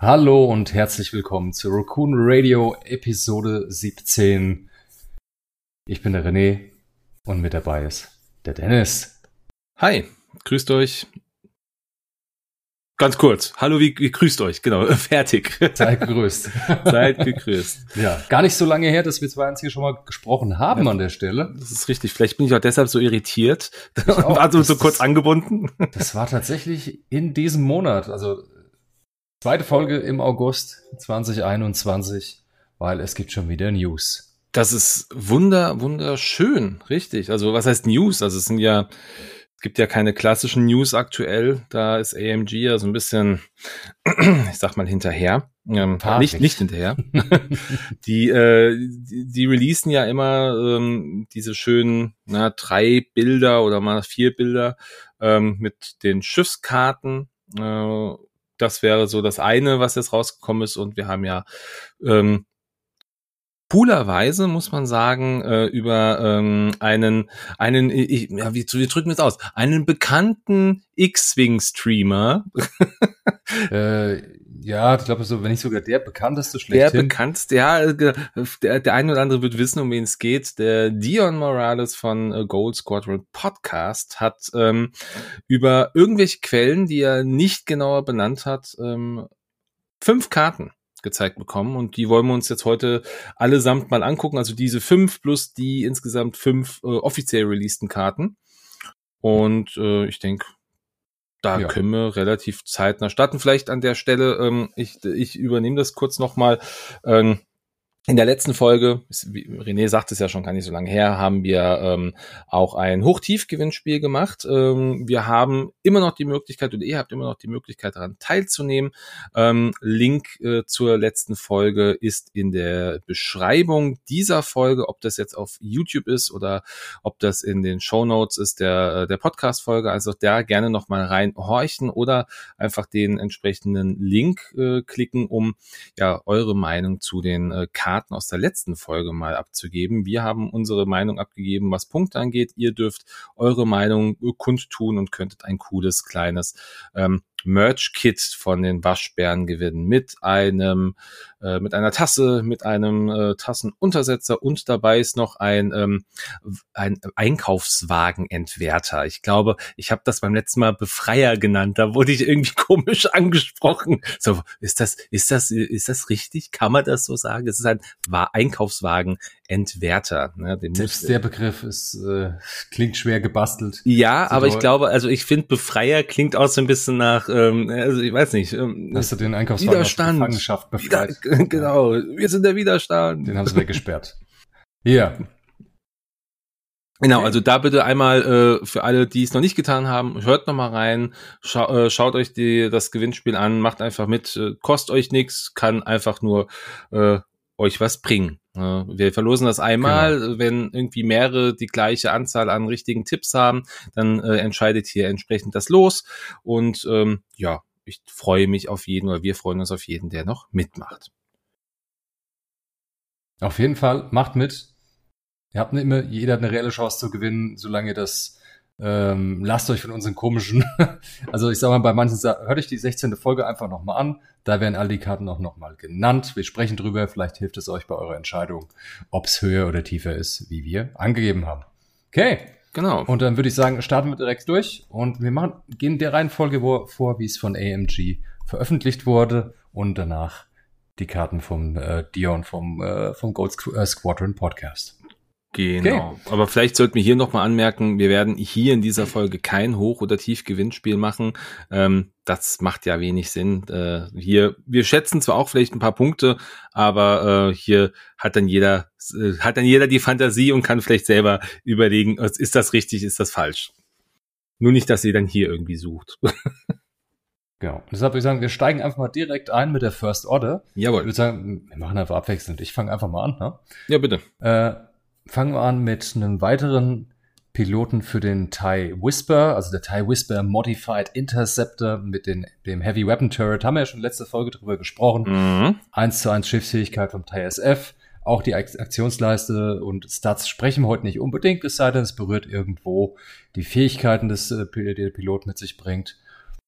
Hallo und herzlich willkommen zu Raccoon Radio Episode 17. Ich bin der René und mit dabei ist der Dennis. Hi, grüßt euch. Ganz kurz. Hallo, wie grüßt euch? Genau, fertig. Seid gegrüßt. Seid gegrüßt. Ja, gar nicht so lange her, dass wir zwei uns hier schon mal gesprochen haben an der Stelle. Das ist richtig. Vielleicht bin ich auch deshalb so irritiert. Also so kurz angebunden. Das war tatsächlich in diesem Monat, also zweite Folge im August 2021, weil es gibt schon wieder News. Das ist wunderschön, richtig. Also was heißt News? Also es gibt ja keine klassischen News aktuell. Da ist AMG ja so ein bisschen, ich sag mal, hinterher. Nicht hinterher. Die releasen ja immer diese schönen 3 Bilder oder mal 4 Bilder mit den Schiffskarten. Das wäre so das eine, was jetzt rausgekommen ist. Und wir haben ja coolerweise, muss man sagen, über wie drücken wir es aus? Einen bekannten X-Wing-Streamer. Ja, ich glaube, so, wenn nicht sogar der bekannteste schlechthin. Der bekannteste, ja, der eine oder andere wird wissen, um wen es geht. Der Dion Morales von Gold Squadron Podcast hat über irgendwelche Quellen, die er nicht genauer benannt hat, 5 Karten gezeigt bekommen und die wollen wir uns jetzt heute allesamt mal angucken, also diese 5 plus die insgesamt 5 offiziell releaseden Karten und ich denke, da können wir relativ zeitnah starten. Vielleicht an der Stelle, ich übernehme das kurz nochmal. In der letzten Folge, René sagt es ja schon gar nicht so lange her, haben wir auch ein Hoch-Tief-Gewinnspiel gemacht. Wir haben immer noch die Möglichkeit, oder ihr habt immer noch die Möglichkeit, daran teilzunehmen. Link zur letzten Folge ist in der Beschreibung dieser Folge, ob das jetzt auf YouTube ist oder ob das in den Shownotes ist der Podcast-Folge. Also da gerne nochmal reinhorchen oder einfach den entsprechenden Link klicken, um ja eure Meinung zu den Karten aus der letzten Folge mal abzugeben. Wir haben unsere Meinung abgegeben, was Punkte angeht. Ihr dürft eure Meinung kundtun und könntet ein cooles, kleines Merch-Kit von den Waschbären gewinnen mit einer Tasse, mit einem Tassenuntersetzer und dabei ist noch ein Einkaufswagenentwerter. Ich glaube, ich habe das beim letzten Mal Befreier genannt. Da wurde ich irgendwie komisch angesprochen. So, ist das richtig? Kann man das so sagen? Es ist ein Einkaufswagenentwerter. Ne? Selbst der Begriff klingt schwer gebastelt. Ja, aber ich glaube, also ich finde Befreier klingt auch so ein bisschen nach also ich weiß nicht. Hast du den Einkaufswagen aus Gefangenschaft befreit? Genau, wir sind der Widerstand. Den haben sie weggesperrt. Ja. Genau, also da bitte einmal für alle, die es noch nicht getan haben, hört noch mal rein, schaut euch das Gewinnspiel an, macht einfach mit, kostet euch nichts, kann einfach nur euch was bringen. Wir verlosen das einmal, genau. Wenn irgendwie mehrere die gleiche Anzahl an richtigen Tipps haben, dann entscheidet hier entsprechend das Los und ich freue mich auf jeden, oder wir freuen uns auf jeden, der noch mitmacht. Auf jeden Fall, macht mit. Ihr habt jeder hat eine reelle Chance zu gewinnen, solange ihr das lasst euch von unseren komischen, also ich sag mal, bei manchen hört euch die 16. Folge einfach nochmal an, da werden all die Karten auch nochmal genannt. Wir sprechen drüber, vielleicht hilft es euch bei eurer Entscheidung, ob es höher oder tiefer ist, wie wir angegeben haben. Okay. Genau. Und dann würde ich sagen, starten wir direkt durch und wir gehen der Reihenfolge vor, wie es von AMG veröffentlicht wurde und danach die Karten vom Dion vom Gold Squadron Podcast. Genau. Okay. Aber vielleicht sollten wir hier nochmal anmerken, wir werden hier in dieser Folge kein Hoch- oder Tief-Gewinnspiel machen. Das macht ja wenig Sinn. Wir schätzen zwar auch vielleicht ein paar Punkte, aber hier hat dann jeder die Fantasie und kann vielleicht selber überlegen, ist das richtig, ist das falsch. Nur nicht, dass ihr dann hier irgendwie sucht. Genau. Deshalb würde ich sagen, wir steigen einfach mal direkt ein mit der First Order. Jawohl. Ich würde sagen, wir machen einfach abwechselnd. Ich fange einfach mal an. Ne? Ja, bitte. Fangen wir an mit einem weiteren Piloten für den TIE Whisper, also der TIE Whisper Modified Interceptor mit dem Heavy Weapon Turret. Haben wir ja schon letzte Folge drüber gesprochen. 1:1 Schiffsfähigkeit vom TIE SF. Auch die Aktionsleiste und Stats sprechen wir heute nicht unbedingt, es sei denn, es berührt irgendwo die Fähigkeiten, die der Pilot mit sich bringt.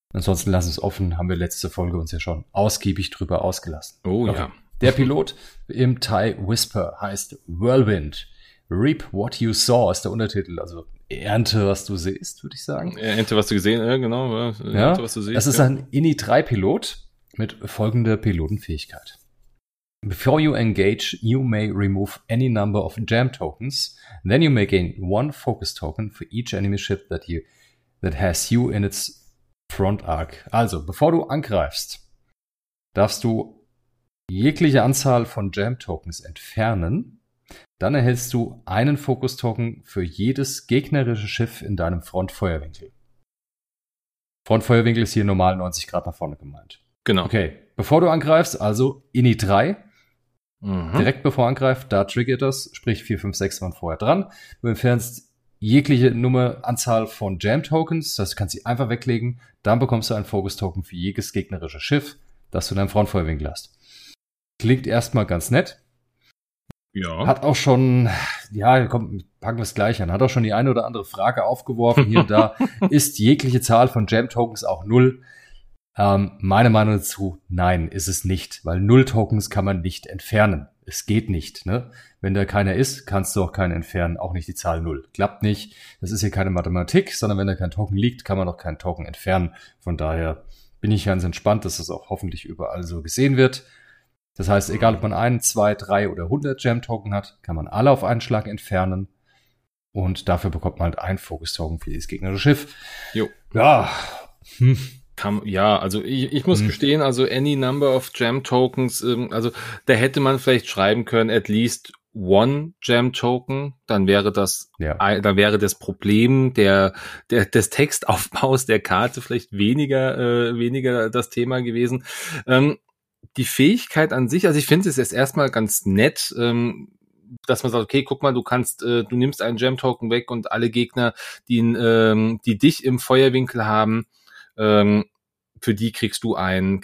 Ansonsten lassen es offen, haben wir letzte Folge uns ja schon ausgiebig drüber ausgelassen. Oh ja. Der Pilot im TIE Whisper heißt Whirlwind. Reap what you saw ist der Untertitel, also Ernte, was du siehst, würde ich sagen. Ernte, was du gesehen, genau. Ernte, was du siehst. Das ist ein INI-3-Pilot mit folgender Pilotenfähigkeit. Before you engage, you may remove any number of jam tokens. Then you may gain one focus token for each enemy ship that has you in its front arc. Also, bevor du angreifst, darfst du jegliche Anzahl von Jam Tokens entfernen. Dann erhältst du einen Focus Token für jedes gegnerische Schiff in deinem Frontfeuerwinkel. Frontfeuerwinkel ist hier normal 90 Grad nach vorne gemeint. Genau. Okay, bevor du angreifst, also INI 3. Direkt bevor angreift, da triggert das, sprich 4, 5, 6 waren vorher dran. Du entfernst jegliche Anzahl von Jam-Tokens, das heißt, du kannst sie einfach weglegen. Dann bekommst du einen Focus-Token für jedes gegnerische Schiff, das du in deinem Frontfeuerwinkel hast. Klingt erstmal ganz nett. Ja. Hat auch schon, ja, komm, packen wir es gleich an, hat auch schon die eine oder andere Frage aufgeworfen. Hier und da ist jegliche Zahl von Jam-Tokens auch 0. Meine Meinung dazu, nein, ist es nicht, weil 0 Tokens kann man nicht entfernen. Es geht nicht, ne? Wenn da keiner ist, kannst du auch keinen entfernen, auch nicht die Zahl 0. Klappt nicht. Das ist hier keine Mathematik, sondern wenn da kein Token liegt, kann man auch keinen Token entfernen. Von daher bin ich ganz entspannt, dass das auch hoffentlich überall so gesehen wird. Das heißt, egal ob man 1, 2, 3 oder 100 Jam-Token hat, kann man alle auf einen Schlag entfernen. Und dafür bekommt man halt einen Focus-Token für dieses gegnerische Schiff. Jo. Ja, also ich muss gestehen, also any number of Jam Tokens, also da hätte man vielleicht schreiben können, at least one Jam Token, dann wäre das, dann wäre das Problem des Textaufbaus der Karte vielleicht weniger das Thema gewesen. Die Fähigkeit an sich, also ich finde es ist erstmal ganz nett, dass man sagt, okay, guck mal, du nimmst einen Jam Token weg und alle Gegner, die dich im Feuerwinkel haben, für die kriegst du einen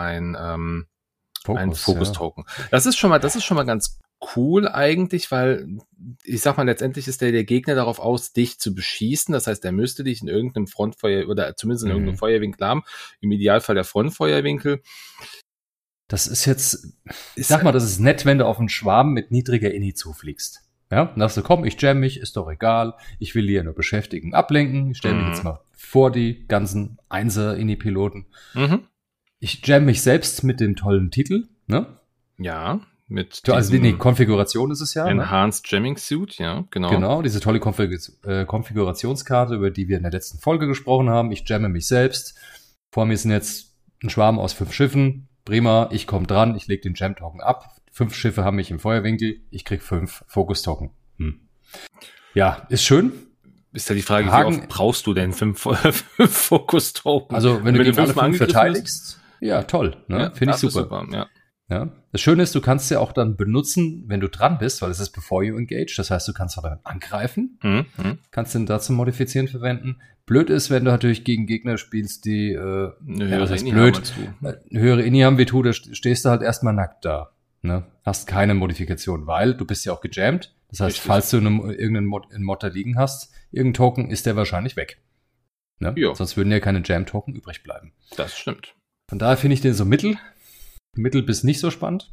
Focus-Token. Ja. Das ist schon mal ganz cool eigentlich, weil ich sag mal, letztendlich ist der Gegner darauf aus, dich zu beschießen. Das heißt, er müsste dich in irgendeinem Frontfeuer oder zumindest in irgendeinem Feuerwinkel haben. Im Idealfall der Frontfeuerwinkel. Das ist jetzt, ich sag mal, das ist nett, wenn du auf einen Schwarm mit niedriger INI zufliegst. Ja, dann sagst du, komm, ich jam mich, ist doch egal. Ich will hier nur beschäftigen, ablenken. Ich stelle mich jetzt mal vor die ganzen Einser-INI-Piloten. Ich jam mich selbst mit dem tollen Titel, ne? Ja, also die Konfiguration ist es ja. Enhanced Jamming Suit, ja, genau. Genau, diese tolle Konfigurationskarte, über die wir in der letzten Folge gesprochen haben. Ich jamme mich selbst. Vor mir sind jetzt ein Schwarm aus 5 Schiffen. Prima, ich komme dran, ich lege den Jam-Token ab. 5 Schiffe haben mich im Feuerwinkel, ich krieg 5 Focus-Token. Ja, ist schön. Ist ja die Frage, wie oft brauchst du denn 5 Focus-Token? Also wenn du gegen alle 5 verteidigst, ja, toll, ne? Ja, finde ich super. Ja. Das Schöne ist, du kannst ja auch dann benutzen, wenn du dran bist, weil es ist before you engage. Das heißt, du kannst auch damit angreifen. Kannst den dazu modifizieren verwenden. Blöd ist, wenn du natürlich gegen Gegner spielst, die eine höhere Ini haben wie du, da stehst du halt erstmal nackt da. Ne? Hast keine Modifikation, weil du bist ja auch gejammt. Das heißt, falls du irgendeinen Mod da liegen hast, irgendein Token, ist der wahrscheinlich weg. Ne? Sonst würden ja keine Jam-Token übrig bleiben. Das stimmt. Von daher finde ich den so mittel bis nicht so spannend.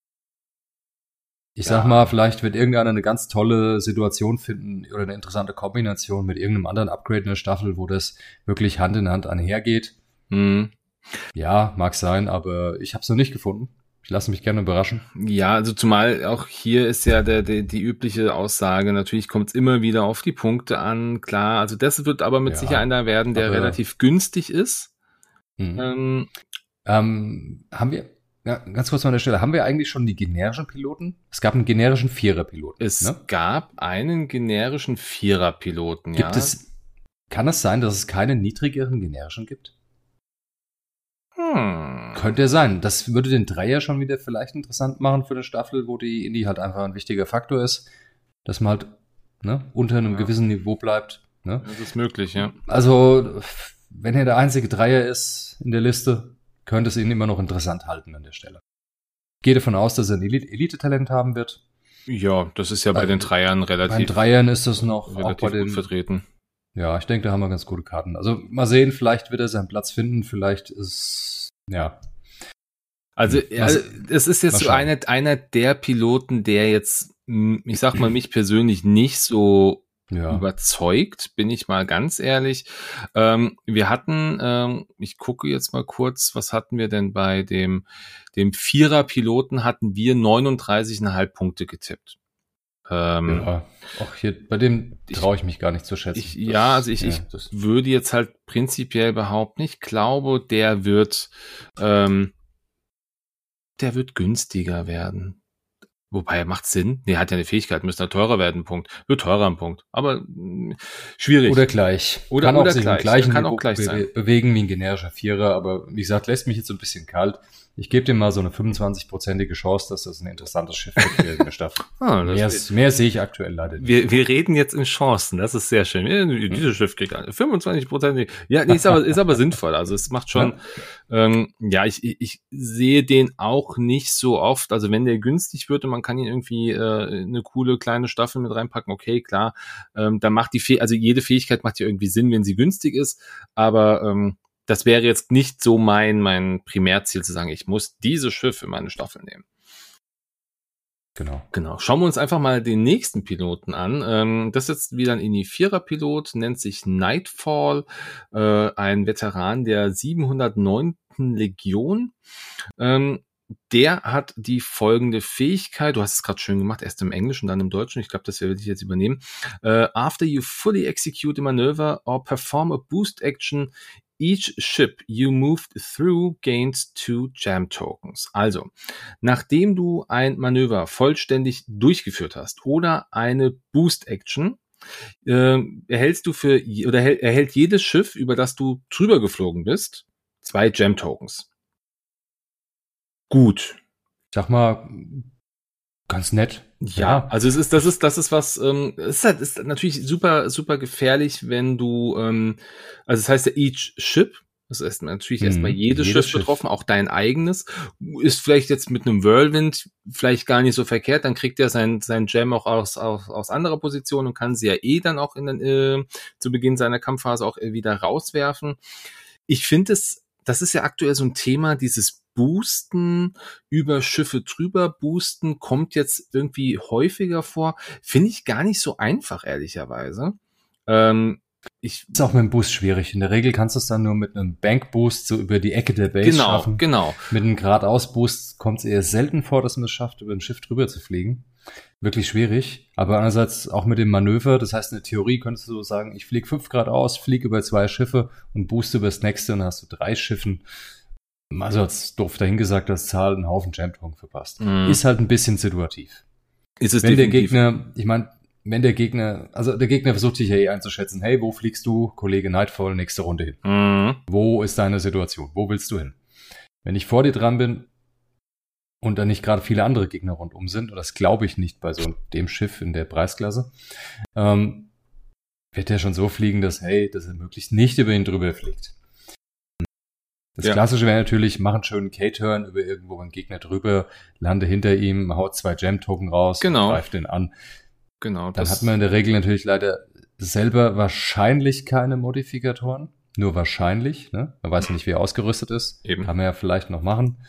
Ich sag mal, vielleicht wird irgendeiner eine ganz tolle Situation finden oder eine interessante Kombination mit irgendeinem anderen Upgrade in der Staffel, wo das wirklich Hand in Hand einhergeht. Ja, mag sein, aber ich habe es noch nicht gefunden. Ich lasse mich gerne überraschen. Ja, also zumal auch hier ist ja die übliche Aussage, natürlich kommt es immer wieder auf die Punkte an, klar. Also das wird aber mit Sicherheit einer werden, der relativ günstig ist. Haben wir, ja, ganz kurz mal an der Stelle, haben wir eigentlich schon die generischen Piloten? Es gab einen generischen Vierer-Piloten. Es gab einen generischen Vierer-Piloten, ja. Kann es sein, dass es keine niedrigeren generischen gibt? Könnte ja sein. Das würde den Dreier schon wieder vielleicht interessant machen für eine Staffel, wo die Indie halt einfach ein wichtiger Faktor ist, dass man halt unter einem gewissen Niveau bleibt. Ne? Das ist möglich, ja. Also, wenn er der einzige Dreier ist in der Liste, könnte es ihn immer noch interessant halten an der Stelle. Ich gehe davon aus, dass er ein Elite-Talent haben wird. Ja, das ist ja bei den Dreiern relativ. Bei den Dreiern ist das noch relativ auch bei den gut vertreten. Ja, ich denke, da haben wir ganz gute Karten. Also mal sehen, vielleicht wird er seinen Platz finden, vielleicht ist, ja. Also es ist jetzt so einer der Piloten, der jetzt, ich sag mal, mich persönlich nicht so überzeugt, bin ich mal ganz ehrlich. Wir hatten, ich gucke jetzt mal kurz, was hatten wir denn bei dem Vierer-Piloten, hatten wir 39,5 Punkte getippt. Ja, auch hier, bei dem traue ich mich gar nicht zu schätzen. Ich würde jetzt halt prinzipiell behaupten, ich glaube, der wird günstiger werden. Wobei, macht Sinn. Nee, hat ja eine Fähigkeit, müsste er teurer werden, Punkt. Wird teurer, ein Punkt. Aber schwierig. Oder gleich. Kann auch sich im gleichen Niveau bewegen wie ein generischer Vierer, aber wie gesagt, lässt mich jetzt so ein bisschen kalt. Ich gebe dem mal so eine 25-prozentige Chance, dass das ein interessantes Schiff wird für eine Staffel. Mehr sehe ich aktuell leider nicht. Wir reden jetzt in Chancen, das ist sehr schön. Dieses Schiff kriegt 25%. Ja, nee, ist aber sinnvoll. Also es macht schon, ich sehe den auch nicht so oft. Also wenn der günstig wird und man kann ihn irgendwie eine coole kleine Staffel mit reinpacken, okay, klar, dann macht jede Fähigkeit macht ja irgendwie Sinn, wenn sie günstig ist, aber das wäre jetzt nicht so mein Primärziel zu sagen, ich muss dieses Schiff in meine Staffel nehmen. Genau. Schauen wir uns einfach mal den nächsten Piloten an. Das ist jetzt wieder ein INI-4er-Pilot, nennt sich Nightfall, ein Veteran der 709. Legion. Der hat die folgende Fähigkeit, du hast es gerade schön gemacht, erst im Englischen, dann im Deutschen, ich glaube, das werde ich jetzt übernehmen. After you fully execute a maneuver or perform a boost action, each ship you moved through gains 2 Jam Tokens. Also, nachdem du ein Manöver vollständig durchgeführt hast oder eine Boost Action, erhält jedes Schiff, über das du drüber geflogen bist, 2 Jam Tokens. Gut. Sag mal, ganz nett. Ja, also das ist was, ist natürlich super, super gefährlich, wenn du, also das heißt ja each ship, das ist natürlich erstmal jedes Schiff betroffen, auch dein eigenes, ist vielleicht jetzt mit einem Whirlwind vielleicht gar nicht so verkehrt, dann kriegt er sein Gem auch aus anderer Position und kann sie ja dann auch zu Beginn seiner Kampfphase auch wieder rauswerfen. Ich finde das ist ja aktuell so ein Thema, dieses Boosten, über Schiffe drüber boosten, kommt jetzt irgendwie häufiger vor. Finde ich gar nicht so einfach, ehrlicherweise. Ist auch mit dem Boost schwierig. In der Regel kannst du es dann nur mit einem Bank-Boost so über die Ecke der Base schaffen. Genau. Mit einem Geradeaus-Boost kommt es eher selten vor, dass man es schafft, über ein Schiff drüber zu fliegen. Wirklich schwierig. Aber andererseits auch mit dem Manöver. Das heißt, in der Theorie könntest du so sagen, ich fliege 5 Grad aus, fliege über 2 Schiffe und booste über das nächste und dann hast du 3 Schiffen. Also hat's doof dahingesagt, dass Zahl einen Haufen Jam-Token verpasst. Ist halt ein bisschen situativ. Ist es wenn definitiv. Der Gegner, der Gegner versucht sich ja einzuschätzen, hey, wo fliegst du, Kollege Nightfall, nächste Runde hin? Wo ist deine Situation? Wo willst du hin? Wenn ich vor dir dran bin und da nicht gerade viele andere Gegner rundum sind, und das glaube ich nicht bei so dem Schiff in der Preisklasse, wird der schon so fliegen, dass er möglichst nicht über ihn drüber fliegt. Das Klassische wäre natürlich, mach einen schönen K-Turn über irgendwo einen Gegner drüber, lande hinter ihm, haut 2 Jam-Token raus und greift den an. Genau. Dann hat man in der Regel natürlich leider selber wahrscheinlich keine Modifikatoren. Nur wahrscheinlich, ne? Man weiß ja nicht, wie er ausgerüstet ist. Eben. Kann man ja vielleicht noch machen.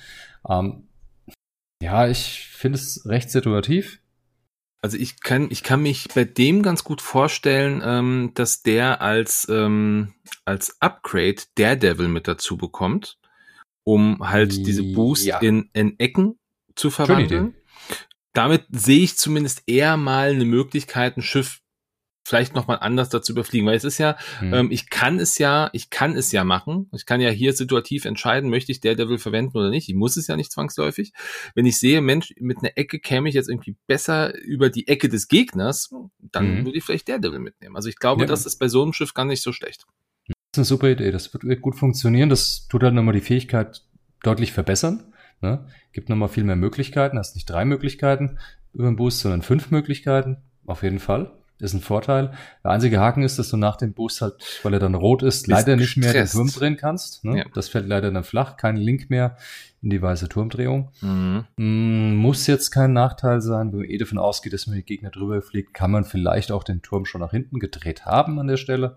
Ich finde es recht situativ. Also ich kann mich bei dem ganz gut vorstellen, dass der als Upgrade Daredevil mit dazu bekommt, um halt diese Boost in Ecken zu verwandeln. Damit sehe ich zumindest eher mal eine Möglichkeit, ein Schiff vielleicht nochmal anders dazu überfliegen, weil es ist ja, ich kann es ja machen. Ich kann ja hier situativ entscheiden, möchte ich Daredevil verwenden oder nicht. Ich muss es ja nicht zwangsläufig. Wenn ich sehe, Mensch, mit einer Ecke käme ich jetzt irgendwie besser über die Ecke des Gegners, dann würde ich vielleicht Daredevil mitnehmen. Also ich glaube, das ist bei so einem Schiff gar nicht so schlecht. Das ist eine super Idee. Das wird gut funktionieren. Das tut halt nochmal die Fähigkeit deutlich verbessern. Ne? Gibt nochmal viel mehr Möglichkeiten. Hast nicht 3 Möglichkeiten über den Boost, sondern 5 Möglichkeiten. Auf jeden Fall. ist ein Vorteil. Der einzige Haken ist, dass du nach dem Boost halt, weil er dann rot ist, leider nicht mehr den Turm drehen kannst. Ne? Ja. Das fällt leider dann flach, kein Link mehr in die weiße Turmdrehung. Muss jetzt kein Nachteil sein, wenn man davon ausgeht, dass man die Gegner drüber fliegt, kann man vielleicht auch den Turm schon nach hinten gedreht haben an der Stelle.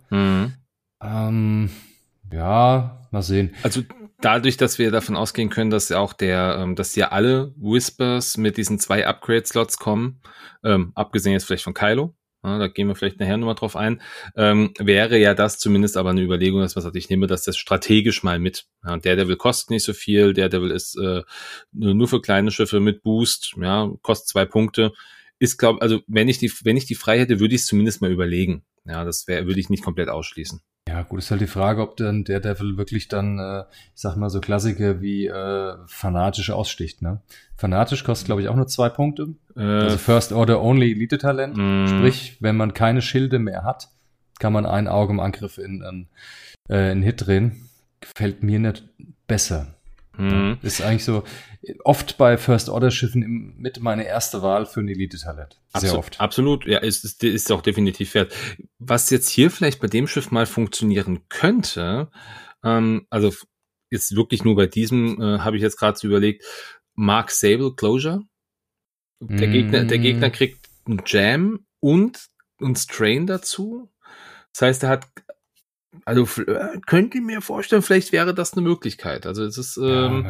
Ja, mal sehen. Also dadurch, dass wir davon ausgehen können, dass ja auch dass ja alle Whispers mit diesen 2 Upgrade-Slots kommen, abgesehen jetzt vielleicht von Kylo, ja, da gehen wir vielleicht nachher nochmal drauf ein, wäre ja das zumindest aber eine Überlegung, dass man sagt, ich nehme das strategisch mal mit. Ja, und Daredevil kostet nicht so viel, Daredevil ist nur für kleine Schiffe mit Boost, ja, kostet 2 Punkte. Ist, glaube also wenn ich die frei hätte, würde ich es zumindest mal überlegen. Ja, würde ich nicht komplett ausschließen. Ja, gut, ist halt die Frage, ob dann Daredevil wirklich dann, ich sag mal so Klassiker wie fanatisch aussticht, ne? Fanatisch kostet, glaube ich, auch nur 2 Punkte. Also First Order Only Elite-Talent. Sprich, wenn man keine Schilde mehr hat, kann man ein Auge im Angriff in Hit drehen. Gefällt mir nicht besser. Ja, ist eigentlich so oft bei First-Order-Schiffen mit meine erste Wahl für ein Elite-Talent. Sehr oft. Absolut, ja, ist auch definitiv wert. Was jetzt hier vielleicht bei dem Schiff mal funktionieren könnte, also jetzt wirklich nur bei diesem, habe ich jetzt gerade so überlegt, Mark Sable Closure. Der Gegner kriegt einen Jam und einen Strain dazu. Das heißt, er hat also könnt ihr mir vorstellen, vielleicht wäre das eine Möglichkeit. Also es ist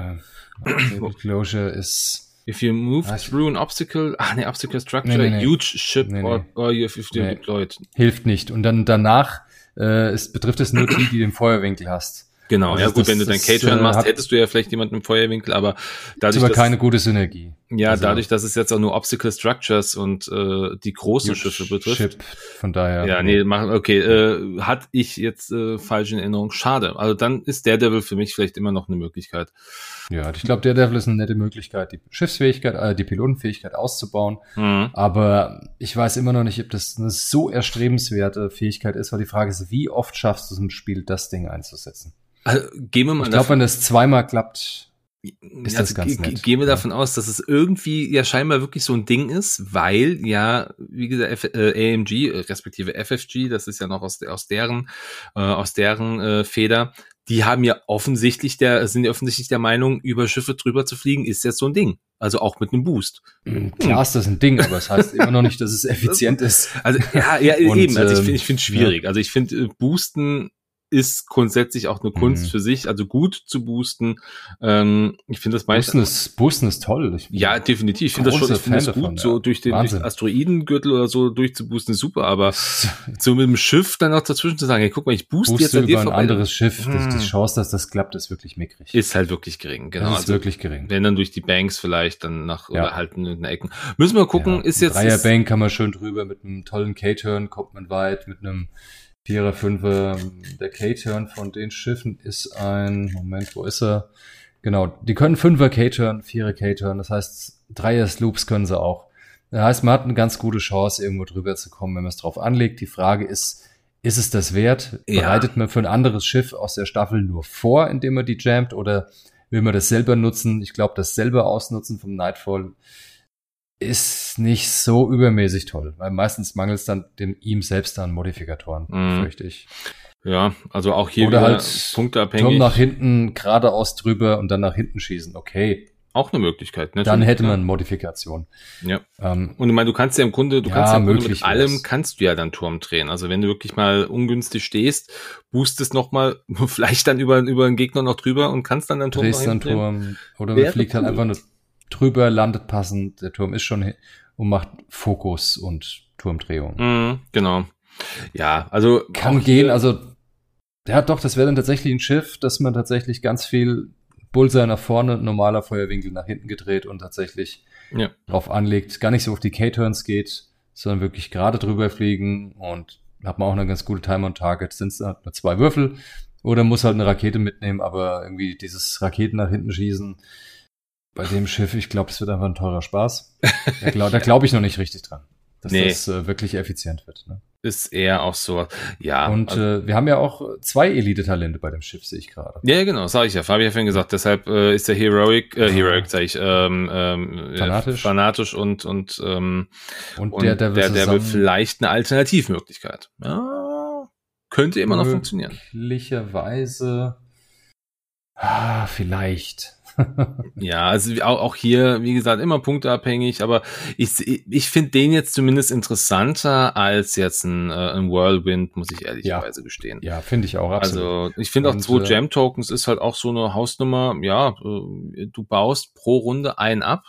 Closure ist if you move through an obstacle, obstacle structure, huge ship or you have deployed. Hilft nicht. Und dann danach betrifft es nur die den Feuerwinkel hast. Genau, also ja gut, wenn du dein K-Turn machst, hättest du ja vielleicht jemanden im Feuerwinkel, aber dadurch, dass keine gute Synergie. Ja, also, dadurch, dass es jetzt auch nur Obstacle Structures und die großen Schiffe betrifft. Von daher. Ja, hatte ich jetzt falsch in Erinnerung. Schade. Also dann ist Daredevil für mich vielleicht immer noch eine Möglichkeit. Ja, ich glaube, Daredevil ist eine nette Möglichkeit, die Schiffsfähigkeit, die Pilotenfähigkeit auszubauen. Aber ich weiß immer noch nicht, ob das eine so erstrebenswerte Fähigkeit ist, weil die Frage ist, wie oft schaffst du es im Spiel, das Ding einzusetzen? Also, gehen wir mal ich glaube, wenn das zweimal klappt, ist das ganz nett. Gehen wir davon aus, dass es irgendwie ja scheinbar wirklich so ein Ding ist, weil ja, wie gesagt, AMG, respektive FFG, das ist ja noch aus deren Feder, die haben ja offensichtlich der Meinung, über Schiffe drüber zu fliegen, ist jetzt so ein Ding. Also auch mit einem Boost. Klar ist das ein Ding, aber es heißt immer noch nicht, dass es effizient ist. Also ja, eben. Also ich finde es schwierig. Ja. Also ich finde Boosten ist grundsätzlich auch eine Kunst für sich, also gut zu boosten. Ich finde das meistens... Boosten ist toll. Ja, definitiv. Ich finde das gut, davon, so durch den Asteroidengürtel oder so durchzuboosten, ist super, aber so mit dem Schiff dann auch dazwischen zu sagen, hey, guck mal, ich booste jetzt an dir vorbei. Ein anderes Schiff, die Chance, dass das klappt, ist wirklich mickrig. Ist halt wirklich gering, genau. Das ist wirklich gering. Wenn dann durch die Banks vielleicht dann oder halt in den Ecken. Müssen wir gucken, ist jetzt... Dreierbank kann man schön drüber, mit einem tollen K-Turn kommt man weit, mit einem 4er, 5er, der K-Turn von den Schiffen ist Moment, wo ist er? Genau, die können 5er K-Turn, 4er K-Turn, das heißt 3er Sloops können sie auch. Das heißt, man hat eine ganz gute Chance, irgendwo drüber zu kommen, wenn man es drauf anlegt. Die Frage ist es das wert? Ja. Bereitet man für ein anderes Schiff aus der Staffel nur vor, indem man die jammt, oder will man das selber nutzen? Ich glaube, das selber Ausnutzen vom Nightfall ist nicht so übermäßig toll, weil meistens mangelt es dann ihm selbst an Modifikatoren, fürchte ich. Ja, also auch hier oder wieder halt punkteabhängig. Turm nach hinten geradeaus drüber und dann nach hinten schießen, okay. Auch eine Möglichkeit, ne? Dann hätte man Modifikation. Ja. Und ich meine, du kannst ja im Grunde, mit allem kannst du ja dann Turm drehen. Also wenn du wirklich mal ungünstig stehst, boostest nochmal, vielleicht dann über einen Gegner noch drüber und kannst dann Turm drehst dann Turm. Oder man fliegt halt einfach nur drüber, landet passend, der Turm ist schon und macht Fokus und Turmdrehung. Genau. Ja, also kann gehen, also ja doch, das wäre dann tatsächlich ein Schiff, dass man tatsächlich ganz viel Bullseye nach vorne, normaler Feuerwinkel nach hinten gedreht und tatsächlich drauf anlegt, gar nicht so auf die K-Turns geht, sondern wirklich gerade drüber fliegen, und hat man auch eine ganz gute Time on Target, sind es nur 2 Würfel, oder muss halt eine Rakete mitnehmen, aber irgendwie dieses Raketen nach hinten schießen bei dem Schiff, ich glaube, das wird einfach ein teurer Spaß. Da glaube ich noch nicht richtig dran, dass das wirklich effizient wird. Ne? ist eher auch so, ja. Und wir haben ja auch 2 Elite-Talente bei dem Schiff, sehe ich gerade. Ja, genau, sage ich ja. Habe ich ja vorhin gesagt. Deshalb ist der Heroic, sage ich, fanatisch und der wird vielleicht eine Alternativmöglichkeit. Ja, könnte immer noch funktionieren. Möglicherweise, vielleicht. Ja, also auch hier, wie gesagt, immer punkteabhängig, aber ich finde den jetzt zumindest interessanter als jetzt ein Whirlwind, muss ich ehrlicherweise gestehen. Ja, finde ich auch, absolut. Also ich finde auch 2 Gem-Tokens ist halt auch so eine Hausnummer, ja, du baust pro Runde einen ab.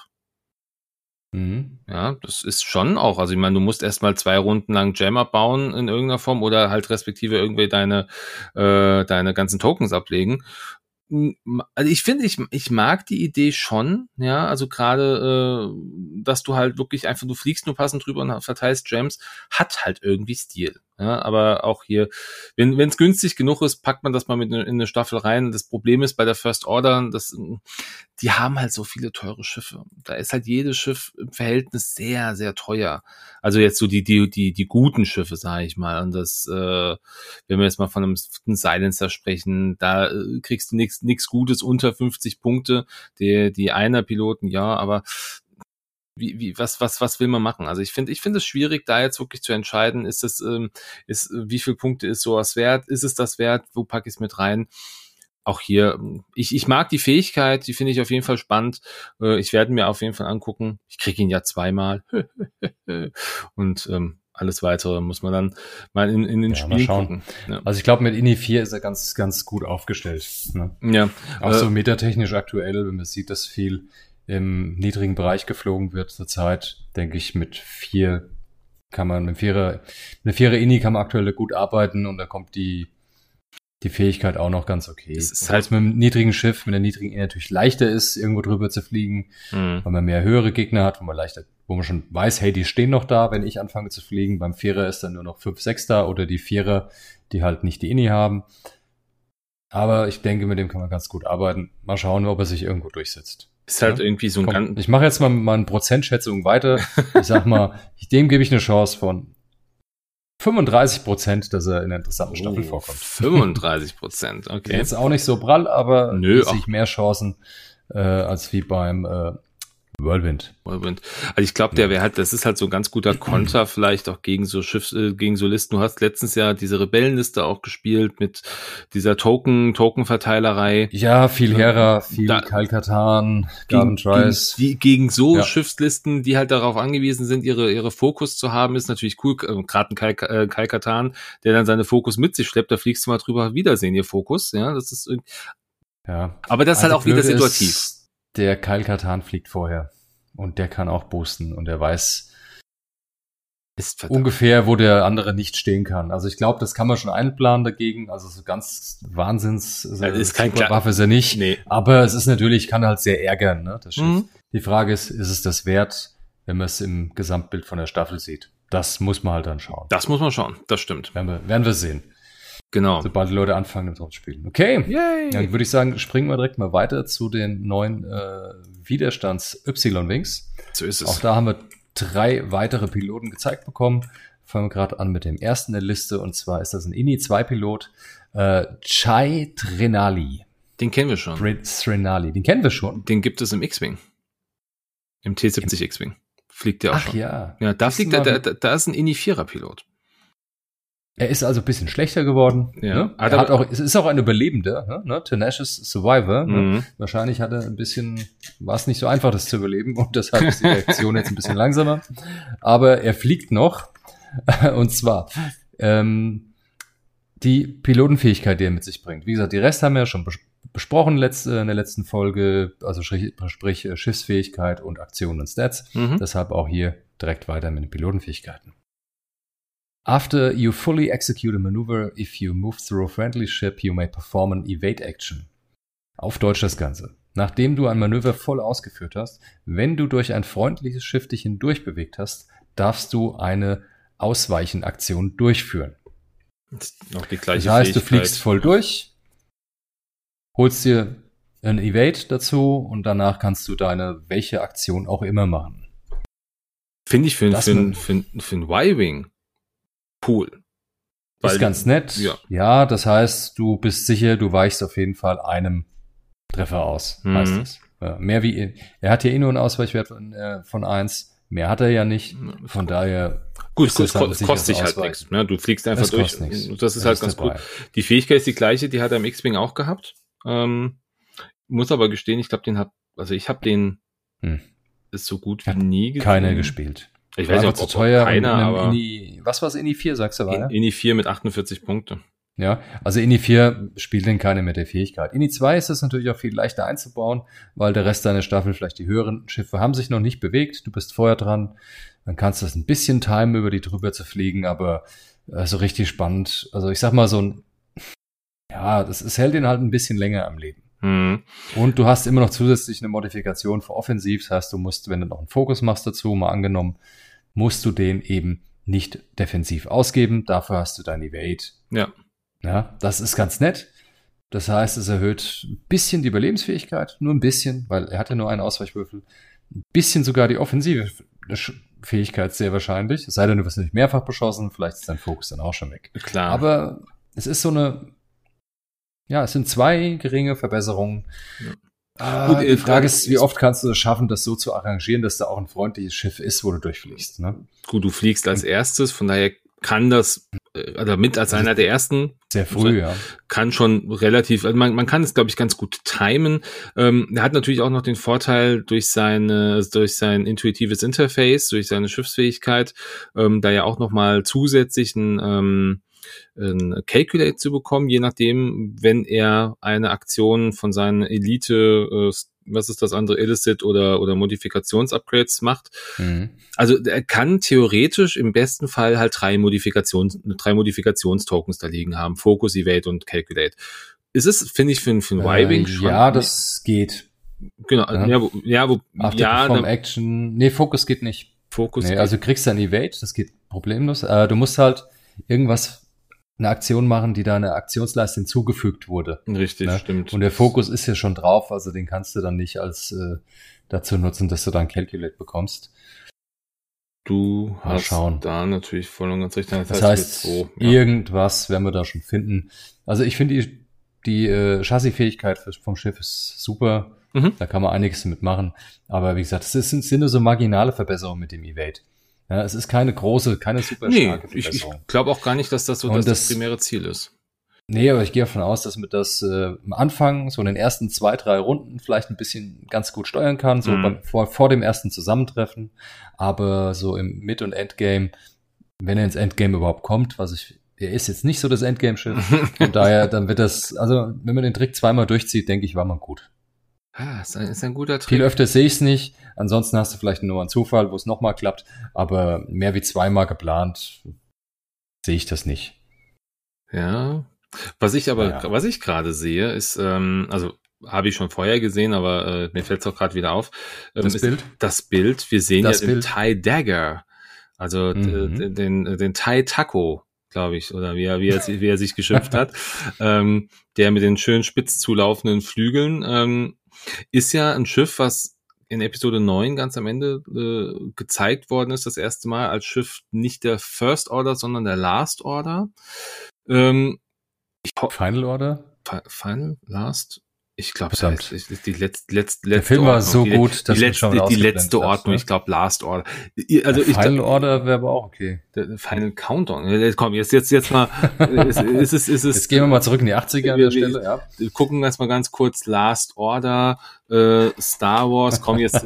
Mhm. Ja, das ist schon auch, also ich meine, du musst erstmal 2 Runden lang Gem abbauen in irgendeiner Form oder halt respektive irgendwie deine ganzen Tokens ablegen. Also ich finde, ich mag die Idee schon, ja, also gerade, dass du halt wirklich einfach, du fliegst nur passend drüber und verteilst Gems, hat halt irgendwie Stil, ja, aber auch hier, wenn es günstig genug ist, packt man das mal in eine Staffel rein. Das Problem ist bei der First Order, die haben halt so viele teure Schiffe. Da ist halt jedes Schiff im Verhältnis sehr, sehr teuer. Also jetzt so die guten Schiffe, sage ich mal. Und das, wenn wir jetzt mal von einem Silencer sprechen, da kriegst du nichts Gutes unter 50 Punkte. Die Einer-Piloten, ja, aber was will man machen? Also ich finde es schwierig, da jetzt wirklich zu entscheiden, wie viel Punkte ist sowas wert? Ist es das wert? Wo packe ich es mit rein? Auch hier, ich mag die Fähigkeit, die finde ich auf jeden Fall spannend. Ich werde mir auf jeden Fall angucken. Ich kriege ihn ja 2-mal. Und alles Weitere muss man dann mal in den Spielen gucken. Ja. Also ich glaube, mit INI 4 ist er ganz, ganz gut aufgestellt. Ne? Ja. Auch so metatechnisch aktuell, wenn man sieht, dass viel im niedrigen Bereich geflogen wird zurzeit, denke ich, mit 4 kann man, mit einer 4er INI kann man aktuell gut arbeiten und da kommt die Fähigkeit auch noch ganz okay. Es ist halt mit einem niedrigen Schiff, mit einer niedrigen INI natürlich leichter ist, irgendwo drüber zu fliegen, weil man mehr höhere Gegner hat, wo man schon weiß, hey, die stehen noch da, wenn ich anfange zu fliegen. Beim 4er ist dann nur noch 5, 6 da oder die 4er, die halt nicht die INI haben. Aber ich denke, mit dem kann man ganz gut arbeiten. Mal schauen, ob er sich irgendwo durchsetzt. Ist halt irgendwie so ein ganz... Ich mache jetzt mal eine Prozentschätzung weiter. Ich sag mal, dem gebe ich eine Chance von 35%, dass er in einer interessanten Staffel vorkommt. 35%, okay. Jetzt auch nicht so prall, aber sehe ich mehr Chancen als wie beim Whirlwind. Also ich glaube, das ist halt so ein ganz guter Konter vielleicht auch gegen so gegen so Listen. Du hast letztens ja diese Rebellenliste auch gespielt mit dieser Token-Verteilerei. Ja, viel Hera, viel Kyle-Katarn, Garden Trice. Gegen so Schiffslisten, die halt darauf angewiesen sind, ihre Fokus zu haben, ist natürlich cool. Gerade ein Kyle-Katarn, der dann seine Fokus mit sich schleppt, da fliegst du mal drüber, Wiedersehen, ihr Fokus. Ja, das ist aber das ist halt auch wieder situativ. Der Kyle-Katarn fliegt vorher und der kann auch boosten und der weiß ungefähr, wo der andere nicht stehen kann. Also ich glaube, das kann man schon einplanen dagegen. Also so ganz Wahnsinns ist kein Waffe ist er nicht. Nee. Aber es ist natürlich, kann halt sehr ärgern, ne, das Schiff. Die Frage ist es das wert, wenn man es im Gesamtbild von der Staffel sieht? Das muss man halt dann schauen. Das muss man schauen, das stimmt. Werden wir sehen. Genau. Sobald die Leute anfangen, damit zu spielen. Okay. Yay. Dann würde ich sagen, springen wir direkt mal weiter zu den neuen Widerstands-Y-Wings. So ist es. Auch da haben wir 3 weitere Piloten gezeigt bekommen. Fangen wir gerade an mit dem ersten der Liste. Und zwar ist das ein INI-2-Pilot. Chai Trenali. Den kennen wir schon. Trenali. Den kennen wir schon. Den gibt es im X-Wing. Im T-70 X-Wing. Fliegt der auch schon. Ach ja. Ja, da fliegt da ist ein INI-4er-Pilot. Er ist also ein bisschen schlechter geworden. Ja. Ne? Es ist auch ein Überlebender, ne? Tenacious Survivor. Ne? Wahrscheinlich war es nicht so einfach, das zu überleben und deshalb ist die Reaktion jetzt ein bisschen langsamer. Aber er fliegt noch. Und zwar die Pilotenfähigkeit, die er mit sich bringt. Wie gesagt, die Rest haben wir ja schon besprochen in der letzten Folge, also sprich Schiffsfähigkeit und Aktionen und Stats. Deshalb auch hier direkt weiter mit den Pilotenfähigkeiten. After you fully execute a maneuver, if you move through a friendly ship, you may perform an evade action. Auf Deutsch das Ganze. Nachdem du ein Manöver voll ausgeführt hast, wenn du durch ein freundliches Schiff dich hindurch bewegt hast, darfst du eine Ausweichenaktion durchführen. Noch die gleiche das heißt, Fähigkeit. Du fliegst voll durch, holst dir ein Evade dazu und danach kannst du welche Aktion auch immer machen. Finde ich für ein Y-Wing Cool. Ist ganz nett. Ja, das heißt, du bist sicher, du weichst auf jeden Fall einem Treffer aus, heißt es. Mehr wie, er hat ja nur einen Ausweichwert von 1. Mehr hat er ja nicht. Von daher. Gut, es kostet sich halt nichts. Ne? Du fliegst einfach durch. Das ist halt ganz gut. Die Fähigkeit ist die gleiche, die hat er im X-Wing auch gehabt. Muss aber gestehen, ich glaube, ich habe den ist so gut wie nie gesehen. Keiner gespielt. Ich weiß nicht, ob zu teuer. Keiner, aber was war es, INI 4, sagst du, war INI 4 mit 48 Punkte. Ja, also INI 4 spielt denn keine mit der Fähigkeit. INI 2 ist es natürlich auch viel leichter einzubauen, weil der Rest deiner Staffel, vielleicht die höheren Schiffe, haben sich noch nicht bewegt. Du bist vorher dran. Dann kannst du es ein bisschen timen, über die drüber zu fliegen, aber so richtig spannend. Also ich sag mal es hält ihn halt ein bisschen länger am Leben. Und du hast immer noch zusätzlich eine Modifikation für offensiv. Das heißt, du musst, wenn du noch einen Fokus machst dazu, mal angenommen, musst du den eben nicht defensiv ausgeben. Dafür hast du dein Evade. Ja, das ist ganz nett. Das heißt, es erhöht ein bisschen die Überlebensfähigkeit, nur ein bisschen, weil er hatte nur einen Ausweichwürfel. Ein bisschen sogar die offensive Fähigkeit sehr wahrscheinlich. Es sei denn, du wirst nicht mehrfach beschossen, vielleicht ist dein Fokus dann auch schon weg. Klar. Aber es ist es sind 2 geringe Verbesserungen. Gut, die Frage ist, wie oft kannst du es schaffen, das so zu arrangieren, dass da auch ein freundliches Schiff ist, wo du durchfliegst. Ne? Gut, du fliegst als erstes, von daher kann das, also mit als einer der ersten. Sehr früh, ja. Kann schon relativ, also man kann es, glaube ich, ganz gut timen. Er hat natürlich auch noch den Vorteil durch sein intuitives Interface, durch seine Schiffsfähigkeit, da ja auch nochmal zusätzlich ein Calculate zu bekommen, je nachdem, wenn er eine Aktion von seinen Elite, was ist das andere, Illicit oder Modifikationsupgrades macht. Also er kann theoretisch im besten Fall halt 3 Modifikationstokens da liegen haben. Focus, Evade und Calculate. Ist es, finde ich, für ein Y-Wing schon. Ja, das geht. Genau, vom Action. Nee, Focus geht nicht. Also du kriegst dann Evade, das geht problemlos. Du musst halt eine Aktion machen, die deiner Aktionsleiste hinzugefügt wurde. Richtig, ne? Stimmt. Und der Fokus ist ja schon drauf, also den kannst du dann nicht als dazu nutzen, dass du dann Calculate bekommst. Du hast da natürlich voll und ganz recht. Das heißt irgendwas werden wir da schon finden. Also ich finde die Chassis-Fähigkeit vom Schiff ist super. Da kann man einiges damit machen. Aber wie gesagt, es sind nur so marginale Verbesserungen mit dem Evade. Ja, es ist keine super starke Verbesserung. Ich glaube auch gar nicht, dass das das primäre Ziel ist. Nee, aber ich gehe davon aus, dass man das am Anfang, so in den ersten 2, 3 Runden vielleicht ein bisschen ganz gut steuern kann, so vor dem ersten Zusammentreffen. Aber so im Mid- und Endgame, wenn er ins Endgame überhaupt kommt, er ist jetzt nicht so das Endgame-Schiff. Von daher, dann wird das, also wenn man den Trick 2-mal durchzieht, denke ich, war man gut. Ist ein guter Trick. Viel öfter sehe ich es nicht. Ansonsten hast du vielleicht nur einen Zufall, wo es nochmal klappt. Aber mehr wie 2-mal geplant sehe ich das nicht. Ja. Was ich gerade sehe, ist, also habe ich schon vorher gesehen, aber mir fällt es auch gerade wieder auf. Das Bild. Wir sehen den TIE Dagger. Also den TIE Taco, glaube ich, oder wie er sich geschimpft hat. Der mit den schön spitz zulaufenden Flügeln. Ist ja ein Schiff, was in Episode 9 ganz am Ende gezeigt worden ist, das erste Mal als Schiff nicht der First Order, sondern der Last Order. Final Order? Final? Last? Ich glaube, das ist die letzte der Film war so gut, dass die letzte Ordnung, ich glaube Last Order. Also Final Order wäre aber auch okay. Der Final Countdown. Komm, jetzt mal. Jetzt gehen wir mal zurück in die 80er an der Stelle. Ja. Wir gucken erst mal ganz kurz Last Order, Star Wars. Komm jetzt,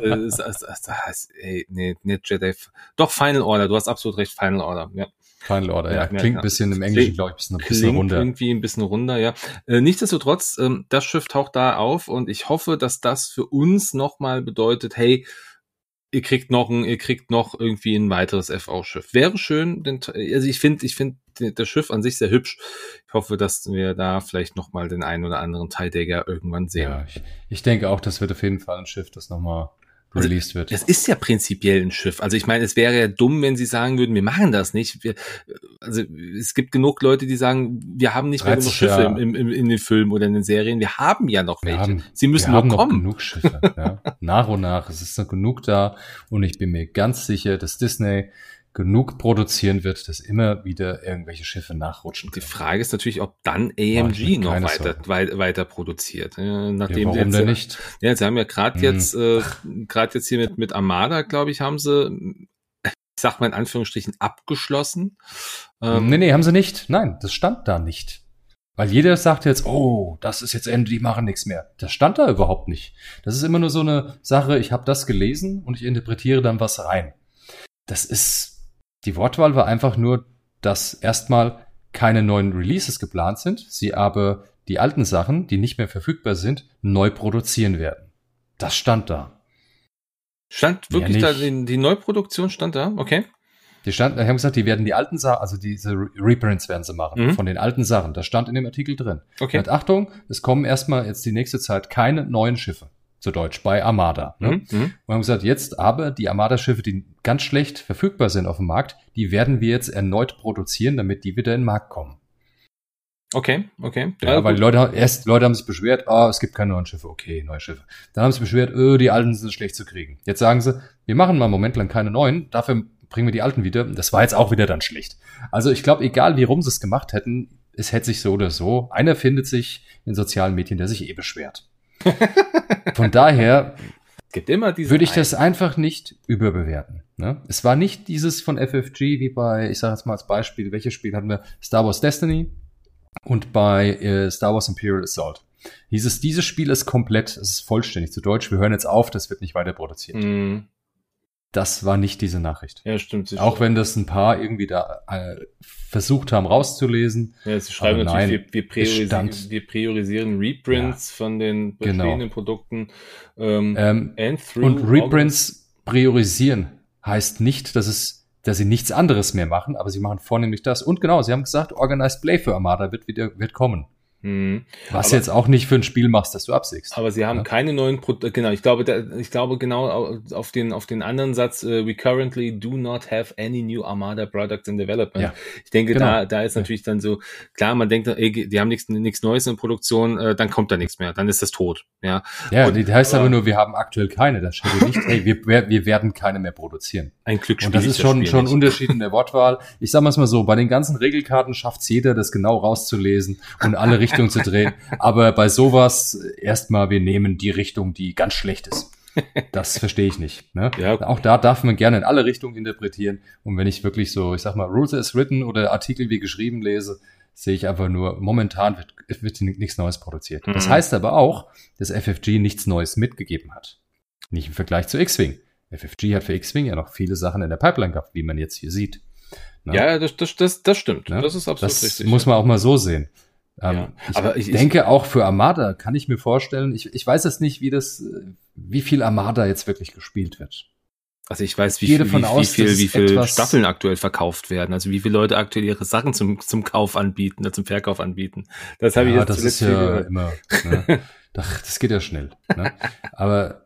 nicht Jedi. Doch Final Order. Du hast absolut recht. Final Order. Ja. Final Order, ja. Klingt ein bisschen im Englischen, glaube ich, ein bisschen runder. Irgendwie ein bisschen runder, ja. Nichtsdestotrotz, das Schiff taucht da auf und ich hoffe, dass das für uns nochmal bedeutet, hey, ihr kriegt noch irgendwie ein weiteres FV-Schiff. Wäre schön, also ich finde das Schiff an sich sehr hübsch. Ich hoffe, dass wir da vielleicht nochmal den einen oder anderen TIE Dagger irgendwann sehen. Ja, ich denke auch, das wird auf jeden Fall ein Schiff, das nochmal released wird. Das ist ja prinzipiell ein Schiff. Also ich meine, es wäre ja dumm, wenn sie sagen würden, wir machen das nicht. Also es gibt genug Leute, die sagen, wir haben nicht mehr genug Schiffe in den Filmen oder in den Serien. Wir haben ja noch welche. Sie müssen nur kommen. Wir haben noch genug Schiffe. Ja. Nach und nach. Es ist noch genug da. Und ich bin mir ganz sicher, dass Disney genug produzieren wird, dass immer wieder irgendwelche Schiffe nachrutschen Die können. Frage ist natürlich, ob dann AMG noch keine weiter produziert. Ja, Nachdem warum denn nicht? Ja, sie haben ja gerade jetzt hier mit Armada, glaube ich, haben sie, ich sag mal in Anführungsstrichen, abgeschlossen. Nee, haben sie nicht. Nein, das stand da nicht. Weil jeder sagt jetzt, oh, das ist jetzt Ende, die machen nichts mehr. Das stand da überhaupt nicht. Das ist immer nur so eine Sache, ich habe das gelesen und ich interpretiere dann was rein. Die Wortwahl war einfach nur, dass erstmal keine neuen Releases geplant sind, sie aber die alten Sachen, die nicht mehr verfügbar sind, neu produzieren werden. Das stand da. Stand wirklich da, die Neuproduktion stand da? Okay. Die haben gesagt, die werden die alten Sachen, also diese Reprints werden sie machen, von den alten Sachen. Das stand in dem Artikel drin. Okay. Und Achtung, es kommen erstmal jetzt die nächste Zeit keine neuen Schiffe, zu Deutsch, bei Armada. Ne? Und haben gesagt, jetzt aber die Armada-Schiffe, die ganz schlecht verfügbar sind auf dem Markt, die werden wir jetzt erneut produzieren, damit die wieder in den Markt kommen. Okay. Ja, weil die Leute haben sich beschwert, es gibt keine neuen Schiffe, okay, neue Schiffe. Dann haben sie sich beschwert, die alten sind schlecht zu kriegen. Jetzt sagen sie, wir machen mal einen Moment lang keine neuen, dafür bringen wir die alten wieder. Das war jetzt auch wieder dann schlecht. Also ich glaube, egal wie rum sie es gemacht hätten, es hätte sich so oder so, einer findet sich in sozialen Medien, der sich beschwert. Von daher würde ich das einfach nicht überbewerten. Ne? Es war nicht dieses von FFG wie bei, ich sage jetzt mal als Beispiel, welches Spiel hatten wir? Star Wars Destiny und bei Star Wars Imperial Assault. Hieß es, dieses Spiel ist komplett, es ist vollständig zu Deutsch, wir hören jetzt auf, das wird nicht weiter produziert. Das war nicht diese Nachricht. Ja, stimmt. Auch wenn das ein paar irgendwie da versucht haben rauszulesen. Ja, sie schreiben natürlich, wir priorisieren Reprints von den bestehenden Produkten. Und Reprints priorisieren heißt nicht, dass sie nichts anderes mehr machen, aber sie machen vornehmlich das. Und genau, sie haben gesagt, Organized Play für Armada wird kommen. Was jetzt auch nicht für ein Spiel machst, das du absiegst. Aber sie haben keine neuen Produkte. Genau, ich glaube genau auf den anderen Satz, we currently do not have any new Armada products in development. Ja, ich denke, genau. da ist natürlich dann so, klar, man denkt, die haben nichts Neues in Produktion, dann kommt da nichts mehr, dann ist das tot. Ja, die heißt aber nur, wir haben aktuell keine. Das steht nicht, hey, wir werden keine mehr produzieren. Ein Glücksspiel. Und das ist schon ein Unterschied in der Wortwahl. Ich sag mal so, bei den ganzen Regelkarten schafft's jeder, das genau rauszulesen und alle Richtung zu drehen. Aber bei sowas erstmal, wir nehmen die Richtung, die ganz schlecht ist. Das verstehe ich nicht. Ne? Ja. Auch da darf man gerne in alle Richtungen interpretieren. Und wenn ich wirklich so, ich sag mal, Rules as written oder Artikel wie geschrieben lese, sehe ich einfach nur, momentan wird nichts Neues produziert. Das heißt aber auch, dass FFG nichts Neues mitgegeben hat. Nicht im Vergleich zu X-Wing. FFG hat für X-Wing ja noch viele Sachen in der Pipeline gehabt, wie man jetzt hier sieht. Ne? Ja, das stimmt. Ne? Das ist absolut richtig. Das muss man auch mal so sehen. Ich denke auch für Armada kann ich mir vorstellen, ich weiß jetzt nicht, wie viel Armada jetzt wirklich gespielt wird. Also ich weiß, wie viele Staffeln aktuell verkauft werden, also wie viele Leute aktuell ihre Sachen zum Kauf anbieten, zum Verkauf anbieten. Das habe ich jetzt das ist ja immer, ne? Das geht ja schnell. Ne? Aber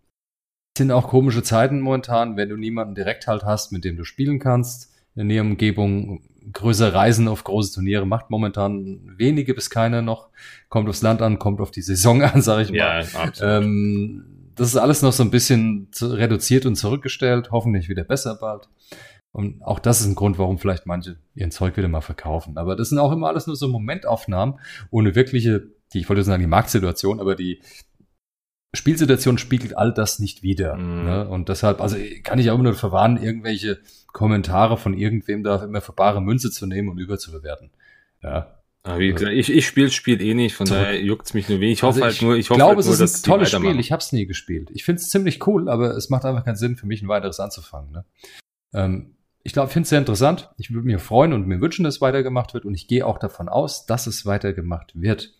es sind auch komische Zeiten momentan, wenn du niemanden direkt halt hast, mit dem du spielen kannst, in der Umgebung. Größere Reisen auf große Turniere macht momentan wenige bis keiner noch. Kommt aufs Land an, kommt auf die Saison an, sage ich mal. Ja, absolut. Das ist alles noch so ein bisschen reduziert und zurückgestellt. Hoffentlich wieder besser bald. Und auch das ist ein Grund, warum vielleicht manche ihren Zeug wieder mal verkaufen. Aber das sind auch immer alles nur so Momentaufnahmen ohne wirkliche, ich wollte sagen die Marktsituation, aber die Spielsituation spiegelt all das nicht wider. Ne? Und deshalb, also kann ich auch immer nur verwarnen, irgendwelche Kommentare von irgendwem da immer für bare Münze zu nehmen und überzubewerten. Ja. Aber wie gesagt, ich spiele eh nicht, von daher juckt's mich nur wenig. Ich hoffe es ist ein tolles Spiel, ich habe es nie gespielt. Ich finde es ziemlich cool, aber es macht einfach keinen Sinn für mich, ein weiteres anzufangen. Ne? Ich glaube, ich finde es sehr interessant. Ich würde mir freuen und mir wünschen, dass es weitergemacht wird und ich gehe auch davon aus, dass es weitergemacht wird.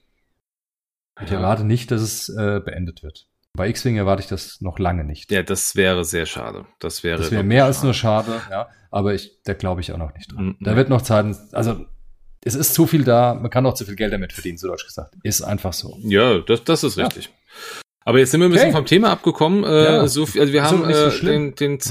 Ich erwarte nicht, dass es beendet wird. Bei X-Wing erwarte ich das noch lange nicht. Ja, das wäre sehr schade. Das wäre mehr als nur schade, ja. Aber da glaube ich auch noch nicht dran. Da wird noch Zeiten, also es ist zu viel da, man kann auch zu viel Geld damit verdienen, so deutsch gesagt. Ist einfach so. Ja, das ist richtig. Aber jetzt sind wir ein bisschen vom Thema abgekommen. Also wir haben den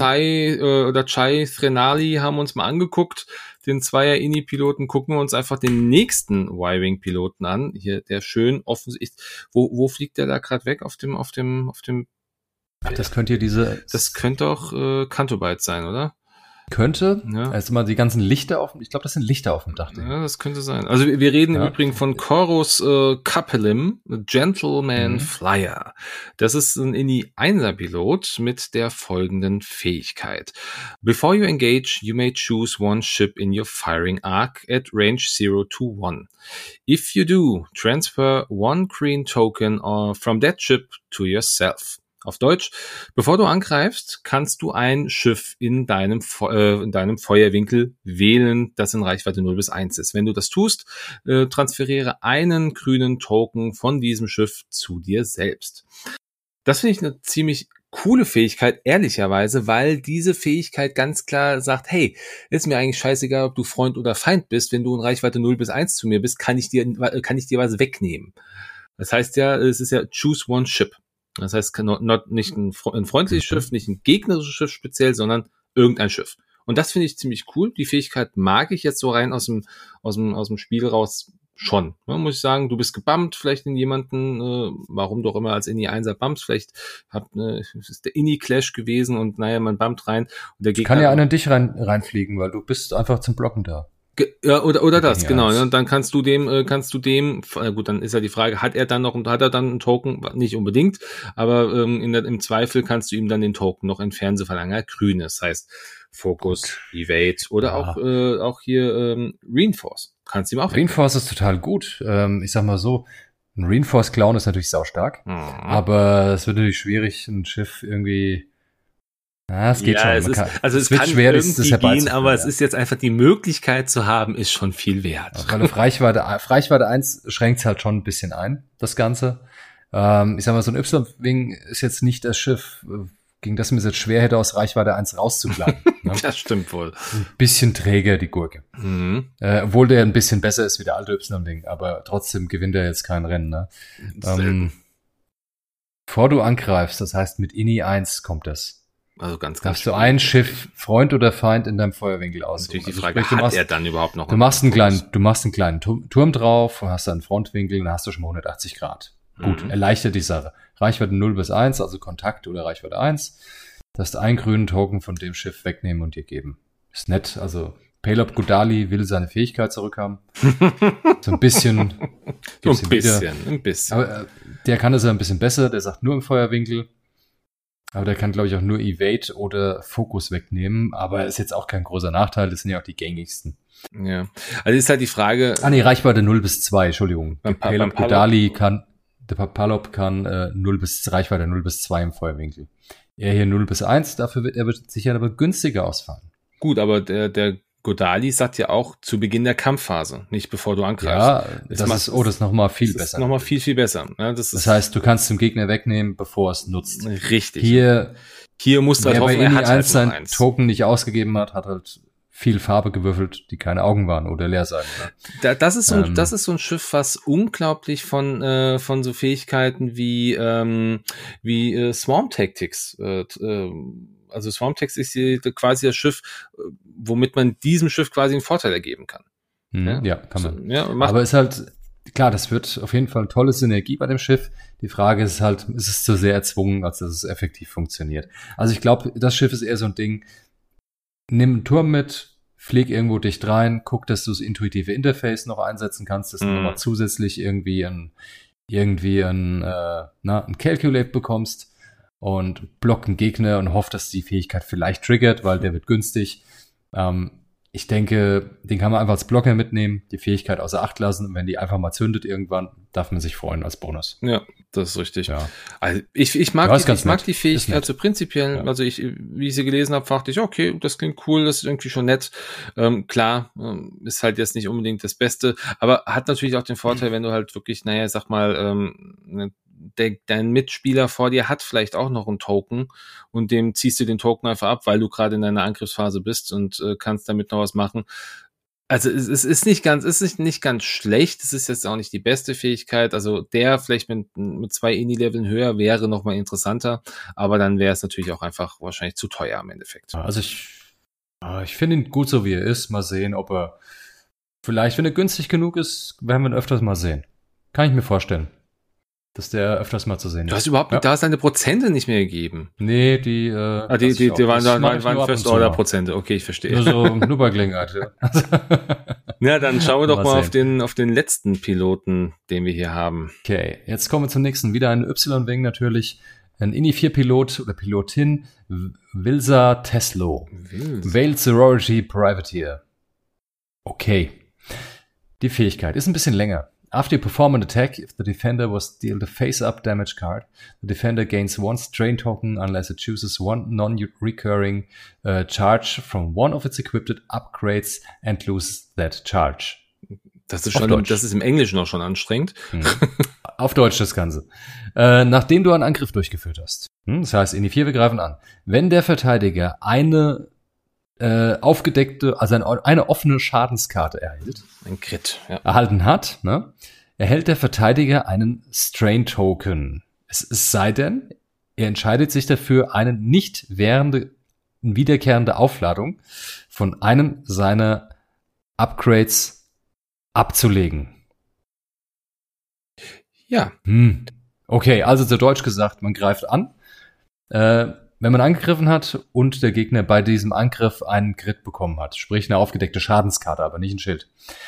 Chai Threnali haben uns mal angeguckt. Den Zweier-Ini-Piloten gucken wir uns einfach den nächsten Y-Wing-Piloten an. Hier, der schön offensichtlich. Wo fliegt der da gerade weg? Auf dem. Ach, das könnte auch Canto Bight sein, oder? Könnte. Ja. Also mal die ganzen Lichter ich glaube, das sind Lichter auf dem Dach. Ja, das könnte sein. Also wir reden im Übrigen von Chorus Capellim, Gentleman Flyer. Das ist ein INI-1er-Pilot mit der folgenden Fähigkeit. Before you engage, you may choose one ship in your firing arc at range 0 to 1. If you do, transfer one green token from that ship to yourself. Auf Deutsch, bevor du angreifst, kannst du ein Schiff in deinem Feuerwinkel wählen, das in Reichweite 0 bis 1 ist. Wenn du das tust, transferiere einen grünen Token von diesem Schiff zu dir selbst. Das finde ich eine ziemlich coole Fähigkeit, ehrlicherweise, weil diese Fähigkeit ganz klar sagt, hey, ist mir eigentlich scheißegal, ob du Freund oder Feind bist, wenn du in Reichweite 0 bis 1 zu mir bist, kann ich dir was wegnehmen. Das heißt ja, es ist ja choose one ship. Das heißt, nicht ein freundliches Schiff, nicht ein gegnerisches Schiff speziell, sondern irgendein Schiff. Und das finde ich ziemlich cool. Die Fähigkeit mag ich jetzt so rein aus dem Spiel raus schon. Ja, muss ich sagen, du bist gebumpt, vielleicht in jemanden, warum doch immer als INI-1er bumpst, vielleicht ist der INI-Clash gewesen und naja, man bumpt rein. Und der Gegner kann ja einer in dich reinfliegen, weil du bist einfach zum Blocken da. Ja, oder das, genau. Ja, und dann kannst du dem, gut, dann ist ja die Frage, hat er dann einen Token? Nicht unbedingt, aber im Zweifel kannst du ihm dann den Token noch entfernen, so verlangen er grün ist. Das heißt, Focus, Evade oder auch hier Reinforce. Kannst du ihm auch Reinforce ist total gut. Ich sag mal so, ein Reinforce-Clown ist natürlich saustark, aber es wird natürlich schwierig, ein Schiff irgendwie. Ja, es geht schon. Es kann schwer, irgendwie gehen, aber es ist jetzt einfach die Möglichkeit zu haben, ist schon viel wert. Weil auf Reichweite 1 schränkt es halt schon ein bisschen ein, das Ganze. Ich sag mal, so ein Y-Wing ist jetzt nicht das Schiff, gegen das mir es jetzt schwer hätte, aus Reichweite 1 rauszugleiten. Ne? Das stimmt wohl. Ein bisschen träger, die Gurke. Obwohl der ein bisschen besser ist wie der alte Y-Wing, aber trotzdem gewinnt er jetzt kein Rennen. Ne? Bevor du angreifst, das heißt mit INI 1 kommt das. Also ganz darfst du ein Schiff, Freund oder Feind, in deinem Feuerwinkel aussuchen. Natürlich die Frage, hat er dann überhaupt noch du machst einen kleinen Turm drauf, hast einen Frontwinkel, dann hast du schon mal 180 Grad. Gut, erleichtert die Sache. Reichweite 0 bis 1, also Kontakt oder Reichweite 1. Darfst einen grünen Token von dem Schiff wegnehmen und dir geben. Ist nett, also Palob Gudali will seine Fähigkeit zurückhaben. So ein bisschen. Ein bisschen. Aber der kann das ja ein bisschen besser, der sagt nur im Feuerwinkel. Aber der kann, glaube ich, auch nur Evade oder Fokus wegnehmen. Aber ist jetzt auch kein großer Nachteil. Das sind ja auch die gängigsten. Ja. Also ist halt die Frage. Reichweite 0 bis 2, Entschuldigung. Der Palob kann Reichweite 0 bis 2 im Feuerwinkel. Er hier 0 bis 1, dafür wird er sicher aber günstiger ausfallen. Gut, aber der Godali sagt ja auch zu Beginn der Kampfphase, nicht bevor du angreifst. Ja, das ist nochmal viel besser. Das ist nochmal viel, viel besser. Ja, das heißt, du kannst dem Gegner wegnehmen, bevor es nutzt. Richtig. Hier musst du halt hoffen, er hat halt seinen Token nicht ausgegeben hat halt viel Farbe gewürfelt, die keine Augen waren oder leer sein. Das ist so ein Schiff, was unglaublich von so Fähigkeiten wie Swarm Tactics also Swarm Tactics ist quasi das Schiff, womit man diesem Schiff quasi einen Vorteil ergeben kann. Ja, kann man. Ja, aber ist halt, klar, das wird auf jeden Fall eine tolle Synergie bei dem Schiff. Die Frage ist halt, ist es zu sehr erzwungen, als dass es effektiv funktioniert. Also ich glaube, das Schiff ist eher so ein Ding, nimm einen Turm mit, flieg irgendwo dicht rein, guck, dass du das intuitive Interface noch einsetzen kannst, dass du nochmal zusätzlich irgendwie ein Calculate bekommst und block einen Gegner und hofft, dass die Fähigkeit vielleicht triggert, weil der wird günstig. Ich denke, den kann man einfach als Blocker mitnehmen, die Fähigkeit außer Acht lassen und wenn die einfach mal zündet irgendwann, darf man sich freuen als Bonus. Ja, das ist richtig. Ja. Also ich mag die Fähigkeit so prinzipiell, ja. Also wie ich sie gelesen habe, dachte ich, okay, das klingt cool, das ist irgendwie schon nett. Klar, ist halt jetzt nicht unbedingt das Beste, aber hat natürlich auch den Vorteil, wenn du halt wirklich, dein Mitspieler vor dir hat vielleicht auch noch einen Token und dem ziehst du den Token einfach ab, weil du gerade in deiner Angriffsphase bist und kannst damit noch was machen. Also es ist nicht ganz schlecht, es ist jetzt auch nicht die beste Fähigkeit, also der vielleicht mit 2 INI-Leveln höher wäre nochmal interessanter, aber dann wäre es natürlich auch einfach wahrscheinlich zu teuer im Endeffekt. Also ich finde ihn gut so wie er ist, mal sehen, ob er vielleicht, wenn er günstig genug ist, werden wir ihn öfters mal sehen. Kann ich mir vorstellen. dass der öfters mal zu sehen ist. Du hast überhaupt nicht, da hast deine Prozente nicht mehr gegeben. Nee, die waren First Order Prozente. Okay, ich verstehe. Nur bei Gelegenheit, ja. Ja, dann schauen wir doch mal auf den letzten Piloten, den wir hier haben. Okay, jetzt kommen wir zum nächsten. Wieder ein Y-Wing natürlich. Ein INI-4-Pilot oder Pilotin, Vilsa Teslo. Vale Sorority Privateer. Okay. Die Fähigkeit ist ein bisschen länger. After you perform an attack, if the defender was dealt a face-up damage card, the defender gains 1 strain token unless it chooses one non-recurring charge from one of its equipped upgrades and loses that charge. Das ist im Englischen auch schon anstrengend. Auf Deutsch das Ganze. Nachdem du einen Angriff durchgeführt hast. Das heißt, in die 4, wir greifen an. Wenn der Verteidiger eine aufgedeckte, also eine offene Schadenskarte erhält, ein Crit, ja, erhalten hat, ne, erhält der Verteidiger einen Strain-Token. Es sei denn, er entscheidet sich dafür, eine nicht wiederkehrende Aufladung von einem seiner Upgrades abzulegen. Ja. Okay, also zu Deutsch gesagt, man greift an, wenn man angegriffen hat und der Gegner bei diesem Angriff einen Crit bekommen hat, sprich eine aufgedeckte Schadenskarte, aber nicht ein Schild,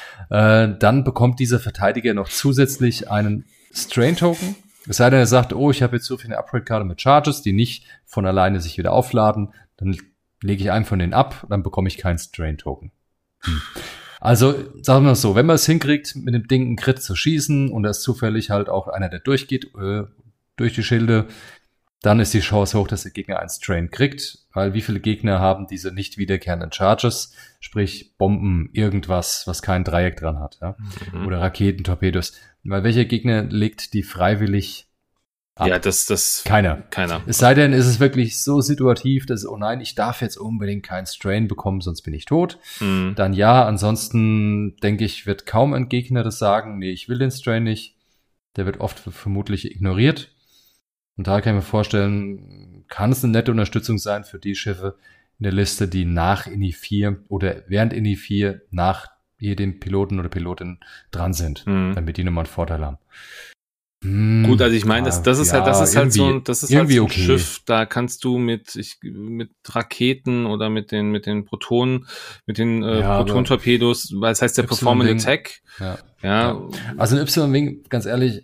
dann bekommt dieser Verteidiger noch zusätzlich einen Strain-Token. Es sei denn, er sagt, oh, ich habe jetzt so viele Upgrade-Karte mit Charges, die nicht von alleine sich wieder aufladen, dann lege ich einen von denen ab, dann bekomme ich keinen Strain-Token. Also, sagen wir es so, wenn man es hinkriegt, mit dem Ding einen Crit zu schießen und da ist zufällig halt auch einer, der durchgeht, durch die Schilde, dann ist die Chance hoch, dass der Gegner einen Strain kriegt, weil wie viele Gegner haben diese nicht wiederkehrenden Charges, sprich Bomben, irgendwas, was kein Dreieck dran hat, ja? Oder Raketen, Torpedos. Weil welcher Gegner legt die freiwillig ab? Ja, das Keiner. Keiner. Es sei denn, ist es wirklich so situativ, dass, oh nein, ich darf jetzt unbedingt keinen Strain bekommen, sonst bin ich tot. Dann ja, ansonsten denke ich, wird kaum ein Gegner das sagen, nee, ich will den Strain nicht. Der wird oft vermutlich ignoriert. Und da kann ich mir vorstellen, kann es eine nette Unterstützung sein für die Schiffe in der Liste, die nach INI 4 oder während INI 4 nach jedem Piloten oder Pilotin dran sind, damit die nochmal einen Vorteil haben. Gut, also ich meine, das ist halt so ein okay. Schiff, da kannst du mit Raketen oder mit den Protonen, Proton-Torpedos, weil es heißt ja Performance Attack. Ja. Also ein Y-Wing, ganz ehrlich,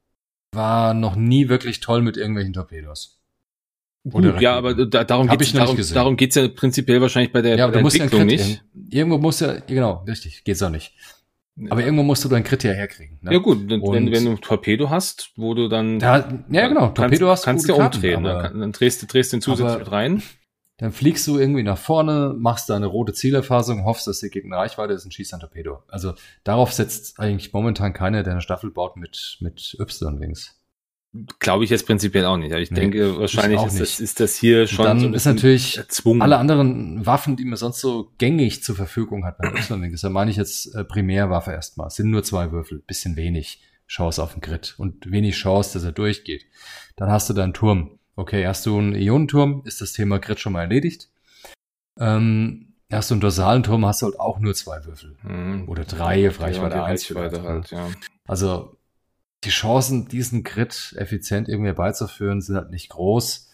war noch nie wirklich toll mit irgendwelchen Torpedos. Gut, ja, aber darum geht's ja prinzipiell wahrscheinlich bei der Entwicklung nicht. Irgendwo muss ja, genau, richtig, geht's auch nicht. Aber irgendwo musst du dein Crit ja herkriegen. Ne? Ja gut, wenn du ein Torpedo hast, wo du dann... Torpedo kannst du umdrehen. Dann drehst du den zusätzlich mit rein. Dann fliegst du irgendwie nach vorne, machst da eine rote Zielerfassung, hoffst, dass der Gegner Reichweite ist und schießt ein Torpedo. Also darauf setzt eigentlich momentan keiner, der eine Staffel baut mit Y-Wings. Glaube ich jetzt prinzipiell auch nicht. Aber ich denke, wahrscheinlich ist das hier schon dann so ein ist natürlich erzwungen. Alle anderen Waffen, die man sonst so gängig zur Verfügung hat beim Y-Wing, da meine ich jetzt Primärwaffe erstmal. Es sind nur 2 Würfel, bisschen wenig Chance auf den Crit und wenig Chance, dass er durchgeht. Dann hast du deinen Turm. Okay, hast du einen Ionenturm, ist das Thema Crit schon mal erledigt. Hast du einen dorsalen Turm, hast du halt auch nur 2 Würfel. Oder 3, Reichweite 1 halt, ja. Also die Chancen, diesen Crit effizient irgendwie herbeizuführen, sind halt nicht groß.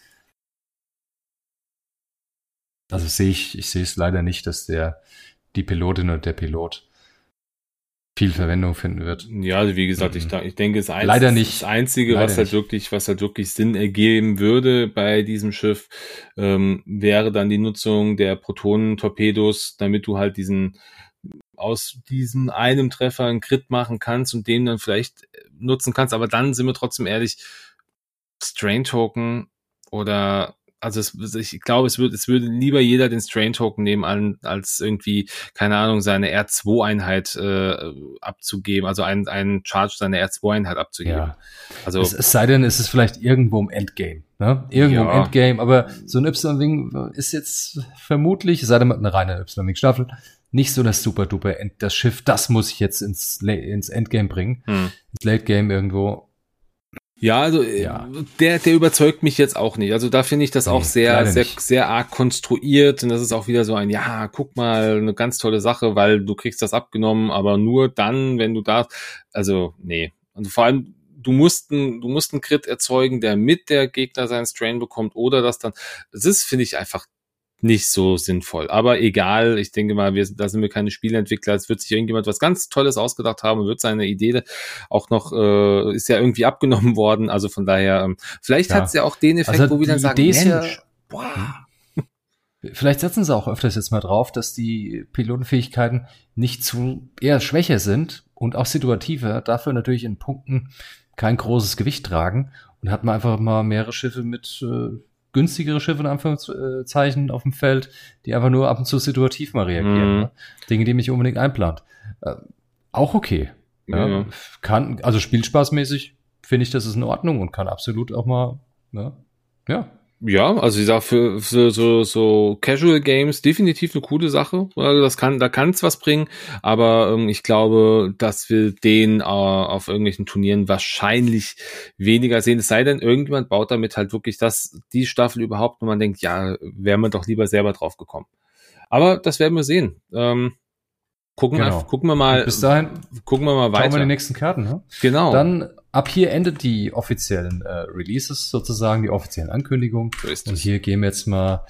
Also ich sehe es leider nicht, dass die Pilotin oder der Pilot viel Verwendung finden wird. Ja, also wie gesagt, ich denke, leider nicht. Das Einzige, was halt wirklich Sinn ergeben würde bei diesem Schiff, wäre dann die Nutzung der Protonen-Torpedos, damit du halt aus diesem einem Treffer einen Crit machen kannst und den dann vielleicht nutzen kannst. Aber dann sind wir trotzdem ehrlich, Strain-Token oder ich glaube, es würde lieber jeder den Strain-Token nehmen, als irgendwie, keine Ahnung, seine R2-Einheit abzugeben, also einen Charge seiner R2-Einheit abzugeben. Ja. Also es sei denn, es ist vielleicht irgendwo im Endgame, ne? Im Endgame, aber so ein Y-Wing ist jetzt vermutlich, es sei denn, eine reine Y-Wing-Staffel, nicht so das super-duper das Schiff, das muss ich jetzt ins Endgame bringen, ins Late-Game irgendwo. Ja, also der überzeugt mich jetzt auch nicht. Also da finde ich das auch sehr arg konstruiert und das ist auch wieder so ein, ja, guck mal, eine ganz tolle Sache, weil du kriegst das abgenommen, aber nur dann, wenn du da, also nee. Und vor allem, du musst einen Crit erzeugen, der mit der Gegner seinen Strain bekommt oder das ist, finde ich, einfach nicht so sinnvoll. Aber egal, ich denke mal, da sind wir keine Spieleentwickler, es wird sich irgendjemand was ganz Tolles ausgedacht haben und wird seine Idee auch noch, ist ja irgendwie abgenommen worden, also von daher, vielleicht hat es ja auch den Effekt, also wo wir dann sagen, Idee ist Mensch, vielleicht setzen sie auch öfters jetzt mal drauf, dass die Pilotenfähigkeiten nicht zu eher schwächer sind und auch situativer, dafür natürlich in Punkten kein großes Gewicht tragen und hat man einfach mal mehrere Schiffe mit günstigere Schiffe in Anführungszeichen auf dem Feld, die einfach nur ab und zu situativ mal reagieren. Ne? Dinge, die mich unbedingt einplant. Auch okay. Ja. Also spielspaßmäßig finde ich, das ist in Ordnung und kann absolut auch mal, ja. Ja, also ich sag für so Casual Games definitiv eine coole Sache. Also da kann's was bringen, aber ich glaube, dass wir den auf irgendwelchen Turnieren wahrscheinlich weniger sehen. Es sei denn, irgendjemand baut damit halt wirklich die Staffel überhaupt, und man denkt, ja, wären wir doch lieber selber drauf gekommen. Aber das werden wir sehen. Gucken wir mal. Und bis dahin gucken wir mal weiter. Schauen wir die nächsten Karten. Ne? Genau. Dann ab hier endet die offiziellen Releases sozusagen, die offiziellen Ankündigungen. Und hier gehen wir jetzt mal,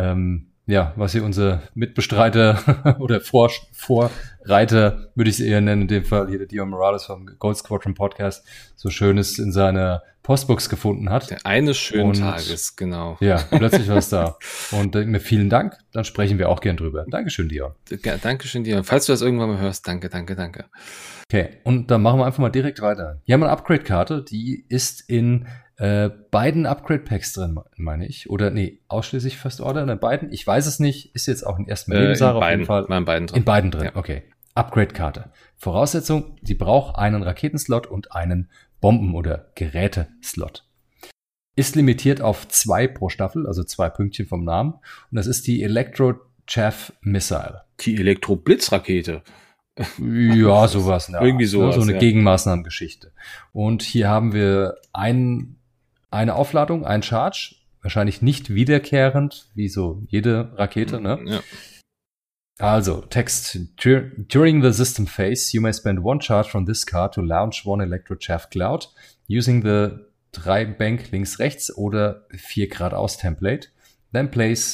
was hier unser Mitbestreiter oder Vorreiter, würde ich es eher nennen, in dem Fall hier der Dion Morales vom Gold Squadron Podcast, so Schönes in seiner Postbox gefunden hat. Eines schönen Tages, genau. Ja, plötzlich war es da. Und mir vielen Dank, dann sprechen wir auch gern drüber. Dankeschön, Dion. Dankeschön, Dion. Falls du das irgendwann mal hörst, danke. Okay, und dann machen wir einfach mal direkt weiter. Hier haben wir eine Upgrade-Karte, die ist in beiden Upgrade-Packs drin, meine ich. Oder ausschließlich First Order in beiden. Ich weiß es nicht, ist jetzt auch in ersten Lebenssache auf jeden Fall. In beiden drin. In beiden drin, ja. Okay. Upgrade-Karte. Voraussetzung, sie braucht einen Raketenslot und einen Bomben- oder Geräteslot. Ist limitiert auf 2 pro Staffel, also 2 Pünktchen vom Namen. Und das ist die Electro-Chaff Missile. Die Elektro-Blitzrakete. Ja, sowas. Irgendwie sowas. So eine Gegenmaßnahmengeschichte. Und hier haben wir eine Aufladung, ein Charge, wahrscheinlich nicht wiederkehrend, wie so jede Rakete, ne? Ja. Also, Text. During the system phase, you may spend 1 charge from this card to launch 1 Electro-Chaff Cloud using the 3 Bank links rechts oder 4 geradeaus Template. Then place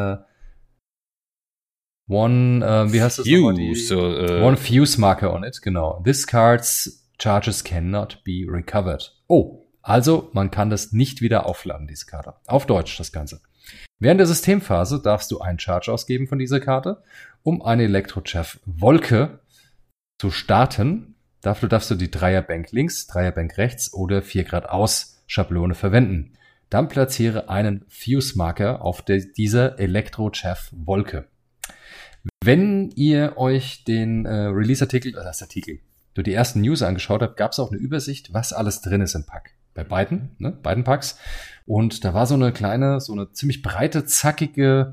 one, wie heißt das nochmal? One fuse marker on it, genau. This card's charges cannot be recovered. Oh, also man kann das nicht wieder aufladen, diese Karte. Auf Deutsch das Ganze. Während der Systemphase darfst du einen Charge ausgeben von dieser Karte, um eine Electro-Chaff-Wolke zu starten. Dafür darfst du die Dreierbank links, Dreierbank rechts oder 4 geradeaus Schablone verwenden. Dann platziere einen Fuse-Marker auf dieser Electro-Chaff-Wolke. Wenn ihr euch den Release-Artikel, durch die ersten News angeschaut habt, gab es auch eine Übersicht, was alles drin ist im Pack. Bei beiden Packs. Und da war so eine ziemlich breite, zackige,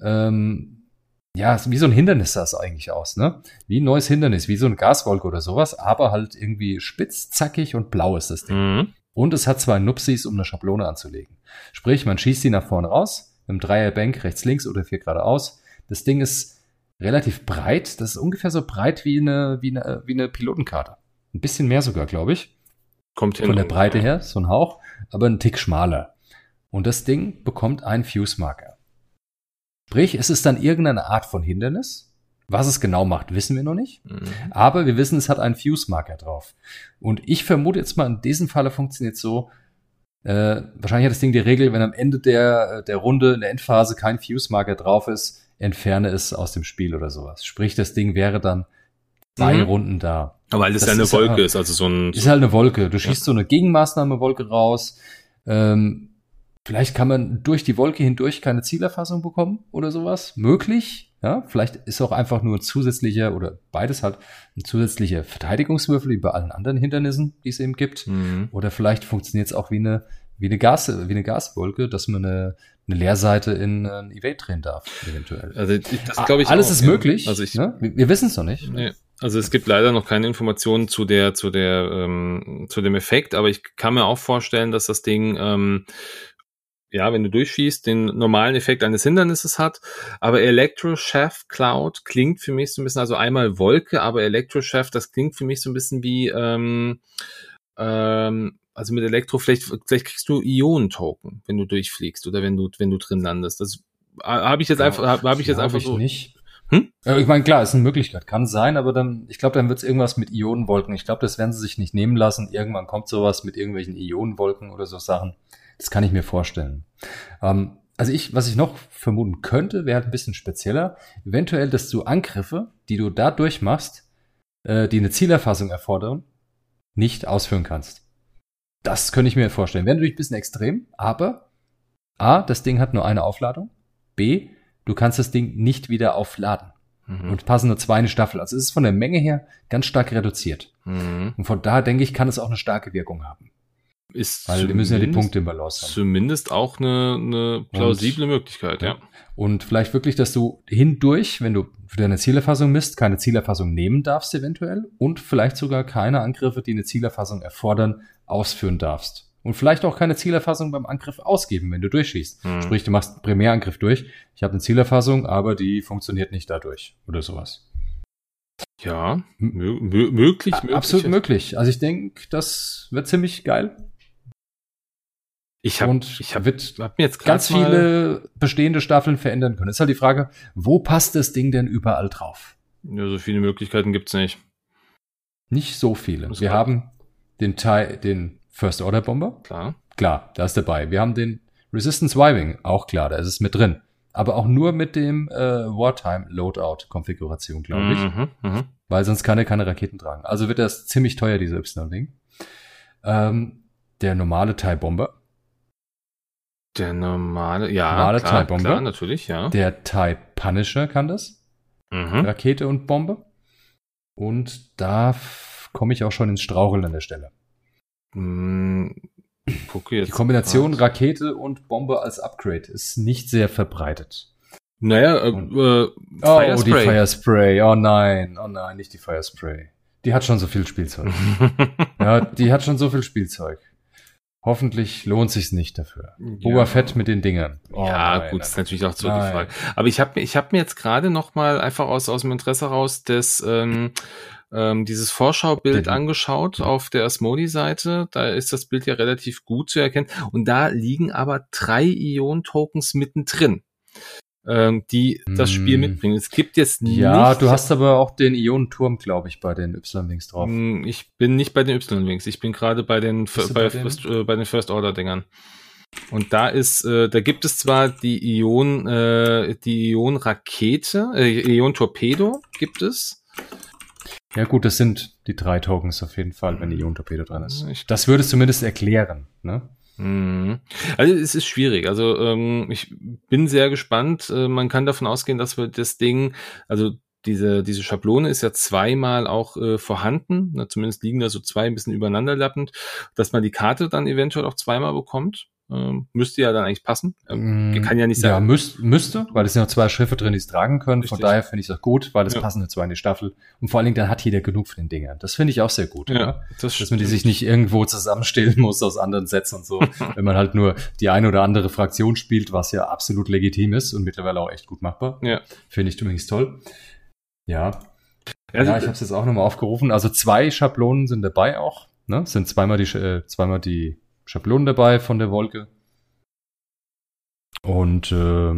wie so ein Hindernis sah es eigentlich aus, ne? Wie ein neues Hindernis, wie so eine Gaswolke oder sowas, aber halt irgendwie spitz, zackig und blau ist das Ding. Mhm. Und es hat 2 Nupsis, um eine Schablone anzulegen. Sprich, man schießt die nach vorne raus, mit einem Dreierbank rechts, links oder 4 geradeaus. Das Ding ist relativ breit. Das ist ungefähr so breit wie eine Pilotenkarte. Ein bisschen mehr sogar, glaube ich. Kommt hin. Von der Breite her, so ein Hauch, aber ein Tick schmaler. Und das Ding bekommt einen Fuse-Marker. Sprich, es ist dann irgendeine Art von Hindernis. Was es genau macht, wissen wir noch nicht. Mhm. Aber wir wissen, es hat einen Fuse-Marker drauf. Und ich vermute jetzt mal, in diesem Falle funktioniert so, wahrscheinlich hat das Ding die Regel, wenn am Ende der Runde in der Endphase kein Fuse-Marker drauf ist, entferne es aus dem Spiel oder sowas. Sprich, das Ding wäre dann 2 Runden da. Aber weil das ja eine Wolke ist, also so ein... Ist halt eine Wolke. Du schießt so eine Gegenmaßnahme-Wolke raus. Vielleicht kann man durch die Wolke hindurch keine Zielerfassung bekommen oder sowas. Möglich. Ja, vielleicht ist auch einfach nur ein zusätzlicher, oder beides halt, ein zusätzlicher Verteidigungswürfel wie bei allen anderen Hindernissen, die es eben gibt. Mhm. Oder vielleicht funktioniert es auch wie eine Gaswolke, dass man eine Leerseite in ein Evade drehen darf, eventuell. Also das glaube ich alles auch, ist möglich. Also ne? Wir wissen es noch nicht. Nee. Also es gibt leider noch keine Informationen zu dem Effekt, aber ich kann mir auch vorstellen, dass das Ding, wenn du durchschießt, den normalen Effekt eines Hindernisses hat. Aber Electro-Chaff Cloud klingt für mich so ein bisschen, also einmal Wolke, aber Electro-Chaff, das klingt für mich so ein bisschen wie Also mit Elektro, vielleicht kriegst du Ionentoken, wenn du durchfliegst oder wenn du drin landest. Das habe ich jetzt einfach so. Nicht. Ich meine, klar, ist eine Möglichkeit, kann sein, aber dann, ich glaube, dann wird es irgendwas mit Ionenwolken. Ich glaube, das werden sie sich nicht nehmen lassen. Irgendwann kommt sowas mit irgendwelchen Ionenwolken oder so Sachen. Das kann ich mir vorstellen. Also was ich noch vermuten könnte, wäre halt ein bisschen spezieller. Eventuell, dass du Angriffe, die du da durchmachst, die eine Zielerfassung erfordern, nicht ausführen kannst. Das könnte ich mir vorstellen. Wäre natürlich ein bisschen extrem, aber A, das Ding hat nur eine Aufladung. B, du kannst das Ding nicht wieder aufladen. Und passen nur 2 in die Staffel. Also es ist von der Menge her ganz stark reduziert. Und von daher denke ich, kann es auch eine starke Wirkung haben. Weil wir müssen ja die Punkte im Balance haben. Zumindest auch eine plausible Möglichkeit, ja. Und vielleicht wirklich, dass du hindurch, wenn du für deine Zielerfassung misst, keine Zielerfassung nehmen darfst eventuell und vielleicht sogar keine Angriffe, die eine Zielerfassung erfordern, ausführen darfst. Und vielleicht auch keine Zielerfassung beim Angriff ausgeben, wenn du durchschießt. Sprich, du machst einen Primärangriff durch. Ich habe eine Zielerfassung, aber die funktioniert nicht dadurch oder sowas. Ja, möglich. Absolut möglich. Also ich denke, das wird ziemlich geil. Ich hab mir jetzt ganz viele bestehende Staffeln verändern können. Ist halt die Frage, wo passt das Ding denn überall drauf? Ja, so viele Möglichkeiten gibt's nicht. Nicht so viele. Wir haben den First Order Bomber. Klar, da ist dabei. Wir haben den Resistance Y-Wing. Auch klar, da ist es mit drin. Aber auch nur mit dem Wartime Loadout Konfiguration, glaube ich. Weil sonst kann er keine Raketen tragen. Also wird das ziemlich teuer, dieser Y-Wing. Der normale TIE Bomber. Der normale TIE Bomber. Klar, natürlich, ja. Der TIE Punisher kann das. Rakete und Bombe. Und da komme ich auch schon ins Straucheln an der Stelle. Die Kombination Rakete und Bombe als Upgrade ist nicht sehr verbreitet. Naja, die Fire Spray. Oh nein, nicht die Fire Spray. Die hat schon so viel Spielzeug. Die hat schon so viel Spielzeug. Hoffentlich lohnt sich's nicht dafür. Boba Fett mit den Dingern. Gut, ist natürlich auch so die Frage. Aber ich hab mir jetzt gerade noch mal einfach aus dem Interesse raus dieses Vorschaubild angeschaut auf der Asmodee-Seite. Da ist das Bild ja relativ gut zu erkennen. Und da liegen aber 3 Ion-Tokens mittendrin, die das Spiel mitbringen. Es gibt jetzt nicht... Ja, du hast aber auch den Ionenturm, glaube ich, bei den Y-Wings drauf. Ich bin nicht bei den Y-Wings. Ich bin gerade bei den First-Order-Dingern. Und da gibt es zwar die Ion-Rakete, Ion-Torpedo gibt es. Ja gut, das sind die 3 Tokens auf jeden Fall, wenn Ion-Torpedo dran ist. Das würde es zumindest erklären, ne? Also es ist schwierig. Also ich bin sehr gespannt. Man kann davon ausgehen, dass wir das Ding, also diese Schablone ist ja zweimal auch vorhanden. Na, zumindest liegen da so 2 ein bisschen übereinanderlappend, dass man die Karte dann eventuell auch zweimal bekommt. Müsste ja dann eigentlich passen. Kann ja nicht sein. Ja, müsste, weil es sind noch 2 Schiffe drin, die es tragen können. Richtig. Von daher finde ich es auch gut, weil es passen 2 in die Staffel. Und vor allen Dingen, dann hat jeder genug von den Dingern. Das finde ich auch sehr gut. Ja, dass man die sich nicht irgendwo zusammenstellen muss aus anderen Sets und so. Wenn man halt nur die eine oder andere Fraktion spielt, was ja absolut legitim ist und mittlerweile auch echt gut machbar. Ja. Finde ich übrigens toll. Ja. Also, ich habe es jetzt auch nochmal aufgerufen. Also 2 Schablonen sind dabei auch. Ne? Sind zweimal die Schablonen dabei von der Wolke. Und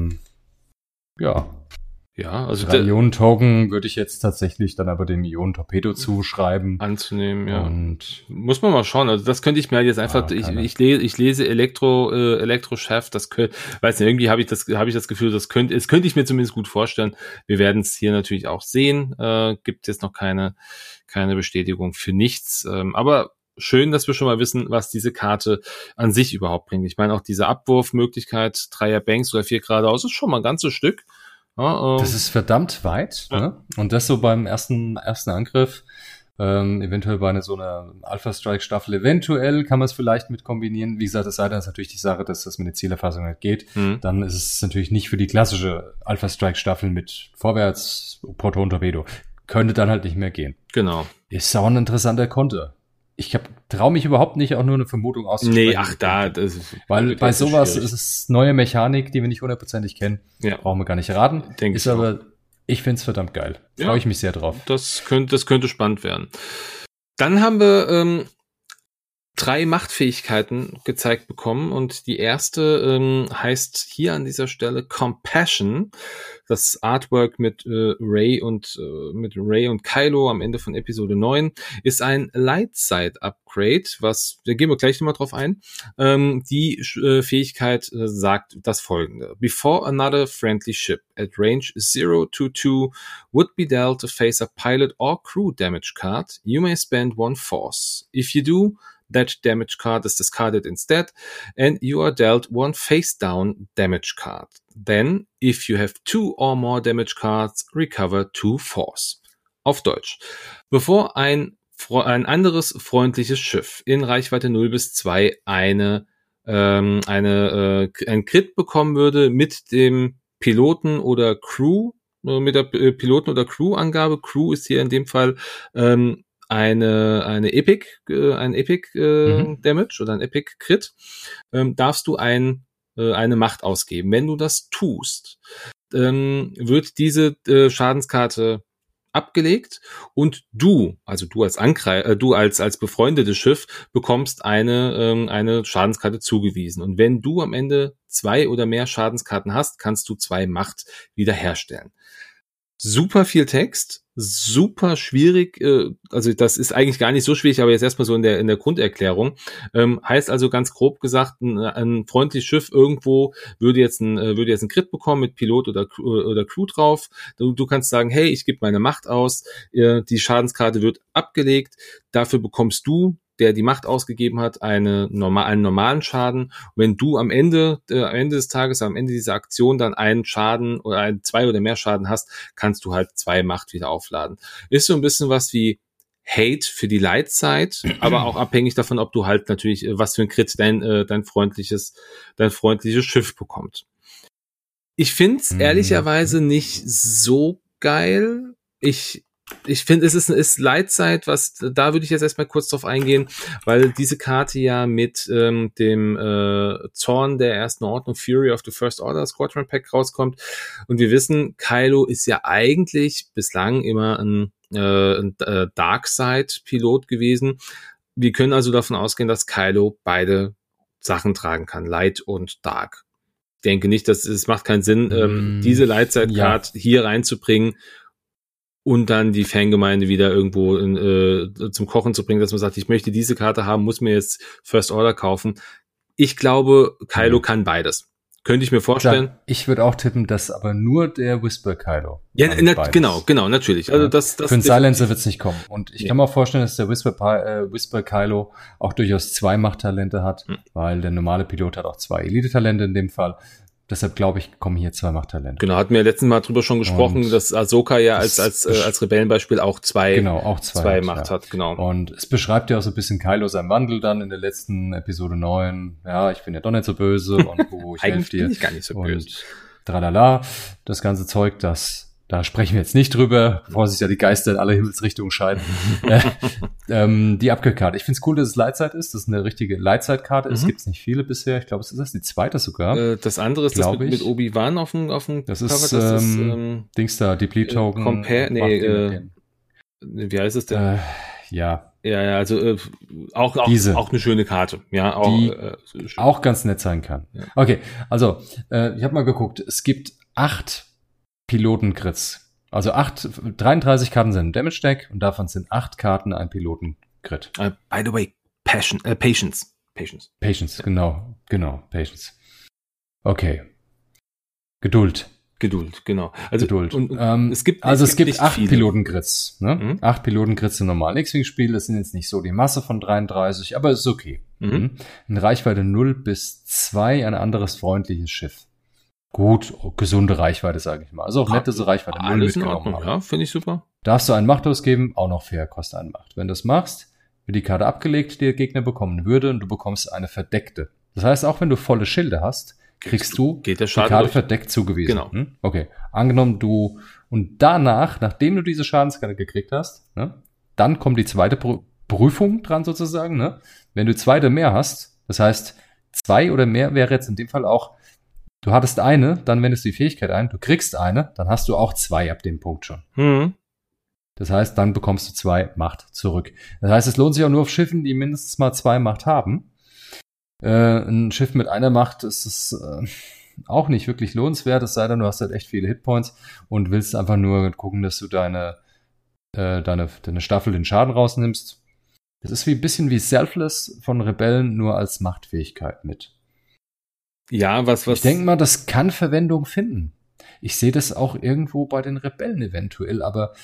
ja, also 3 Ionen-Token würde ich jetzt tatsächlich dann aber dem Ionen-Torpedo zuschreiben. Anzunehmen, ja. Und muss man mal schauen. Also das könnte ich mir halt jetzt einfach, ich lese Elektro-Chef, weiß nicht, irgendwie habe ich das Gefühl, das könnte ich mir zumindest gut vorstellen. Wir werden es hier natürlich auch sehen. Gibt jetzt noch keine Bestätigung für nichts. Aber schön, dass wir schon mal wissen, was diese Karte an sich überhaupt bringt. Ich meine, auch diese Abwurfmöglichkeit, 3er Banks oder 4 geradeaus, ist schon mal ein ganzes Stück. Das ist verdammt weit. Ja. Ne? Und das so beim ersten Angriff. Eventuell bei so einer Alpha-Strike-Staffel. Eventuell kann man es vielleicht mit kombinieren. Wie gesagt, es sei denn, ist natürlich die Sache, dass das mit der Zielerfassung nicht geht. Dann ist es natürlich nicht für die klassische Alpha-Strike-Staffel mit Vorwärts, Proton-Torpedo. Könnte dann halt nicht mehr gehen. Genau. Ist auch ein interessanter Konter. Ich traue mich überhaupt nicht, auch nur eine Vermutung auszusprechen. Weil bei sowas ist es neue Mechanik, die wir nicht hundertprozentig kennen. Ja. Brauchen wir gar nicht raten. Ich finde es verdammt geil. Freue ich mich sehr drauf. Das könnte spannend werden. Dann haben wir 3 Machtfähigkeiten gezeigt bekommen und die erste heißt hier an dieser Stelle Compassion. Das Artwork mit Rey und Kylo am Ende von Episode 9 ist ein Lightside-Upgrade, da gehen wir gleich nochmal drauf ein. Die Fähigkeit sagt das folgende: Before another friendly ship at range 0 to 2 would be dealt to face a pilot or crew damage card, you may spend 1 force. If you do, that damage card is discarded instead, and you are dealt 1 face-down damage card. Then, if you have 2 or more damage cards, recover 2 force. Auf Deutsch. Bevor ein anderes freundliches Schiff in Reichweite 0 bis 2 ein Crit bekommen würde mit dem Piloten oder Crew, mit der Piloten- oder Crew-Angabe. Crew ist hier in dem Fall ein Epic Damage oder ein Epic Crit, darfst du eine Macht ausgeben. Wenn du das tust, wird diese Schadenskarte abgelegt und du als befreundetes Schiff bekommst eine Schadenskarte zugewiesen. Und wenn du am Ende 2 oder mehr Schadenskarten hast, kannst du 2 Macht wiederherstellen. Super viel Text, super schwierig, also das ist eigentlich gar nicht so schwierig, aber jetzt erstmal so in der Grunderklärung. Heißt also ganz grob gesagt, ein freundliches Schiff irgendwo würde jetzt ein Crit bekommen mit Pilot oder Crew drauf. Du kannst sagen, hey, ich gebe meine Macht aus, die Schadenskarte wird abgelegt, dafür bekommst du, der die Macht ausgegeben hat, einen normalen Schaden. Und wenn du am Ende des Tages, am Ende dieser Aktion dann einen Schaden oder 2 oder mehr Schaden hast, kannst du halt 2 Macht wieder aufladen. Ist so ein bisschen was wie Hate für die Lightside, aber auch abhängig davon, ob du halt natürlich, was für ein Crit dein freundliches Schiff bekommt. Ich find's ehrlicherweise nicht so geil. Ich finde, es ist Lightside, da würde ich jetzt erstmal kurz drauf eingehen, weil diese Karte ja mit dem Zorn der ersten Ordnung, Fury of the First Order Squadron Pack rauskommt. Und wir wissen, Kylo ist ja eigentlich bislang immer ein Darkseid-Pilot gewesen. Wir können also davon ausgehen, dass Kylo beide Sachen tragen kann, Light und Dark. Ich denke nicht, es macht keinen Sinn, diese Lightside-Card hier reinzubringen und dann die Fangemeinde wieder irgendwo zum Kochen zu bringen, dass man sagt, ich möchte diese Karte haben, muss mir jetzt First Order kaufen. Ich glaube, Kylo kann beides. Könnte ich mir vorstellen. Ich würde auch tippen, dass aber nur der Whisper Kylo. Ja, genau, natürlich. Also das für einen Silencer wird es nicht kommen. Und ich kann mir auch vorstellen, dass der Whisper Kylo auch durchaus 2 Machttalente hat, weil der normale Pilot hat auch 2 Elite-Talente in dem Fall. Deshalb glaube ich, kommen hier 2 Machttalente. Genau, hatten wir letztes Mal drüber schon gesprochen, dass Ahsoka ja als Rebellenbeispiel auch 2 Macht hat. Genau. Und es beschreibt ja auch so ein bisschen Kylo seinen Wandel dann in der letzten Episode 9. Ja, ich bin ja doch nicht so böse und ich helfe dir. Bin ich gar nicht so böse. Und tralala, das ganze Zeug, da sprechen wir jetzt nicht drüber, bevor sich ja die Geister in alle Himmelsrichtungen scheiden. Die Upgrade-Karte. Ich finde es cool, dass es Lightside ist, dass es eine richtige Lightside-Karte ist. Gibt's nicht viele bisher. Ich glaube, es ist das die zweite sogar. Das andere ist das mit Obi-Wan auf dem das Cover. Dings da, Deplete Token. Wie heißt es denn? Ja. Ja, also auch eine schöne Karte. Ja, auch ganz nett sein kann. Ja. Okay, also ich habe mal geguckt. Es gibt 8 Piloten-Crits. Also 33 Karten sind ein Damage-Deck und davon sind 8 Karten ein Piloten-Crit. By the way, Patience. Patience, genau, Patience. Okay. Geduld, genau. Also Geduld. Und es gibt 8 Piloten-Crits. Ne? 8 Piloten-Crits im normalen X-Wing-Spiel. Das sind jetzt nicht so die Masse von 33, aber es ist okay. In Reichweite 0 bis 2 ein anderes freundliches Schiff. Gut, gesunde Reichweite, sage ich mal. Also auch nette Reichweite. Alles in Ordnung, ja, finde ich super. Darfst du einen Macht ausgeben, auch noch fair, kostet eine Macht. Wenn du das machst, wird die Karte abgelegt, die der Gegner bekommen würde, und du bekommst eine verdeckte. Das heißt, auch wenn du volle Schilde hast, kriegst du die Karte verdeckt zugewiesen. Genau. Okay, angenommen und danach, nachdem du diese Schadenskarte gekriegt hast, ne, dann kommt die zweite Prüfung dran sozusagen. Ne? Wenn du 2 oder mehr hast, das heißt 2 oder mehr wäre jetzt in dem Fall auch, du hattest eine, dann wendest du die Fähigkeit ein, du kriegst eine, dann hast du auch 2 ab dem Punkt schon. Das heißt, dann bekommst du 2 Macht zurück. Das heißt, es lohnt sich auch nur auf Schiffen, die mindestens mal 2 Macht haben. Ein Schiff mit einer Macht ist es auch nicht wirklich lohnenswert, es sei denn, du hast halt echt viele Hitpoints und willst einfach nur gucken, dass du deine Staffel den Schaden rausnimmst. Das ist ein bisschen wie Selfless von Rebellen, nur als Machtfähigkeit mit. Ja, was. Ich denke mal, das kann Verwendung finden. Ich sehe das auch irgendwo bei den Rebellen eventuell, aber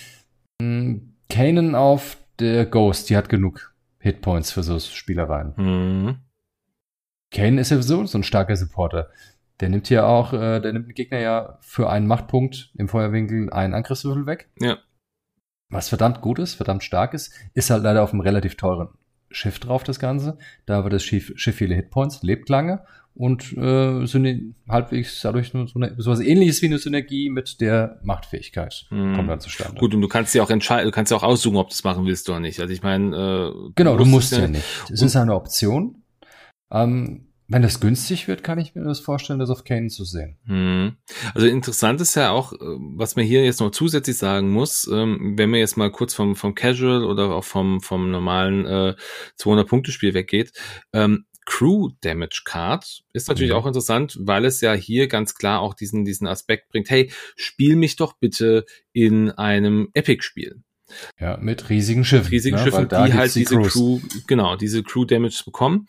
Kanan auf der Ghost, die hat genug Hitpoints für so Spielereien. Mhm. Kanan ist ja sowieso so ein starker Supporter. Der nimmt den Gegner ja für einen Machtpunkt im Feuerwinkel einen Angriffswürfel weg. Ja. Was verdammt gut ist, verdammt stark ist halt leider auf einem relativ teuren Schiff drauf, das Ganze. Da aber das Schiff viele Hitpoints, lebt lange und halbwegs dadurch nur sowas ähnliches wie eine Synergie mit der Machtfähigkeit kommt dann zustande. Gut, und du kannst ja auch entscheiden, du kannst ja auch aussuchen, ob du es machen willst oder nicht. Also ich meine, genau, du musst ja nicht. Es ist eine Option. Wenn das günstig wird, kann ich mir das vorstellen, das auf Kanan zu sehen. Also interessant ist ja auch, was man hier jetzt noch zusätzlich sagen muss, wenn man jetzt mal kurz vom Casual oder auch vom normalen 200-Punkte-Spiel weggeht, Crew Damage Card ist natürlich auch interessant, weil es ja hier ganz klar auch diesen Aspekt bringt, hey, spiel mich doch bitte in einem Epic-Spiel. Ja, mit riesigen Schiffen. Schiffen, die halt diese Crew Damage bekommen.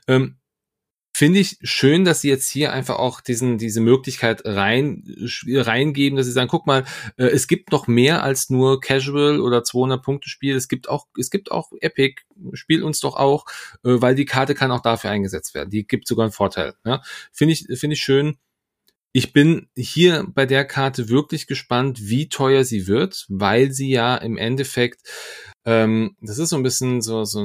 Finde ich schön, dass sie jetzt hier einfach auch diese Möglichkeit reingeben, dass sie sagen, guck mal, es gibt noch mehr als nur Casual oder 200-Punkte-Spiel. Es gibt auch Epic. Spiel uns doch auch, weil die Karte kann auch dafür eingesetzt werden. Die gibt sogar einen Vorteil. Ja? Finde ich schön. Ich bin hier bei der Karte wirklich gespannt, wie teuer sie wird, weil sie ja im Endeffekt, das ist so ein bisschen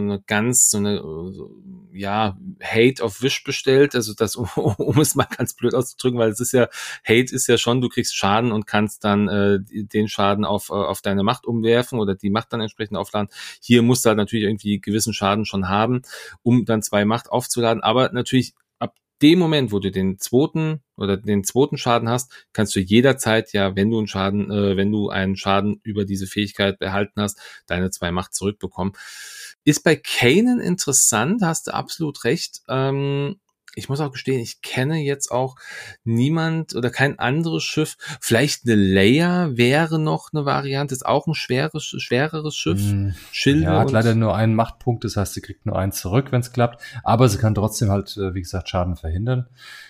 Hate auf Wish bestellt, also das, um es mal ganz blöd auszudrücken, weil es ist ja, Hate ist ja schon, du kriegst Schaden und kannst dann den Schaden auf deine Macht umwerfen oder die Macht dann entsprechend aufladen. Hier musst du halt natürlich irgendwie gewissen Schaden schon haben, um dann 2 Macht aufzuladen, aber natürlich dem Moment, wo du den zweiten Schaden hast, kannst du jederzeit ja, wenn du einen Schaden über diese Fähigkeit behalten hast, deine 2 Macht zurückbekommen. Ist bei Kanan interessant, hast du absolut recht. Ich muss auch gestehen, ich kenne jetzt auch niemand oder kein anderes Schiff. Vielleicht eine Leia wäre noch eine Variante, ist auch ein schwereres Schiff. Schilde hat leider nur einen Machtpunkt, das heißt, sie kriegt nur einen zurück, wenn es klappt. Aber sie kann trotzdem halt, wie gesagt, Schaden verhindern.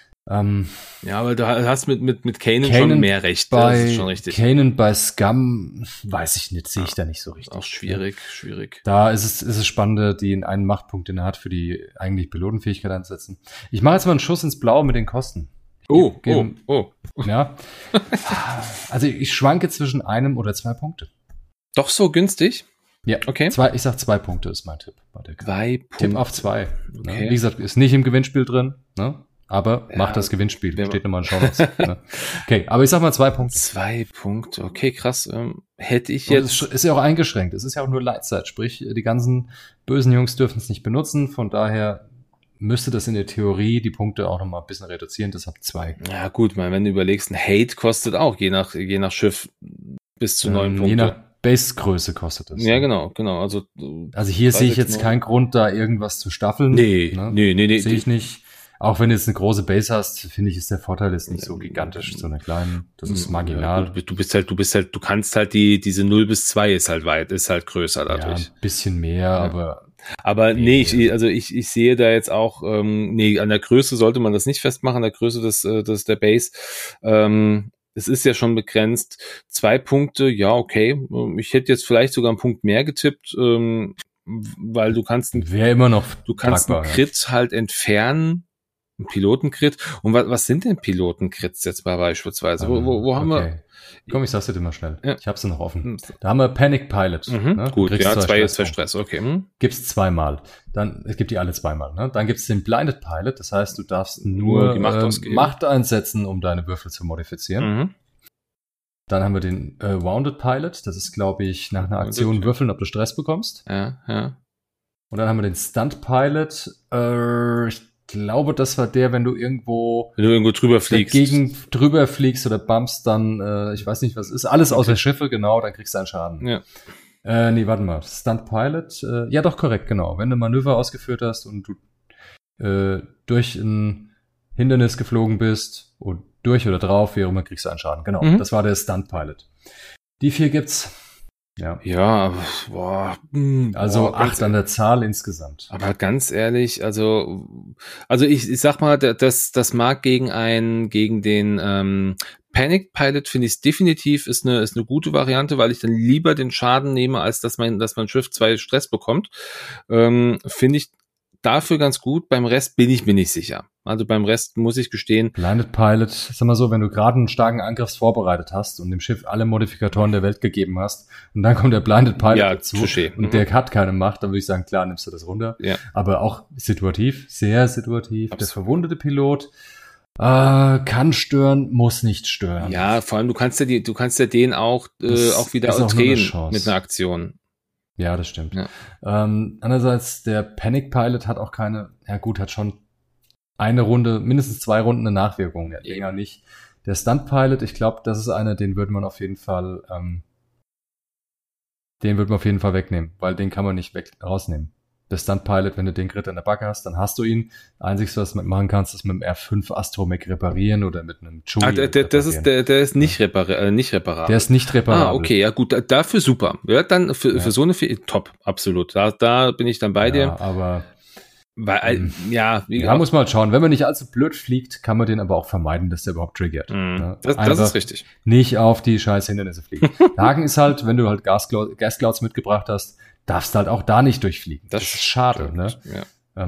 Ja, aber du hast mit Kanan schon mehr Recht. Das ist schon richtig. Kanan bei Scum, weiß ich nicht, sehe ich da nicht so richtig. Auch schwierig. Da ist es spannender, die einen Machtpunkt, den er hat, für die eigentlich Pilotenfähigkeit einzusetzen. Ich mache jetzt mal einen Schuss ins Blaue mit den Kosten. Oh. Ja. Also ich schwanke zwischen 1 oder 2 Punkte. Doch so günstig? Ja, okay. Ich sag 2 Punkte ist mein Tipp bei der Karte. 2 Punkte. Tipp auf 2. Okay. Ne? Wie gesagt, ist nicht im Gewinnspiel drin, ne? Aber macht das Gewinnspiel. Steht nochmal in Shownotes. Ne? Okay, aber ich sag mal 2 Punkte. 2 Punkte, okay, krass. Hätte ich jetzt... Und es ist ja auch eingeschränkt. Es ist ja auch nur Lightside. Sprich, die ganzen bösen Jungs dürfen es nicht benutzen. Von daher müsste das in der Theorie die Punkte auch nochmal ein bisschen reduzieren. Deshalb 2. Ja gut, wenn du überlegst, ein Hate kostet auch je nach Schiff bis zu 9 Punkte. Je nach Base-Größe kostet es. Ja, genau. Also hier sehe ich jetzt keinen Grund, da irgendwas zu staffeln. Nee. Sehe ich nicht. Auch wenn du jetzt eine große Base hast, finde ich, ist der Vorteil ist nicht so gigantisch, so eine kleine, das ist marginal. Ja, du kannst halt diese 0 bis 2 ist halt größer dadurch. Ja, ein bisschen mehr, aber nee, ich sehe da jetzt auch, an der Größe sollte man das nicht festmachen, an der Größe der Base. Es ist ja schon begrenzt. 2 Punkte, ja, okay. Ich hätte jetzt vielleicht sogar einen Punkt mehr getippt, weil du kannst einen Crit halt entfernen. Ein Pilotencrit. Und was sind denn Pilotencrits jetzt mal beispielsweise? Wo haben wir? Komm, ich sag's dir mal schnell. Ja. Ich hab's noch offen. Da haben wir Panic Pilot. Ne? Gut, ja, 2 Stress, okay. Gibt's 2-mal. Es gibt die alle 2-mal. Ne? Dann gibt's den Blinded Pilot. Das heißt, du darfst nur die Macht einsetzen, um deine Würfel zu modifizieren. Dann haben wir den Wounded Pilot. Das ist, glaube ich, nach einer Aktion würfeln, ob du Stress bekommst. Ja. Und dann haben wir den Stunt Pilot. glaube, das war der, wenn du irgendwo drüber fliegst. Dagegen drüber fliegst oder bumpst, dann, ich weiß nicht, was ist. Alles außer Schiffe, genau, dann kriegst du einen Schaden. Ja. Nee, warte mal. Stunt Pilot? Ja, doch, korrekt, genau. Wenn du Manöver ausgeführt hast und du durch ein Hindernis geflogen bist und durch oder drauf, wie auch immer, kriegst du einen Schaden. Genau, das war der Stunt Pilot. Die 4 gibt's. Ja, boah. Also 8 an der Zahl insgesamt. Aber ganz ehrlich, also ich sag mal, das mag gegen den Panic Pilot finde ich definitiv ist eine gute Variante, weil ich dann lieber den Schaden nehme, als dass mein Schiff 2 Stress bekommt. Finde ich dafür ganz gut. Beim Rest bin ich mir nicht sicher. Also beim Rest muss ich gestehen. Blinded Pilot, sag mal so, wenn du gerade einen starken Angriff vorbereitet hast und dem Schiff alle Modifikatoren der Welt gegeben hast und dann kommt der Blinded Pilot dazu und der hat keine Macht, dann würde ich sagen, klar, nimmst du das runter. Ja. Aber auch situativ, sehr situativ. Absolut. Der verwundete Pilot kann stören, muss nicht stören. Ja, vor allem du kannst ja den auch wieder drehen mit einer Aktion. Ja, das stimmt. Ja. Andererseits, der Panic Pilot hat auch keine, hat schon eine Runde, mindestens 2 Runden eine Nachwirkung, der länger nicht. Der Stunt Pilot, ich glaube, das ist einer, den würde man auf jeden Fall wegnehmen, weil den kann man nicht rausnehmen. Der Stunt Pilot, wenn du den Crit in der Backe hast, dann hast du ihn. Einziges, was du machen kannst, ist mit einem R5 Astromech reparieren oder mit einem Chewie. Der ist nicht reparabel. Der ist nicht reparabel. Okay, ja gut, dafür super. Ja, dann für so eine top, absolut. Da bin ich dann bei dir. Aber weil, muss man halt schauen. Wenn man nicht allzu blöd fliegt, kann man den aber auch vermeiden, dass der überhaupt triggert. Das ist richtig. Nicht auf die scheiß Hindernisse fliegen. Der Haken ist halt, wenn du halt Gasclouds mitgebracht hast, darfst du halt auch da nicht durchfliegen. Das ist schade, ne? Ja.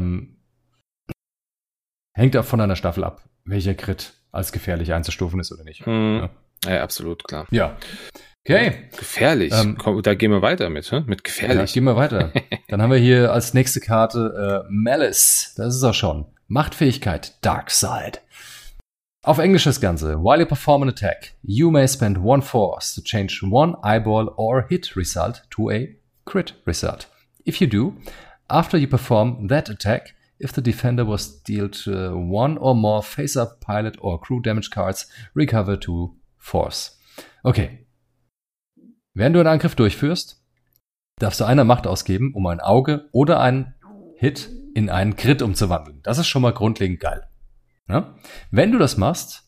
Hängt auch von einer Staffel ab, welcher Crit als gefährlich einzustufen ist oder nicht. Ja, absolut, klar. Ja. Okay. Gefährlich. Da gehen wir weiter mit gefährlich. Ja, gehen wir weiter. Dann haben wir hier als nächste Karte Malice. Das ist er schon. Machtfähigkeit, Dark Side. Auf Englisch das Ganze. While you perform an attack, you may spend 1 force to change 1 eyeball or hit result to a crit result. If you do, after you perform that attack, if the defender was dealt 1 or more face-up pilot or crew damage cards, recover 2 force. Okay. Während du einen Angriff durchführst, darfst du eine Macht ausgeben, um ein Auge oder einen Hit in einen Crit umzuwandeln. Das ist schon mal grundlegend geil. Ja? Wenn du das machst,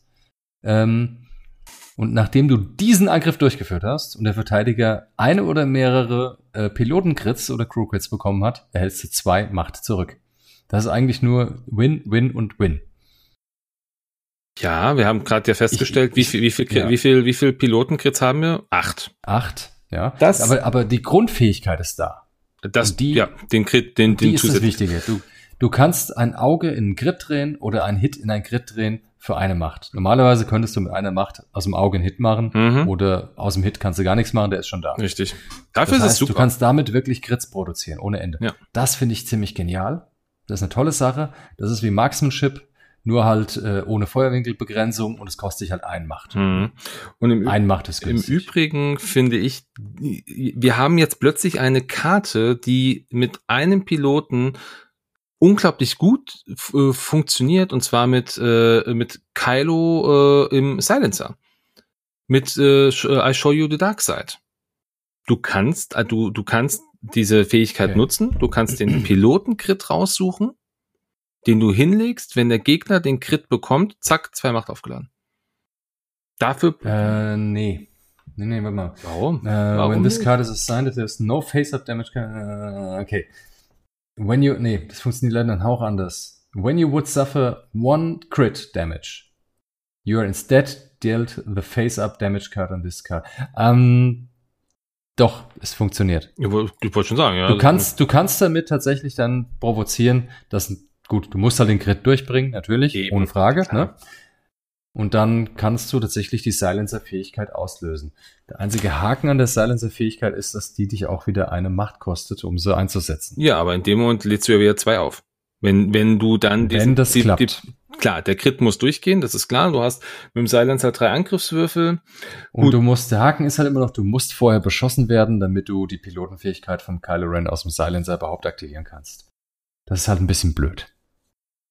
und nachdem du diesen Angriff durchgeführt hast und der Verteidiger eine oder mehrere Piloten-Crits oder Crew-Crits bekommen hat, erhältst du 2 Macht zurück. Das ist eigentlich nur Win, Win und Win. Ja, wir haben gerade ja festgestellt, wie viel Piloten-Crits haben wir? 8. 8, ja. Aber die Grundfähigkeit ist da. Den Crit, den ist das Wichtige. Du kannst ein Auge in einen Crit drehen oder ein Hit in einen Crit drehen für eine Macht. Normalerweise könntest du mit einer Macht aus dem Auge einen Hit machen oder aus dem Hit kannst du gar nichts machen, der ist schon da. Richtig. Dafür ist es super. Du kannst damit wirklich Crits produzieren, ohne Ende. Ja. Das finde ich ziemlich genial. Das ist eine tolle Sache. Das ist wie Marksmanship, nur halt ohne Feuerwinkelbegrenzung und es kostet sich halt 1 Macht. Und ein Macht ist günstig. Im Übrigen finde ich, wir haben jetzt plötzlich eine Karte, die mit einem Piloten unglaublich gut funktioniert, und zwar mit Kylo im Silencer. Mit I show you the dark side. Du kannst diese Fähigkeit nutzen, du kannst den Piloten-Crit raussuchen, den du hinlegst, wenn der Gegner den Crit bekommt, zack, 2 Macht aufgeladen. Dafür... Nee, warte mal. Warum? When this card is assigned, if there's no face-up damage... okay. Das funktioniert leider einen Hauch anders. When you would suffer 1 crit damage, you are instead dealt the face-up damage card on this card. Doch, es funktioniert. Ich wollte schon sagen, ja. Du kannst damit tatsächlich dann provozieren, dass, gut, du musst halt den Crit durchbringen, natürlich, eben, ohne Frage, ne? Und dann kannst du tatsächlich die Silencer-Fähigkeit auslösen. Der einzige Haken an der Silencer-Fähigkeit ist, dass die dich auch wieder eine Macht kostet, um sie einzusetzen. Ja, aber in dem Moment lädst du ja wieder 2 auf. Wenn du dann klappt. Klar, der Crit muss durchgehen, das ist klar. Du hast mit dem Silencer 3 Angriffswürfel. Und der Haken ist halt immer noch, du musst vorher beschossen werden, damit du die Pilotenfähigkeit von Kylo Ren aus dem Silencer überhaupt aktivieren kannst. Das ist halt ein bisschen blöd.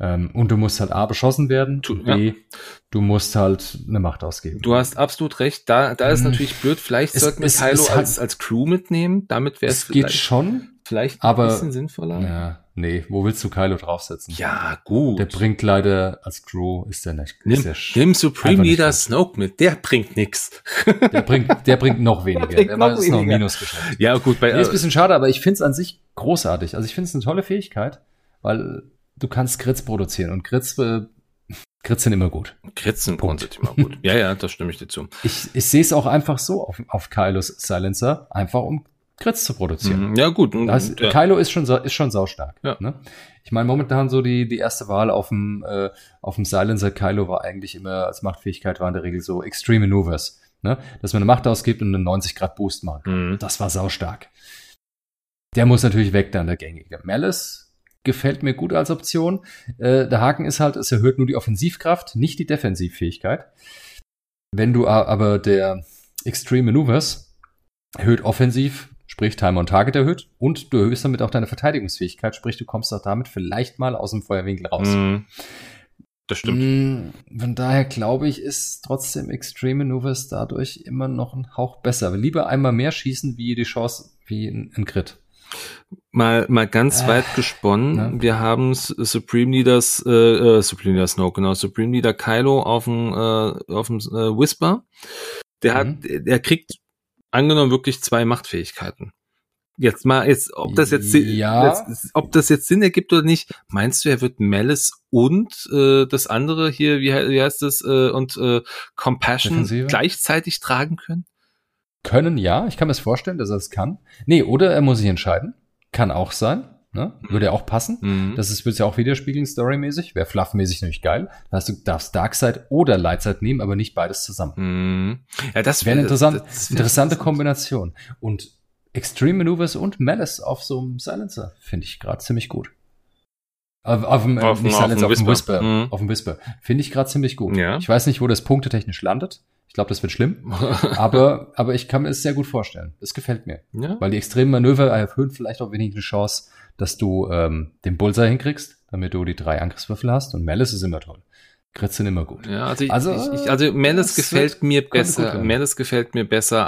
Und du musst halt A, beschossen werden, und B, du musst halt eine Macht ausgeben. Du hast absolut recht. Da ist natürlich blöd. Vielleicht sollten wir Kylo als Crew mitnehmen. Damit wäre es geht schon. Vielleicht ein bisschen sinnvoller. Ja, nee, wo willst du Kylo draufsetzen? Ja, gut. Der bringt leider als Crew, ist der nicht. Nimm Supreme Leader Snoke mit, der bringt nix. Der bringt noch weniger. Der war noch ein Minusgeschäft. Ja, gut. Ist ein bisschen schade, aber ich finde es an sich großartig. Also ich finde es eine tolle Fähigkeit, weil du kannst Crits produzieren und Crits sind immer gut. Crits sind grundsätzlich immer gut. Ja, das stimme ich dir zu. Ich sehe es auch einfach so auf Kylos Silencer, einfach um Crits zu produzieren. Ja, gut. Kylo ist schon saustark. Ja. Ne? Ich meine, momentan so die erste Wahl auf dem Silencer Kylo war eigentlich immer, als Machtfähigkeit war in der Regel so Extreme Maneuvers. Ne? Dass man eine Macht ausgibt und einen 90-Grad-Boost machen kann. Das war saustark. Der muss natürlich weg, dann der gängige. Malice gefällt mir gut als Option. Der Haken ist halt, es erhöht nur die Offensivkraft, nicht die Defensivfähigkeit. Wenn du aber der Extreme Maneuvers erhöht offensiv, sprich Time on Target erhöht, und du erhöhst damit auch deine Verteidigungsfähigkeit, sprich du kommst auch damit vielleicht mal aus dem Feuerwinkel raus. Das stimmt. Von daher glaube ich, ist trotzdem Extreme Maneuvers dadurch immer noch ein Hauch besser. Lieber einmal mehr schießen, wie die Chance wie ein Crit. Mal ganz weit gesponnen. Ne? Wir haben Supreme Leader Snoke, genau, Supreme Leader Kylo auf dem Whisper. Der kriegt angenommen wirklich 2 Machtfähigkeiten. Ob das jetzt Sinn ergibt oder nicht, meinst du, er wird Malice und das andere hier, wie heißt das, und Compassion Defensive gleichzeitig tragen können? Können, ja. Ich kann mir das vorstellen, dass er es kann. Nee, oder er muss sich entscheiden. Kann auch sein. Ne? Würde ja auch passen. Das würde es ja auch widerspiegeln, storymäßig. Wäre fluffmäßig natürlich geil. Das heißt, du darfst Darkseid oder Lightside nehmen, aber nicht beides zusammen. Ja, das wäre eine interessante Kombination. Und Extreme Maneuvers und Malice auf so einem Silencer finde ich gerade ziemlich gut. Auf dem Whisper. Auf dem Whisper. Finde ich gerade ziemlich gut. Ja. Ich weiß nicht, wo das punktetechnisch landet. Ich glaube, das wird schlimm. aber ich kann mir es sehr gut vorstellen. Das gefällt mir. Ja. Weil die extremen Manöver erhöhen vielleicht auch wenig die Chance, dass du den Bullseye hinkriegst, damit du die 3 Angriffswürfel hast. Und Malice ist immer toll. Crits sind immer gut. Ja, also Malice gefällt mir besser. Malice gefällt mir besser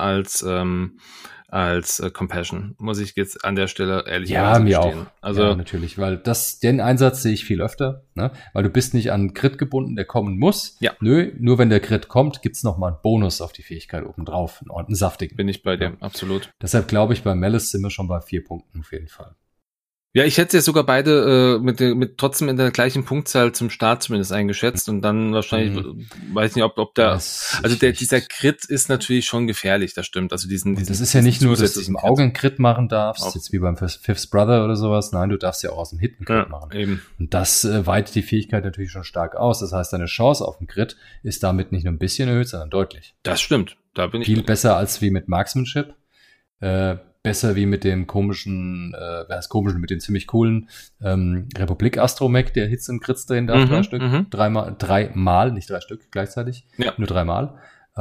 als Compassion, muss ich jetzt an der Stelle ehrlich sagen. Ja, mir auch. Also ja, natürlich, weil den Einsatz sehe ich viel öfter, ne? Weil du bist nicht an Crit gebunden, der kommen muss. Ja. Nö, nur wenn der Crit kommt, gibt's noch mal einen Bonus auf die Fähigkeit obendrauf, einen saftigen. Bin ich bei dir, absolut. Deshalb glaube ich, bei Malice sind wir schon bei 4 Punkten auf jeden Fall. Ja, ich hätte jetzt sogar beide mit trotzdem in der gleichen Punktzahl zum Start zumindest eingeschätzt und dann wahrscheinlich, weiß nicht, ob dieser Crit ist natürlich schon gefährlich, das stimmt. Also das ist ja nicht nur, dass du im Auge einen Crit machen darfst, auch jetzt wie beim Fifth Brother oder sowas. Nein, du darfst ja auch aus dem Hit einen Crit machen. Eben. Und das weitet die Fähigkeit natürlich schon stark aus. Das heißt, deine Chance auf einen Crit ist damit nicht nur ein bisschen erhöht, sondern deutlich. Das stimmt. Da bin ich viel besser als wie mit Marksmanship. Besser wie mit dem komischen, mit dem ziemlich coolen Republik-Astromech, der Hits und Crits drehen darf, 3 Stück. Dreimal, nicht 3 Stück gleichzeitig, nur 3 Mal.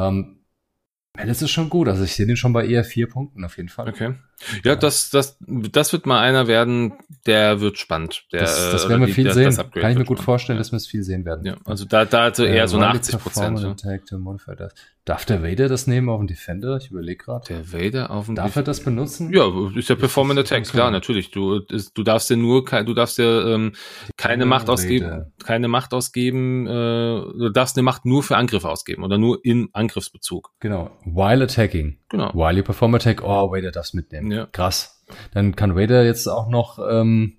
Das ist schon gut, also ich sehe den schon bei eher 4 Punkten auf jeden Fall. Okay. Ja, das wird mal einer werden, der wird spannend. Das werden wir viel sehen. Kann ich mir gut vorstellen, dass wir es viel sehen werden. Ja, also da eher so eine 80%. Darf der Vader das nehmen auf den Defender? Ich überlege gerade. Der Vader auf den Darf er das benutzen? Ja, ist ja Performance Attack, klar, natürlich. Du darfst ja keine Macht ausgeben, du darfst eine Macht nur für Angriffe ausgeben oder nur in Angriffsbezug. Genau. While attacking. Genau. While you perform attack, Vader darf's mitnehmen. Ja. Krass. Dann kann Vader jetzt auch noch, dann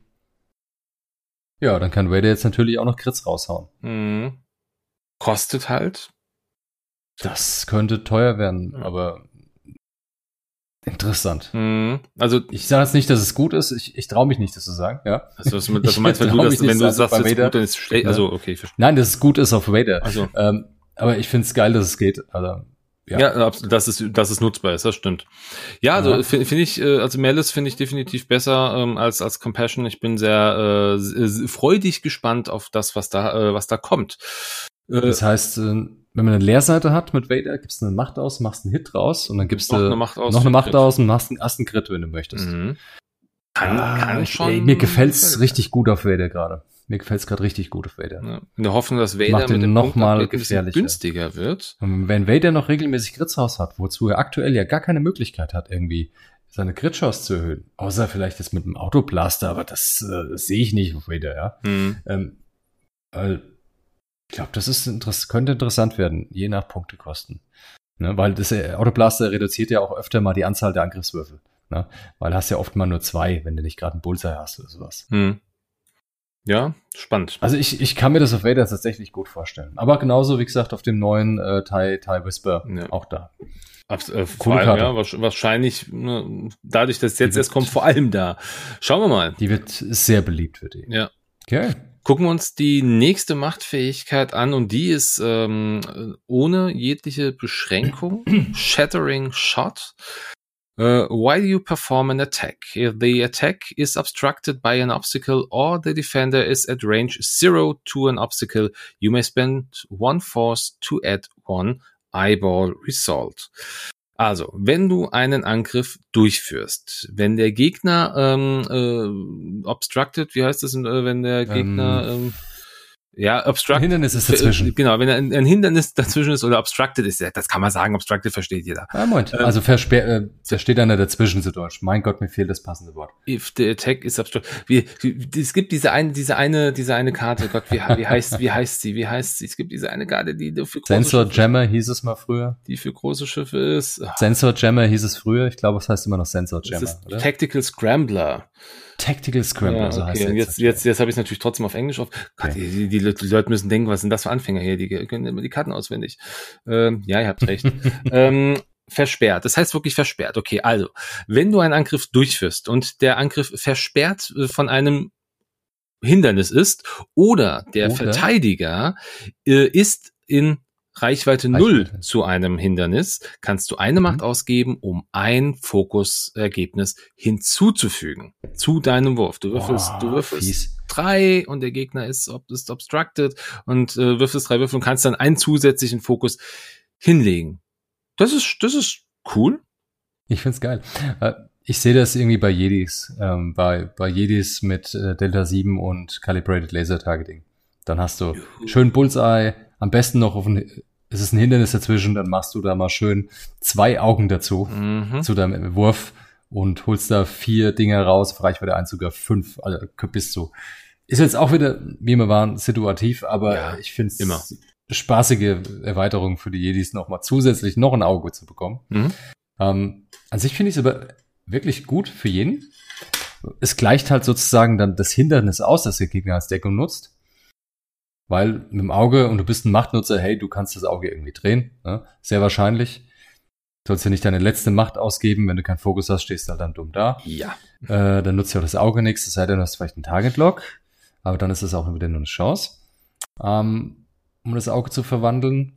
kann Vader jetzt natürlich auch noch Crits raushauen. Kostet halt. Das könnte teuer werden, aber interessant. Also ich sage jetzt nicht, dass es gut ist. Ich traue mich nicht, das zu sagen. Ja. Also du meinst, wenn du sagst, es ist gut, dann ist es schlecht. Also okay, verstehe. Nein, dass es gut ist auf Vader. Also. Aber ich finde es geil, dass es geht. Also ja, dass es nutzbar ist, das stimmt. Ja, also finde ich, also Malice finde ich definitiv besser als Compassion. Ich bin sehr freudig gespannt auf das, was da kommt. Das heißt, wenn man eine Leerseite hat mit Vader, gibst du eine Macht aus, machst einen Hit raus und dann gibst du noch eine Macht aus und machst einen ersten Crit, wenn du möchtest. Kann schon. Mir gefällt's richtig gut auf Vader gerade. Mir gefällt es gerade richtig gut auf Vader. Ja, in der Hoffnung, dass Vader Macht ihn mit dem noch mal Punktabdeck ein bisschen gefährlicher. günstiger wird. Und wenn Vader noch regelmäßig Crits hat, wozu er aktuell ja gar keine Möglichkeit hat, irgendwie seine Crit-Chance zu erhöhen, außer vielleicht das mit einem Autoblaster, aber das sehe ich nicht auf Vader, ja. Ich glaube, das ist könnte interessant werden, je nach Punktekosten. Ne? Weil das Autoblaster reduziert ja auch öfter mal die Anzahl der Angriffswürfel. Ne? Weil du hast ja oft mal nur 2, wenn du nicht gerade einen Bullseye hast oder sowas. Ja, spannend. Also ich kann mir das auf Vader tatsächlich gut vorstellen. Aber genauso, wie gesagt, auf dem neuen TIE Whisper auch da. Vor allem, ja, wahrscheinlich, dadurch, dass es jetzt erst kommt, vor allem da. Schauen wir mal. Die wird sehr beliebt für die. Ja. Okay. Gucken wir uns die nächste Machtfähigkeit an und die ist ohne jegliche Beschränkung. Shattering Shot. While you perform an attack, if the attack is obstructed by an obstacle or the defender is at range 0 to an obstacle, you may spend 1 force to add 1 eyeball result. Also, wenn du einen Angriff durchführst, wenn der Gegner obstructed, wie heißt das, wenn der Gegner obstructed. Ein Hindernis ist dazwischen. Genau, wenn ein Hindernis dazwischen ist oder obstructed ist, das kann man sagen, obstructed versteht jeder. Ja, Moment. Also da steht einer dazwischen zu Deutsch. Mein Gott, mir fehlt das passende Wort. If the attack is obstructed. Es gibt diese eine Karte, Gott, wie heißt sie? Es gibt diese eine Karte, die für große Sensor Schiffe Jammer hieß es mal früher. Die für große Schiffe ist. Sensor Jammer hieß es früher. Ich glaube, es heißt immer noch Sensor Jammer, das ist oder? Tactical Scrambler. Tactical Scrambler, Ja, so heißt okay. Und es. jetzt habe ich es natürlich trotzdem auf Englisch auf. Gott, Okay. die Leute müssen denken, was sind das für Anfänger hier? Die können immer die Karten auswendig. Ja, ihr habt recht. Versperrt. Das heißt wirklich versperrt. Okay, also, wenn du einen Angriff durchführst und der Angriff versperrt von einem Hindernis ist oder der Verteidiger ist in Reichweite 0 zu einem Hindernis, kannst du eine Macht ausgeben, um ein Fokusergebnis hinzuzufügen zu deinem Wurf. Du würfelst 3 und der Gegner ist obstructed und würfelst 3 Würfel und kannst dann einen zusätzlichen Fokus hinlegen. Das ist cool. Ich find's geil. Ich sehe das irgendwie bei Jedis, bei Jedis mit Delta 7 und Calibrated Laser Targeting. Dann hast du schön Bullseye, am besten noch es ist ein Hindernis dazwischen, dann machst du da mal schön 2 Augen dazu, zu deinem Wurf und holst da 4 Dinger raus, auf Reichweite 1 sogar 5, also bis zu. Ist jetzt auch wieder, wie wir waren, situativ, aber ich finde es spaßige Erweiterung für die Jedis nochmal zusätzlich noch ein Auge zu bekommen. An sich finde ich es aber wirklich gut für jeden. Es gleicht halt sozusagen dann das Hindernis aus, das der Gegner als Deckung nutzt. Weil mit dem Auge, und du bist ein Machtnutzer, hey, du kannst das Auge irgendwie drehen. Ne? Sehr wahrscheinlich. Du sollst ja nicht deine letzte Macht ausgeben. Wenn du keinen Fokus hast, stehst du halt dann dumm da. Ja. Dann nutzt ja auch das Auge nichts. Es sei denn, du hast vielleicht einen Target-Lock. Aber dann ist das auch wieder nur eine Chance. Um das Auge zu verwandeln.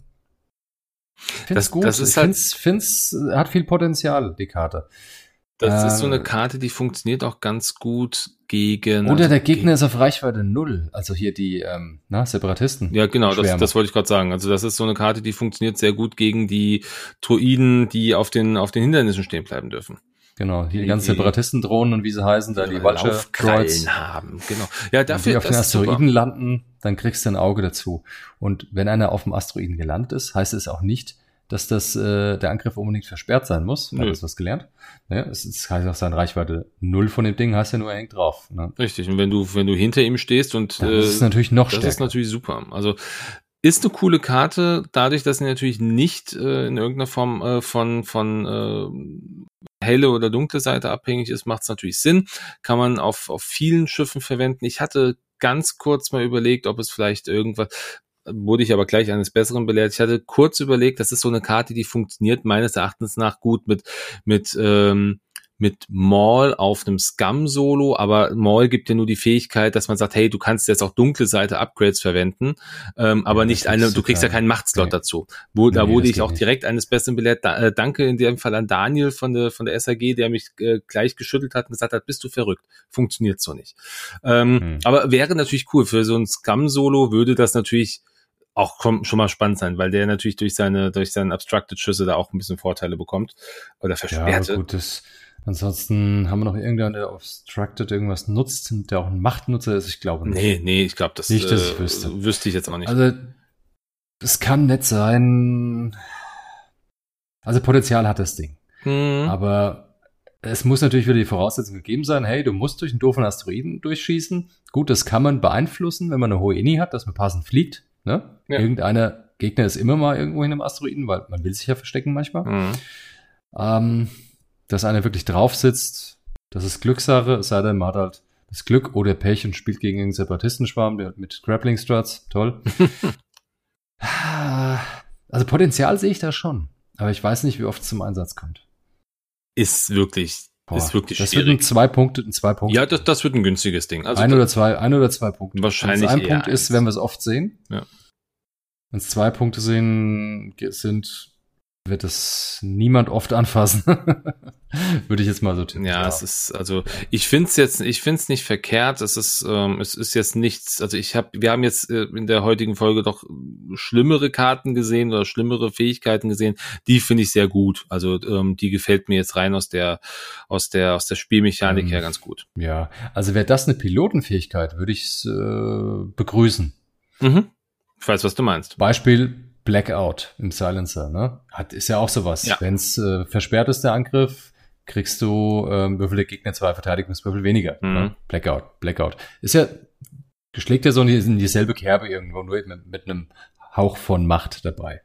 Find's gut. Das ist find's hat viel Potenzial, die Karte. Das ist so eine Karte, die funktioniert auch ganz gut gegen... Oder der Gegner ist auf Reichweite 0. Also hier die Separatisten. Ja, genau, das wollte ich gerade sagen. Also das ist so eine Karte, die funktioniert sehr gut gegen die Droiden, die auf den Hindernissen stehen bleiben dürfen. Genau, hier die ganzen Separatisten-Drohnen und wie sie heißen, da die Vulture-Droids haben. Genau. Ja, dafür, die auf den Asteroiden landen, dann kriegst du ein Auge dazu. Und wenn einer auf dem Asteroiden gelandet ist, heißt es auch nicht, dass der Angriff unbedingt versperrt sein muss. Da hast du was gelernt. Ja, es heißt auch seine Reichweite 0 von dem Ding, heißt ja nur, er hängt drauf. Ne? Richtig. Und wenn du hinter ihm stehst und das ist natürlich noch stärker. Das ist natürlich super. Also ist eine coole Karte, dadurch, dass sie natürlich nicht in irgendeiner Form von helle oder dunkle Seite abhängig ist, macht es natürlich Sinn. Kann man auf vielen Schiffen verwenden. Ich hatte ganz kurz mal überlegt, ob es vielleicht irgendwas... Wurde ich aber gleich eines Besseren belehrt. Ich hatte kurz überlegt, das ist so eine Karte, die funktioniert meines Erachtens nach gut mit Maul auf einem Scum-Solo, aber Maul gibt dir nur die Fähigkeit, dass man sagt, hey, du kannst jetzt auch dunkle Seite Upgrades verwenden, aber nicht du kriegst ja keinen Machtslot dazu. Da wurde ich auch direkt eines Besseren belehrt. Danke in dem Fall an Daniel von der SAG, der mich gleich geschüttelt hat und gesagt hat, bist du verrückt, funktioniert so nicht. Aber wäre natürlich cool, für so ein Scum-Solo würde das natürlich auch schon mal spannend sein, weil der natürlich durch seine Obstructed-Schüsse da auch ein bisschen Vorteile bekommt oder versperrte. Ja, gut, Ansonsten haben wir noch irgendjemanden, der Obstructed irgendwas nutzt, der auch ein Machtnutzer ist. Ich glaube nicht. Nee, ich glaube, das nicht, dass ich wüsste. Wüsste ich jetzt auch nicht. Also, es kann nett sein. Also, Potenzial hat das Ding. Aber es muss natürlich wieder die Voraussetzung gegeben sein, hey, du musst durch einen doofen Asteroiden durchschießen. Gut, das kann man beeinflussen, wenn man eine hohe Ini hat, dass man passend fliegt. Ne? Ja. Irgendeiner Gegner ist immer mal irgendwo in einem Asteroiden, weil man will sich ja verstecken manchmal. Dass einer wirklich drauf sitzt, das ist Glückssache, es sei denn, man hat halt das Glück oder Pech und spielt gegen irgendeinen Separatistenschwarm, der mit Grappling Struts, toll. Also Potenzial sehe ich da schon, aber ich weiß nicht, wie oft es zum Einsatz kommt. Ist wirklich das schwierig. Das wird in zwei Punkte. Ja, das wird ein günstiges Ding. Also ein oder zwei Punkte. Wahrscheinlich wenn es ein Punkt ist, werden wir es oft sehen. Ja. Wenn es 2 Punkte sind, wird es niemand oft anfassen. Würde ich jetzt mal so tippen. Ja, es ist, also, ich find's nicht verkehrt. Es ist jetzt nichts, also wir haben jetzt in der heutigen Folge doch schlimmere Karten gesehen oder schlimmere Fähigkeiten gesehen. Die finde ich sehr gut. Also, die gefällt mir jetzt rein aus der Spielmechanik her ganz gut. Ja, also wäre das eine Pilotenfähigkeit, würde ich begrüßen. Ich weiß, was du meinst. Beispiel Blackout im Silencer, ne? Ist ja auch sowas. Ja. Wenn es versperrt ist, der Angriff, kriegst du Würfel der Gegner 2 Verteidigungswürfel weniger. Ne? Blackout. Ist ja, schlägt ja so in dieselbe Kerbe irgendwo, nur mit einem Hauch von Macht dabei.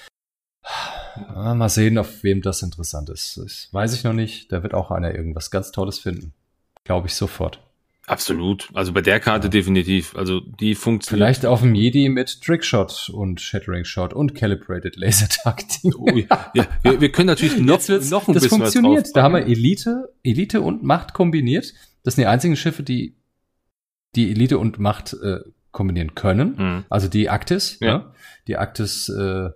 Mal sehen, auf wem das interessant ist. Das weiß ich noch nicht. Da wird auch einer irgendwas ganz Tolles finden. Glaube ich sofort. Absolut. Also bei der Karte definitiv. Also die funktioniert. Vielleicht auf dem Jedi mit Trickshot und Shattering Shot und Calibrated Laser Taktik. Oh, ja, wir können natürlich noch ein bisschen das funktioniert. Was da haben wir Elite und Macht kombiniert. Das sind die einzigen Schiffe, die Elite und Macht kombinieren können. Also die Actis, ne? Die Actis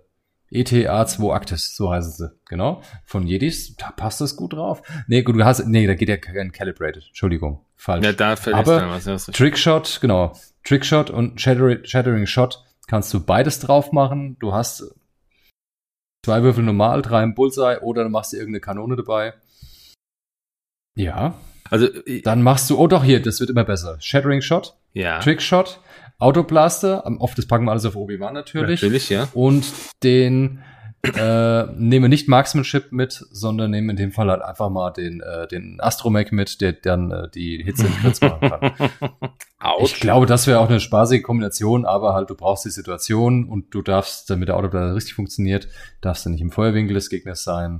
ETA2 Actis, so heißen sie, genau. Von Jedis, da passt das gut drauf. Da geht ja kein Calibrated, Entschuldigung, falsch. Ja, da verlässt dann was. Trickshot, genau. Trickshot und Shattering Shot kannst du beides drauf machen. Du hast 2 Würfel normal, 3 im Bullseye oder du machst dir irgendeine Kanone dabei. Ja. Also, dann machst du, das wird immer besser. Shattering Shot, Trickshot, Autoblaster, das packen wir alles auf Obi-Wan natürlich. Natürlich, ja. Und den nehmen wir nicht Marksmanship mit, sondern nehmen in dem Fall halt einfach mal den Astromech mit, der dann die Hitze in Kritz machen kann. Ich glaube, das wäre auch eine spaßige Kombination, aber halt, du brauchst die Situation und du darfst, damit der Autoblaster richtig funktioniert, darfst du nicht im Feuerwinkel des Gegners sein.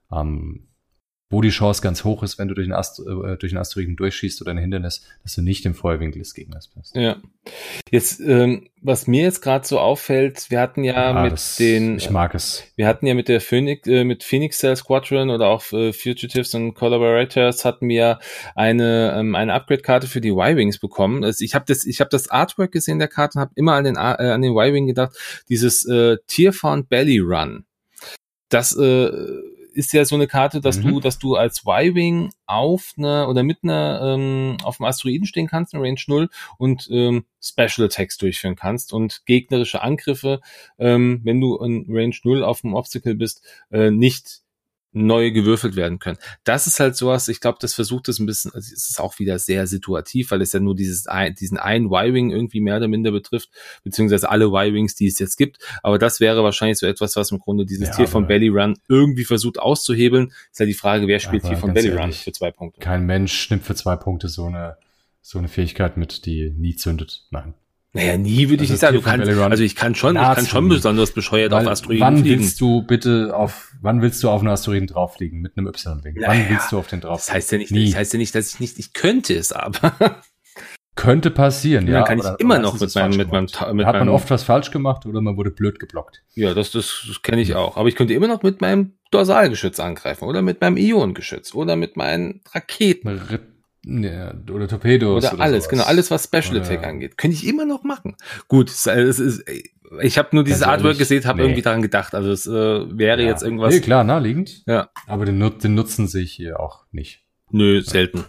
Wo die Chance ganz hoch ist, wenn du durch einen Asteroiden durchschießt oder ein Hindernis, dass du nicht im Feuerwinkel des Gegners bist. Ja. Jetzt, was mir jetzt gerade so auffällt, wir hatten ja ich mag es. Wir hatten ja mit der Phoenix Cell Squadron oder auch Fugitives und Collaborators hatten wir eine Upgrade-Karte für die Y-Wings bekommen. Also ich habe das Artwork gesehen der Karte und habe immer an den Y-Wing gedacht, dieses Tierfound Belly Run. Das ist ja so eine Karte, dass du als Y-Wing auf dem Asteroiden stehen kannst, in Range 0 und Special Attacks durchführen kannst und gegnerische Angriffe, wenn du in Range 0 auf dem Obstacle bist, nicht neu gewürfelt werden können. Das ist halt sowas, ich glaube, das versucht es ein bisschen, also es ist auch wieder sehr situativ, weil es ja nur diesen einen Y-Wing irgendwie mehr oder minder betrifft, beziehungsweise alle Y-Wings, die es jetzt gibt, aber das wäre wahrscheinlich so etwas, was im Grunde dieses Tier von Belly Run irgendwie versucht auszuhebeln. Ist ja die Frage, wer spielt Tier von Belly Run für 2 Punkte? Kein Mensch nimmt für 2 Punkte so eine Fähigkeit mit, die nie zündet. Nein. Naja, nie würde ich nicht sagen. Ich kann schon besonders bescheuert auf Asteroiden fliegen. Wann willst du auf einen Asteroiden drauf fliegen? Mit einem Y-Wing? Wann willst du auf den drauf fliegen? Das heißt ja nicht, dass ich könnte es, aber. Könnte passieren, ja. Dann kann ich immer noch mit meinem hat man oft was falsch gemacht oder man wurde blöd geblockt. Ja, das kenne ich auch. Aber ich könnte immer noch mit meinem Dorsalgeschütz angreifen oder mit meinem Ionengeschütz oder mit meinen Raketen. Oder Torpedos. Oder alles, sowas. Genau, alles, was Special Attack angeht. Könnte ich immer noch machen. Gut, ich habe nur dieses Artwork gesehen, habe irgendwie daran gedacht. Also es wäre jetzt irgendwas. Nee, klar, naheliegend. Ja. Aber den Nutzen sehe ich hier auch nicht. Nö, selten.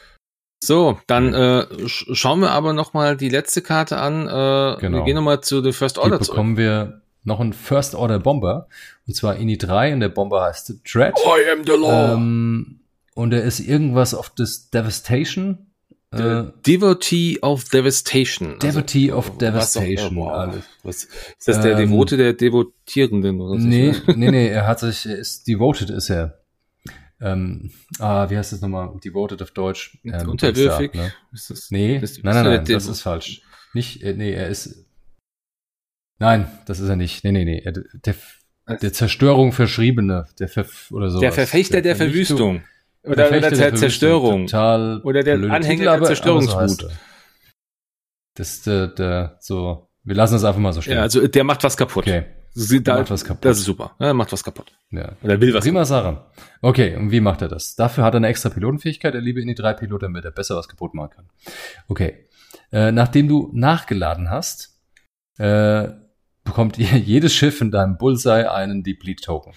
So, dann schauen wir aber nochmal die letzte Karte an. Genau. Wir gehen nochmal zu The First Order zurück. Bekommen wir noch einen First Order Bomber. Und zwar INI 3 und der Bomber heißt Dread. I am the law. Und er ist irgendwas of this Devastation. Devotee of Devastation. Devotee of Devastation. Was ist das, der Devote der Devotierenden oder so? Nee, er ist devoted, ist er. Wie heißt das nochmal? Devoted auf Deutsch. Unterwürfig? Ne? Ist das, nein, das ist falsch. Nicht, er ist, nein, das ist er nicht. Nee. Der Zerstörung Verschriebene, oder sowas. Der Verfechter der Verwüstung. Oder der Zerstörung. Total oder der Anhänger der Zerstörungswut. Das ist so, wir lassen es einfach mal so stehen. Ja, also der macht was kaputt. Okay. Macht was kaputt. Das ist super. Er macht was kaputt. Ja. Oder will was Prima Sache. Okay, und wie macht er das? Dafür hat er eine extra Pilotenfähigkeit. Er liebe in die 3 Piloten, damit er besser was kaputt machen kann. Okay. Nachdem du nachgeladen hast, bekommt jedes Schiff in deinem Bullseye einen Deplete-Token.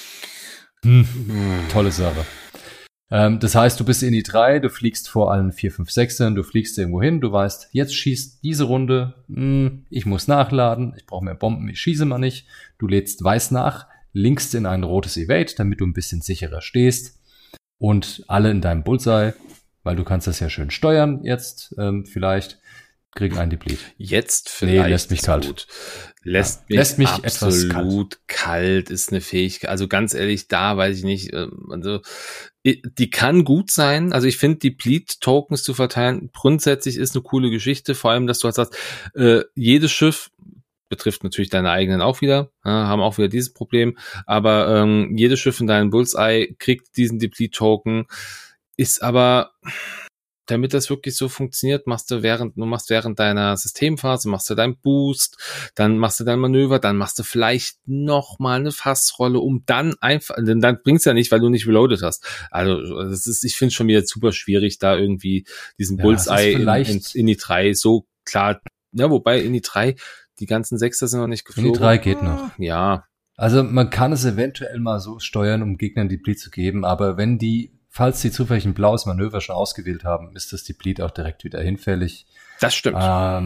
Tolle Sache. Das heißt, du bist in die 3, du fliegst vor allen 4, 5, 6ern, du fliegst irgendwo hin, du weißt, jetzt schießt diese Runde, ich muss nachladen, ich brauche mehr Bomben, ich schieße mal nicht. Du lädst weiß nach, linkst in ein rotes Evade, damit du ein bisschen sicherer stehst und alle in deinem Bullseye, weil du kannst das ja schön steuern jetzt, vielleicht kriegen einen Deplete. Jetzt vielleicht. Nee, lässt mich kalt. Gut. Lässt mich absolut kalt, ist eine Fähigkeit. Also ganz ehrlich, da weiß ich nicht. Also die kann gut sein. Also ich finde, Deplete-Tokens zu verteilen, grundsätzlich ist eine coole Geschichte. Vor allem, dass du halt sagst, jedes Schiff, betrifft natürlich deine eigenen auch wieder, haben auch wieder dieses Problem, aber jedes Schiff in deinem Bullseye kriegt diesen Deplete-Token, ist aber... Damit das wirklich so funktioniert, machst du während deiner Systemphase, machst du deinen Boost, dann machst du dein Manöver, dann machst du vielleicht noch mal eine Fassrolle, um dann einfach, denn dann bringt's ja nicht, weil du nicht reloaded hast. Also, ich finde es schon wieder super schwierig, da irgendwie diesen Bullseye in die 3 so klar, ja, wobei in die 3, die ganzen Sechser sind noch nicht geflogen. In die 3 geht noch. Ja. Also, man kann es eventuell mal so steuern, um Gegnern Deplete zu geben, aber falls sie zufällig ein blaues Manöver schon ausgewählt haben, ist das Deplete auch direkt wieder hinfällig. Das stimmt.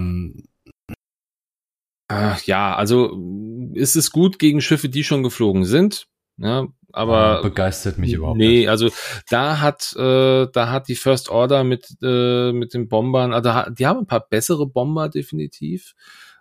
Ja, also ist es gut gegen Schiffe, die schon geflogen sind. Ja, aber begeistert mich überhaupt nicht. Nee, also da hat die First Order mit den Bombern, also die haben ein paar bessere Bomber definitiv.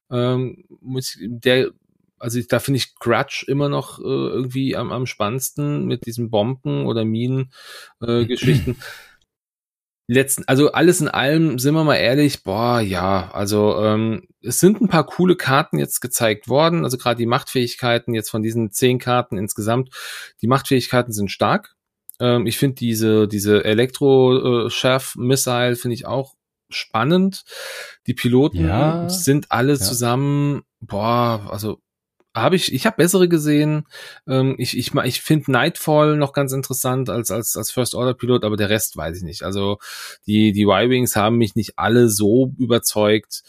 Also da finde ich Grudge immer noch irgendwie am spannendsten mit diesen Bomben oder Minen-Geschichten. Also alles in allem, sind wir mal ehrlich, also es sind ein paar coole Karten jetzt gezeigt worden, also gerade die Machtfähigkeiten jetzt von diesen 10 Karten insgesamt, die Machtfähigkeiten sind stark. Ich finde diese Elektro-Chaff-Missile finde ich auch spannend. Die Piloten sind alle zusammen, also ich habe bessere gesehen. Ich finde Nightfall noch ganz interessant als First Order Pilot, aber der Rest weiß ich nicht. Also die Y-Wings haben mich nicht alle so überzeugt.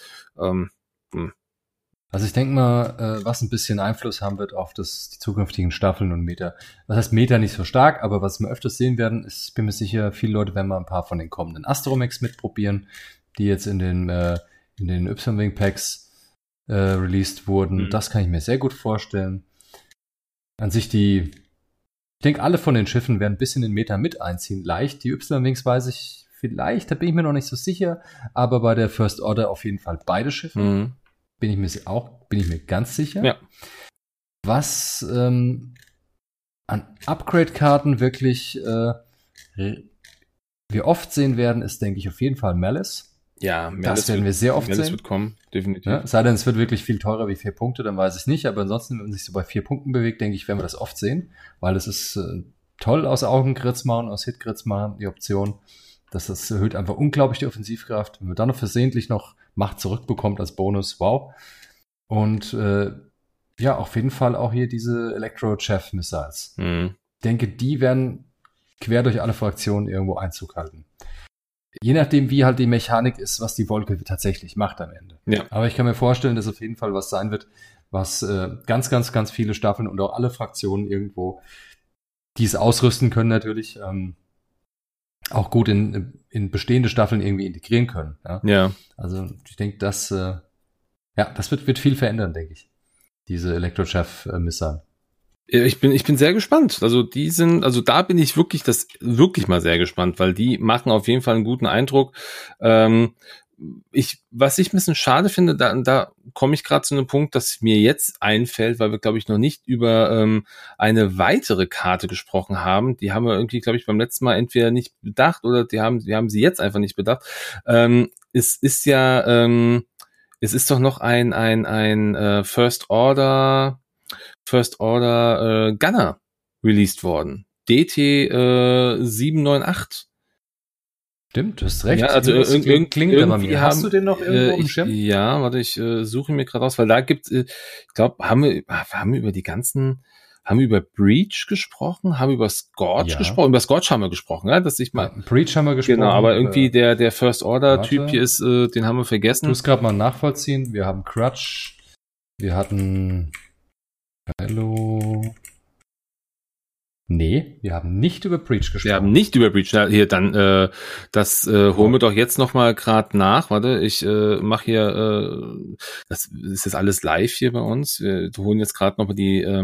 Also ich denke mal, was ein bisschen Einfluss haben wird auf die zukünftigen Staffeln und Meta. Was heißt Meta nicht so stark, aber was wir öfters sehen werden, ist, bin mir sicher, viele Leute werden mal ein paar von den kommenden Astromechs mitprobieren, die jetzt in den Y-Wing Packs released wurden. Das kann ich mir sehr gut vorstellen. An sich ich denke, alle von den Schiffen werden ein bisschen in Meta mit einziehen. Leicht, die Y-Wings weiß ich vielleicht, da bin ich mir noch nicht so sicher, aber bei der First Order auf jeden Fall beide Schiffe. Bin ich mir ganz sicher. Ja. Was an Upgrade-Karten wirklich wir oft sehen werden, ist, denke ich, auf jeden Fall Malice. Ja, das werden wir sehr oft Malice sehen. Wird kommen, definitiv. Ja, sei denn, es wird wirklich viel teurer wie 4 Punkte, dann weiß ich nicht. Aber ansonsten, wenn man sich so bei 4 Punkten bewegt, denke ich, werden wir das oft sehen. Weil es ist toll aus Augengrits machen, aus Hitgrits machen, die Option. Das erhöht einfach unglaublich die Offensivkraft. Wenn man dann noch versehentlich noch Macht zurückbekommt als Bonus, wow. Und auf jeden Fall auch hier diese Electro-Chaff-Missiles. Ich denke, die werden quer durch alle Fraktionen irgendwo Einzug halten. Je nachdem, wie halt die Mechanik ist, was die Wolke tatsächlich macht am Ende. Ja. Aber ich kann mir vorstellen, dass auf jeden Fall was sein wird, was ganz, ganz, ganz viele Staffeln und auch alle Fraktionen irgendwo, die es ausrüsten können natürlich, auch gut in bestehende Staffeln irgendwie integrieren können. Ja. Also ich denke, das wird viel verändern, denke ich. Diese Electro-Chaff-Missile. Ich bin sehr gespannt. Also da bin ich wirklich mal sehr gespannt, weil die machen auf jeden Fall einen guten Eindruck. Was ich ein bisschen schade finde, da komme ich gerade zu einem Punkt, dass mir jetzt einfällt, weil wir, glaube ich, noch nicht über eine weitere Karte gesprochen haben. Die haben wir irgendwie, glaube ich, beim letzten Mal entweder nicht bedacht oder wir haben sie jetzt einfach nicht bedacht. Es ist doch noch ein First Order Gunner released worden. DT 798. Stimmt, du hast recht. Ja, also klingt aber mir. Hast du den noch irgendwo im Schirm? Ja, warte, ich suche mir gerade aus, weil da gibt's, ich glaube, haben wir über Breach gesprochen, haben wir über Scorch gesprochen, über Scorch haben wir gesprochen, ja, dass ich mal. Breach haben wir gesprochen. Genau, aber irgendwie der First Order Typ hier ist, den haben wir vergessen. Du musst gerade mal nachvollziehen. Wir haben Crutch, wir hatten Hello. Nee, wir haben nicht über Breach gesprochen. Wir haben nicht über Breach. Na, hier, dann, das holen wir doch jetzt nochmal gerade nach. Warte, ich mache hier, das ist jetzt alles live hier bei uns. Wir holen jetzt gerade nochmal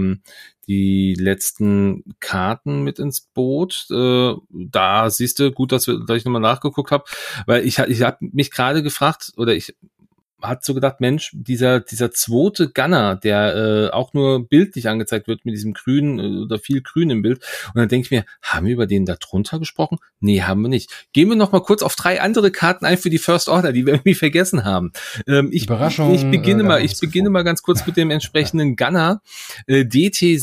die letzten Karten mit ins Boot. Da siehst du, gut, dass ich nochmal nachgeguckt habe, weil ich hab mich gerade gefragt, oder ich hat so gedacht, Mensch, dieser zweite Gunner, der auch nur bildlich angezeigt wird mit diesem grünen oder viel Grün im Bild. Und dann denke ich mir, haben wir über den da drunter gesprochen? Nee, haben wir nicht. Gehen wir noch mal kurz auf 3 andere Karten ein für die First Order, die wir irgendwie vergessen haben. Überraschung. Ich beginne mal ganz kurz mit dem entsprechenden Gunner. DT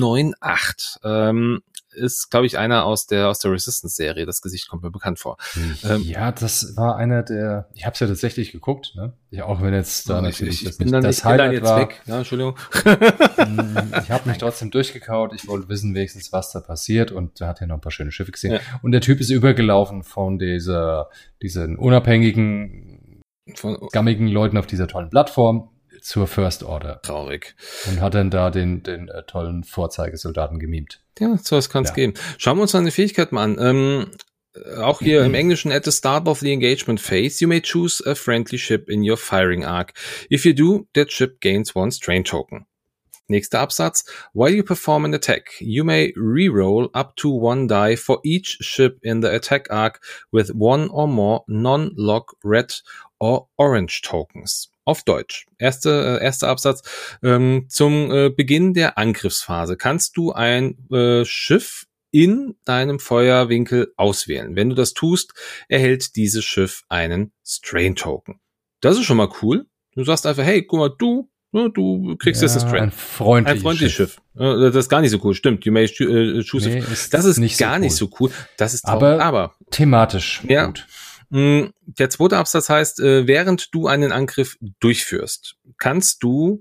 798. Ist, glaube ich, einer aus der Resistance-Serie. Das Gesicht kommt mir bekannt vor. Ja, das war einer der, ich habe es ja tatsächlich geguckt, ne? Ja, auch wenn jetzt da natürlich ich bin dann das Highlight jetzt war. Weg. Ja, Entschuldigung. Ich habe mich trotzdem durchgekaut. Ich wollte wissen wenigstens, was da passiert, und da hat er noch ein paar schöne Schiffe gesehen. Ja. Und der Typ ist übergelaufen von diesen unabhängigen, gammigen Leuten auf dieser tollen Plattform zur First Order. Traurig. Und hat dann da den tollen Vorzeigesoldaten gemimt. Ja, sowas kann es geben. Schauen wir uns eine Fähigkeit mal an. Auch hier im Englischen, at the start of the engagement phase, you may choose a friendly ship in your firing arc. If you do, that ship gains 1 strain token. Nächster Absatz. While you perform an attack, you may reroll up to 1 die for each ship in the attack arc with 1 or more non-lock red or orange tokens. Auf Deutsch. Erster Absatz. Zum Beginn der Angriffsphase kannst du ein Schiff in deinem Feuerwinkel auswählen. Wenn du das tust, erhält dieses Schiff einen Strain-Token. Das ist schon mal cool. Du sagst einfach, hey, guck mal, du kriegst jetzt ein Strain. Ein freundliches Schiff. Das ist gar nicht so cool. Stimmt, you may choose. Nee, das ist nicht gar nicht so cool. Das ist aber thematisch ja, gut. Der zweite Absatz heißt, während du einen Angriff durchführst, kannst du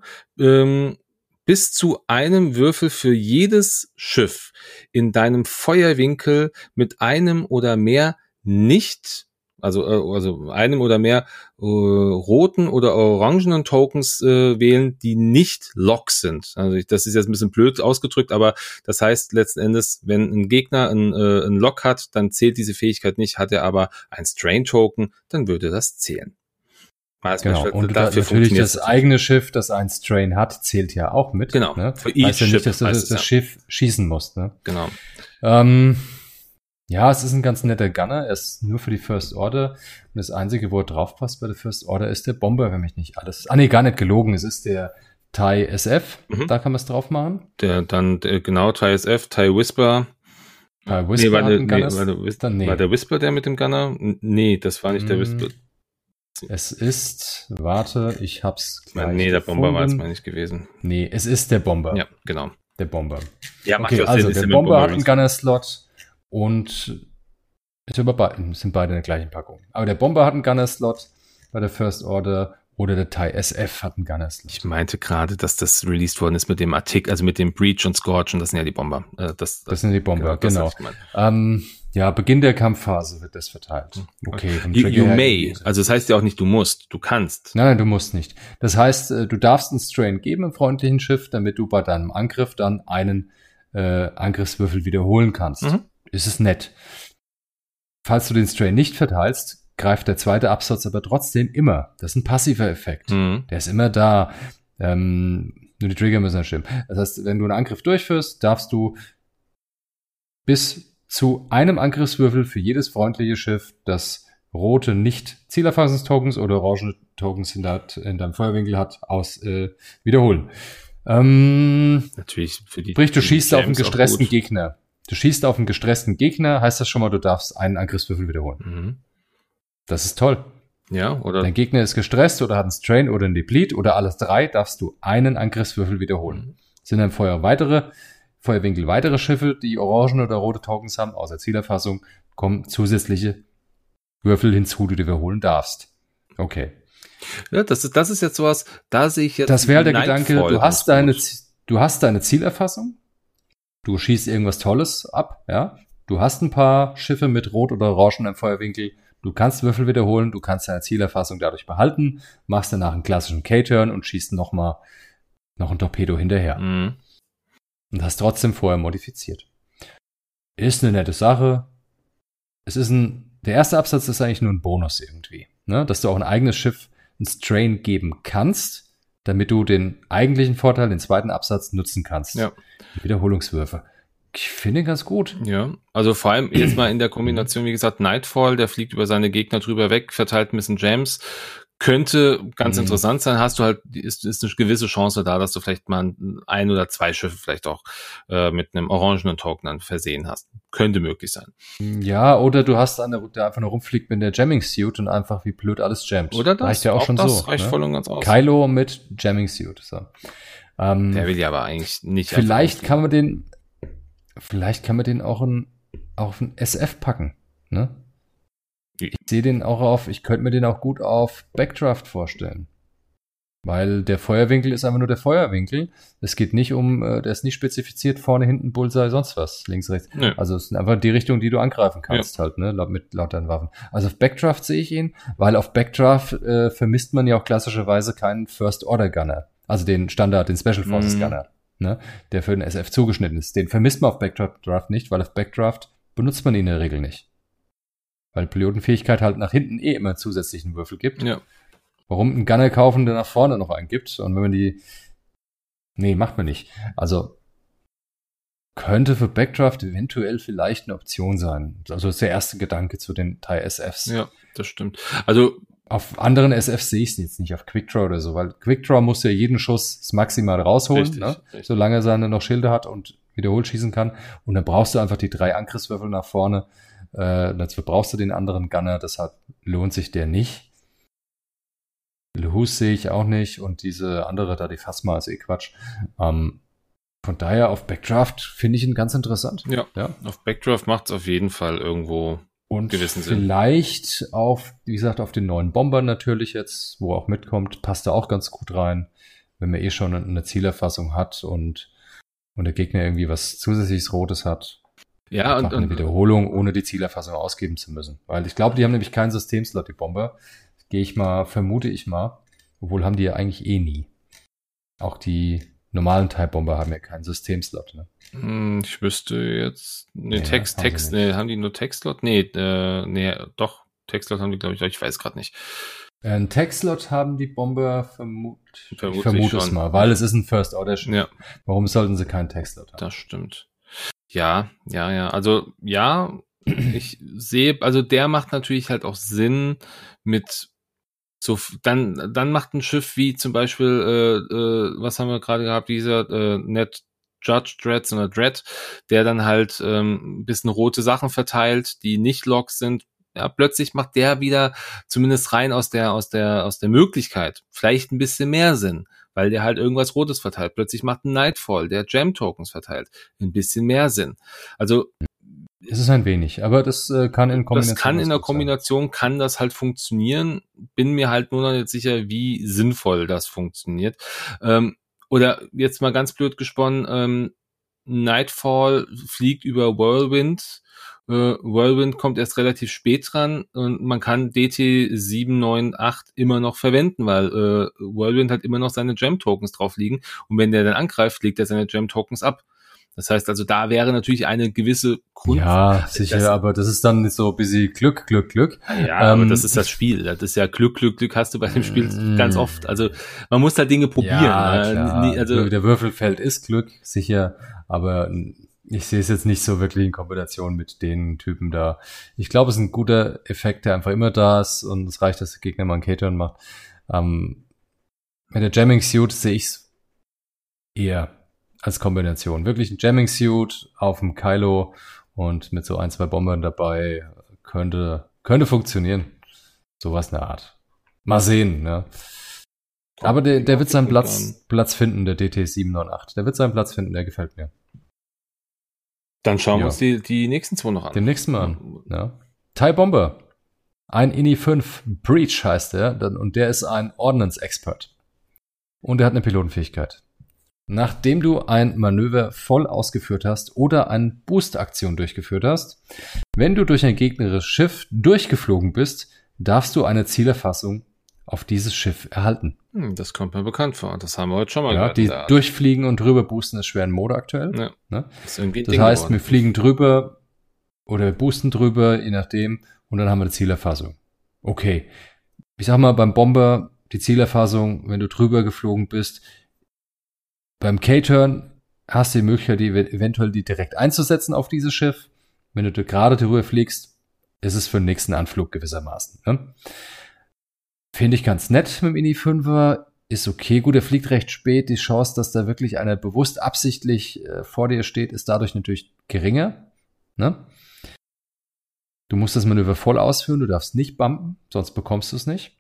bis zu einem Würfel für jedes Schiff in deinem Feuerwinkel mit einem oder mehr also einem oder mehr roten oder orangenen Tokens wählen, die nicht Lock sind. Also das ist jetzt ein bisschen blöd ausgedrückt, aber das heißt letzten Endes, wenn ein Gegner ein Lock hat, dann zählt diese Fähigkeit nicht. Hat er aber ein Strain-Token, dann würde das zählen. Genau, und natürlich das eigene Schiff, das ein Strain hat, zählt ja auch mit. Genau, ne? Für each ja nicht, dass du das Schiff schießen musst. Ne? Genau. Ja, es ist ein ganz netter Gunner. Er ist nur für die First Order. Und das Einzige, wo er draufpasst bei der First Order, ist der Bomber, wenn mich nicht alles... gar nicht gelogen. Es ist der TIE SF. Da kann man es drauf machen. Genau, TIE SF, TIE Whisper. TIE Whisper war der Whisper der mit dem Gunner? Nee, das war nicht der Whisper. Es ist, warte, ich hab's gleich der Bomber war es mal nicht gewesen. Nee, es ist der Bomber. Ja, genau. Der Bomber. Ja, okay, also der Bomber hat einen Gunner-Slot und sind beide in der gleichen Packung. Aber der Bomber hat einen Gunner-Slot bei der First Order oder der TIE SF hat einen Gunner-Slot. Ich meinte gerade, dass das released worden ist mit dem Artikel, also mit dem Breach und Scorch, und das sind ja die Bomber. Das sind die Bomber, genau. Ja, Beginn der Kampfphase wird das verteilt. Okay. You may. Also das heißt ja auch nicht, du musst. Du kannst. Nein, du musst nicht. Das heißt, du darfst einen Strain geben im freundlichen Schiff, damit du bei deinem Angriff dann einen Angriffswürfel wiederholen kannst. Ist es nett. Falls du den Strain nicht verteilst, greift der zweite Absatz aber trotzdem immer. Das ist ein passiver Effekt. Der ist immer da. Nur die Trigger müssen ja stimmen. Das heißt, wenn du einen Angriff durchführst, darfst du bis zu einem Angriffswürfel für jedes freundliche Schiff, das rote Nicht-Zielerfassungstokens oder orange Tokens in deinem Feuerwinkel hat, wiederholen. Natürlich für die. Sprich, du schießt auf einen gestressten Gegner. Du schießt auf einen gestressten Gegner, heißt das schon mal, du darfst einen Angriffswürfel wiederholen. Mhm. Das ist toll. Ja, oder? Dein Gegner ist gestresst oder hat einen Strain oder einen Deplete oder alles drei, darfst du einen Angriffswürfel wiederholen. Sind im Feuerwinkel weitere Schiffe, die orangen oder rote Tokens haben, außer Zielerfassung, kommen zusätzliche Würfel hinzu, die du wiederholen darfst. Okay. Ja, das ist jetzt sowas, da sehe ich jetzt. Das wäre der Gedanke, du hast deine Zielerfassung, du schießt irgendwas Tolles ab, ja. Du hast ein paar Schiffe mit Rot oder Orangen im Feuerwinkel, du kannst Würfel wiederholen, du kannst deine Zielerfassung dadurch behalten, machst danach einen klassischen K-Turn und schießt noch ein Torpedo hinterher. Mhm. Und hast trotzdem vorher modifiziert. Ist eine nette Sache. Der erste Absatz ist eigentlich nur ein Bonus irgendwie, ne? Dass du auch ein eigenes Schiff einen Strain geben kannst, damit du den eigentlichen Vorteil, den zweiten Absatz, nutzen kannst. Ja. Die Wiederholungswürfe. Ich finde ihn ganz gut. Ja, also vor allem jetzt mal in der Kombination, wie gesagt, Nightfall, der fliegt über seine Gegner drüber weg, verteilt ein bisschen Gems, könnte ganz interessant sein. Hast du halt, ist eine gewisse Chance da, dass du vielleicht mal ein oder zwei Schiffe vielleicht auch mit einem orangenen Token dann versehen hast. Könnte möglich sein. Ja, oder du hast einen, der einfach nur rumfliegt mit der Jamming-Suit und einfach wie blöd alles jammt. Oder das? Reicht ja auch schon das so. Reicht voll und ganz aus. Kylo mit Jamming-Suit. So. Der will ja aber eigentlich nicht. Vielleicht kann man den auch auf ein SF packen, ne? Ich sehe den auch ich könnte mir den auch gut auf Backdraft vorstellen. Weil der Feuerwinkel ist einfach nur der Feuerwinkel. Es geht nicht der ist nicht spezifiziert, vorne, hinten, Bullseye, sonst was, links, rechts. Nö. Also es ist einfach die Richtung, die du angreifen kannst halt, ne, laut deinen Waffen. Also auf Backdraft sehe ich ihn, weil auf Backdraft vermisst man ja auch klassischerweise keinen First-Order-Gunner. Also den Standard, den Special Forces-Gunner, ne, der für den SF zugeschnitten ist. Den vermisst man auf Backdraft nicht, weil auf Backdraft benutzt man ihn in der Regel nicht. Weil Pilotenfähigkeit halt nach hinten immer zusätzlichen Würfel gibt. Ja. Warum einen Gunner kaufen, der nach vorne noch einen gibt? Und wenn man macht man nicht. Also könnte für Backdraft eventuell vielleicht eine Option sein. Also das ist der erste Gedanke zu den Thai SFs. Ja, das stimmt. Also auf anderen SFs sehe ich es jetzt nicht, auf Quickdraw oder so, weil Quickdraw muss ja jeden Schuss das maximal rausholen, richtig, ne? Richtig. Solange er seine noch Schilde hat und wiederholt schießen kann. Und dann brauchst du einfach die 3 Angriffswürfel nach vorne. Dazu brauchst du den anderen Gunner, deshalb lohnt sich der nicht. Lehus sehe ich auch nicht und diese andere da, die Phasma, ist Quatsch. Von daher auf Backdraft finde ich ihn ganz interessant. Ja. Auf Backdraft macht es auf jeden Fall irgendwo und gewissen Sinn. Vielleicht wie gesagt, auf den neuen Bomber natürlich jetzt, wo auch mitkommt, passt da auch ganz gut rein, wenn man schon eine Zielerfassung hat und der Gegner irgendwie was zusätzliches Rotes hat. Ja, und eine Wiederholung, ohne die Zielerfassung ausgeben zu müssen. Weil ich glaube, die haben nämlich keinen Systemslot, die Bomber. Vermute ich mal. Obwohl haben die ja eigentlich nie. Auch die normalen Type-Bomber haben ja keinen Systemslot, ne? Ich wüsste jetzt, haben die nur Textslot? Doch, Textslot haben die, glaube ich weiß gerade nicht. Ein Textslot haben die Bomber ich vermute es schon. mal, weil es ist ein First-Order-Schiff. Ja. Warum sollten sie keinen Textslot haben? Das stimmt. Ja. Also, ja, ich sehe, also der macht natürlich halt auch Sinn mit so, dann macht ein Schiff wie zum Beispiel, was haben wir gerade gehabt, dieser Net Judge Dredd, der dann halt ein bisschen rote Sachen verteilt, die nicht Logs sind. Ja, plötzlich macht der wieder zumindest rein aus der Möglichkeit vielleicht ein bisschen mehr Sinn, weil der halt irgendwas Rotes verteilt. Plötzlich macht ein Nightfall, der Gem-Tokens verteilt, ein bisschen mehr Sinn. Also es ist ein wenig, aber das kann in der Kombination kann das halt funktionieren. Bin mir halt nur noch nicht sicher, wie sinnvoll das funktioniert. Oder jetzt mal ganz blöd gesponnen, Nightfall fliegt über Whirlwind. Whirlwind kommt erst relativ spät dran und man kann DT798 immer noch verwenden, weil Whirlwind hat immer noch seine Gem-Tokens drauf liegen und wenn der dann angreift, legt er seine Gem-Tokens ab. Das heißt also, da wäre natürlich eine gewisse Grund. Ja, sicher, aber das ist dann so ein bisschen Glück. Ja, aber das ist das Spiel. Das ist ja Glück hast du bei dem Spiel ganz oft. Also man muss da Dinge probieren. Ja, klar. Also Der Würfelfeld ist Glück, sicher, aber ich sehe es jetzt nicht so wirklich in Kombination mit den Typen da. Ich glaube, es ist ein guter Effekt, der einfach immer da ist und es reicht, dass der Gegner mal einen K-Turn macht. Mit der Jamming Suit sehe ich es eher als Kombination. Wirklich ein Jamming Suit auf dem Kylo und mit so 1, 2 Bombern dabei könnte funktionieren. Sowas in der Art. Mal sehen, ne? Aber der wird seinen Platz finden, der DT798. Der wird seinen Platz finden, der gefällt mir. Dann schauen wir uns die nächsten 2 noch an. Den nächsten Mal an, ja. TIE Bomber. Ein INI 5 Breach heißt der, und der ist ein Ordnance-Expert. Und er hat eine Pilotenfähigkeit. Nachdem du ein Manöver voll ausgeführt hast oder eine Boost-Aktion durchgeführt hast, wenn du durch ein gegnerisches Schiff durchgeflogen bist, darfst du eine Zielerfassung auf dieses Schiff erhalten. Das kommt mir bekannt vor. Das haben wir heute schon mal gehört. Die durchfliegen und drüber boosten ist schwer in Mode aktuell. Ja. Ne? Das heißt, wir fliegen drüber oder boosten drüber, je nachdem, und dann haben wir eine Zielerfassung. Okay. Ich sag mal, beim Bomber, die Zielerfassung, wenn du drüber geflogen bist, beim K-Turn hast du die Möglichkeit, eventuell die direkt einzusetzen auf dieses Schiff. Wenn du gerade drüber fliegst, ist es für den nächsten Anflug gewissermaßen. Ne? Finde ich ganz nett mit dem INI 5er. Ist okay. Gut, er fliegt recht spät. Die Chance, dass da wirklich einer bewusst absichtlich vor dir steht, ist dadurch natürlich geringer. Ne? Du musst das Manöver voll ausführen. Du darfst nicht bumpen, sonst bekommst du es nicht.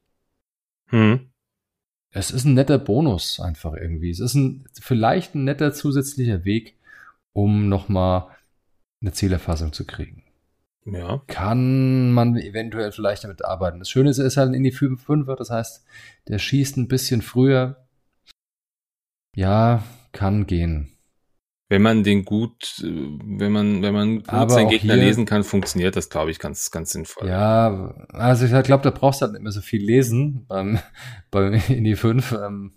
Es ist ein netter Bonus einfach irgendwie. Es ist vielleicht ein netter zusätzlicher Weg, um nochmal eine Zielerfassung zu kriegen. Ja. Kann man eventuell vielleicht damit arbeiten. Das Schöne ist halt ein INI 5er, das heißt, der schießt ein bisschen früher. Ja, kann gehen. Wenn man den wenn man gut seinen Gegner lesen kann, funktioniert das, glaube ich, ganz, ganz sinnvoll. Ja, also ich glaube, da brauchst du halt nicht mehr so viel lesen beim INI 5.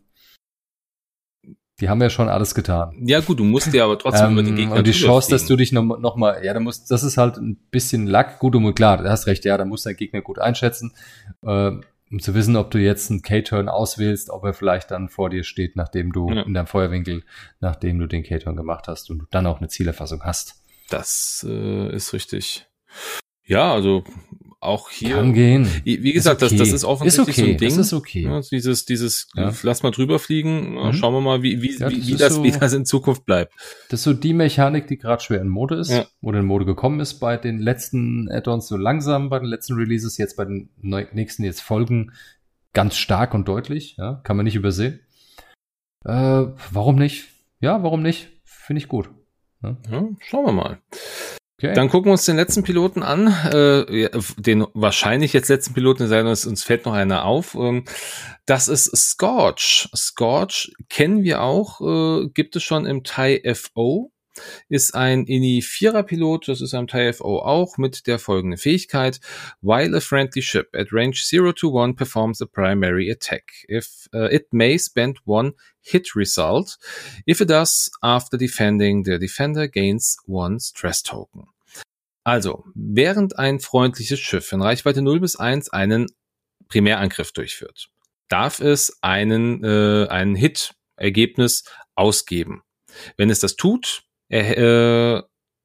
Die haben ja schon alles getan. Ja gut, du musst dir aber trotzdem über den Gegner und die Chance, dass du dich noch mal, das ist halt ein bisschen Lack. Gut, klar, du hast recht, ja, da musst du deinen Gegner gut einschätzen, um zu wissen, ob du jetzt einen K-Turn auswählst, ob er vielleicht dann vor dir steht, nachdem du in deinem Feuerwinkel, nachdem du den K-Turn gemacht hast und du dann auch eine Zielerfassung hast. Das ist richtig. Ja, also auch hier. Kann gehen. Wie gesagt, das ist offensichtlich so ein Ding. Das ist okay. Ja, dieses lass mal drüber fliegen, schauen wir mal, wie das in Zukunft bleibt. Das ist so die Mechanik, die gerade schwer in Mode ist, oder in Mode gekommen ist bei den letzten Add-ons so langsam, bei den letzten Releases, jetzt bei den nächsten jetzt Folgen ganz stark und deutlich, ja, kann man nicht übersehen. Warum nicht? Ja, warum nicht? Finde ich gut. Ja, schauen wir mal. Okay. Dann gucken wir uns den letzten Piloten an, den wahrscheinlich jetzt letzten Piloten, es sei denn, uns fällt noch einer auf. Das ist Scorch. Scorch kennen wir auch, gibt es schon im TIE FO, ist ein INI 4er Pilot, das ist am TIE FO auch, mit der folgenden Fähigkeit: While a friendly ship at range 0 to 1 performs a primary attack, it may spend one hit result. If it does, after defending, the defender gains one stress token. Also, während ein freundliches Schiff in Reichweite 0 bis 1 einen Primärangriff durchführt, darf es einen Hit-Ergebnis ausgeben. Wenn es das tut, wenn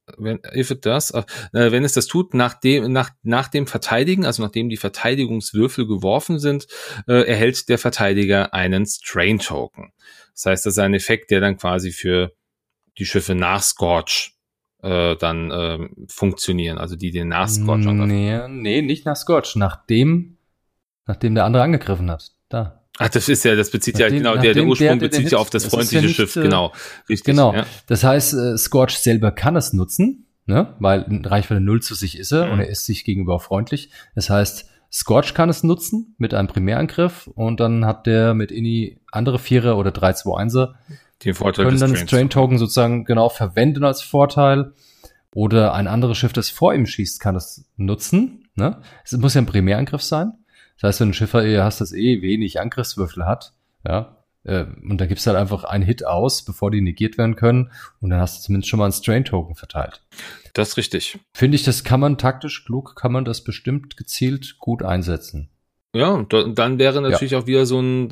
es das tut, nach dem Verteidigen, also nachdem die Verteidigungswürfel geworfen sind, erhält der Verteidiger einen Strain-Token. Das heißt, das ist ein Effekt, der dann quasi für die Schiffe nach Scorch dann funktionieren, also die den nach Scorch angreifen. Nee, nicht nach Scorch, nachdem der andere angegriffen hat. Da. Ach, das bezieht ja, genau, der Ursprung bezieht ja auf das freundliche Schiff, genau. Richtig. Genau. Ja. Das heißt, Scorch selber kann es nutzen, ne? Weil in Reichweite 0 zu sich ist er und er ist sich gegenüber auch freundlich. Das heißt, Scorch kann es nutzen mit einem Primärangriff und dann hat der mit INI andere 4er oder 3-2-1er. Den Vorteil können dann Strain-Token sozusagen genau verwenden als Vorteil. Oder ein anderes Schiff, das vor ihm schießt, kann es nutzen. Ne? Es muss ja ein Primärangriff sein. Das heißt, wenn du ein Schiff hast, das wenig Angriffswürfel hat, ja, Und da gibst du halt einfach einen Hit aus, bevor die negiert werden können. Und dann hast du zumindest schon mal einen Strain-Token verteilt. Das ist richtig. Finde ich, das kann man taktisch klug, kann man das bestimmt gezielt gut einsetzen. Ja, und dann wäre natürlich auch wieder so ein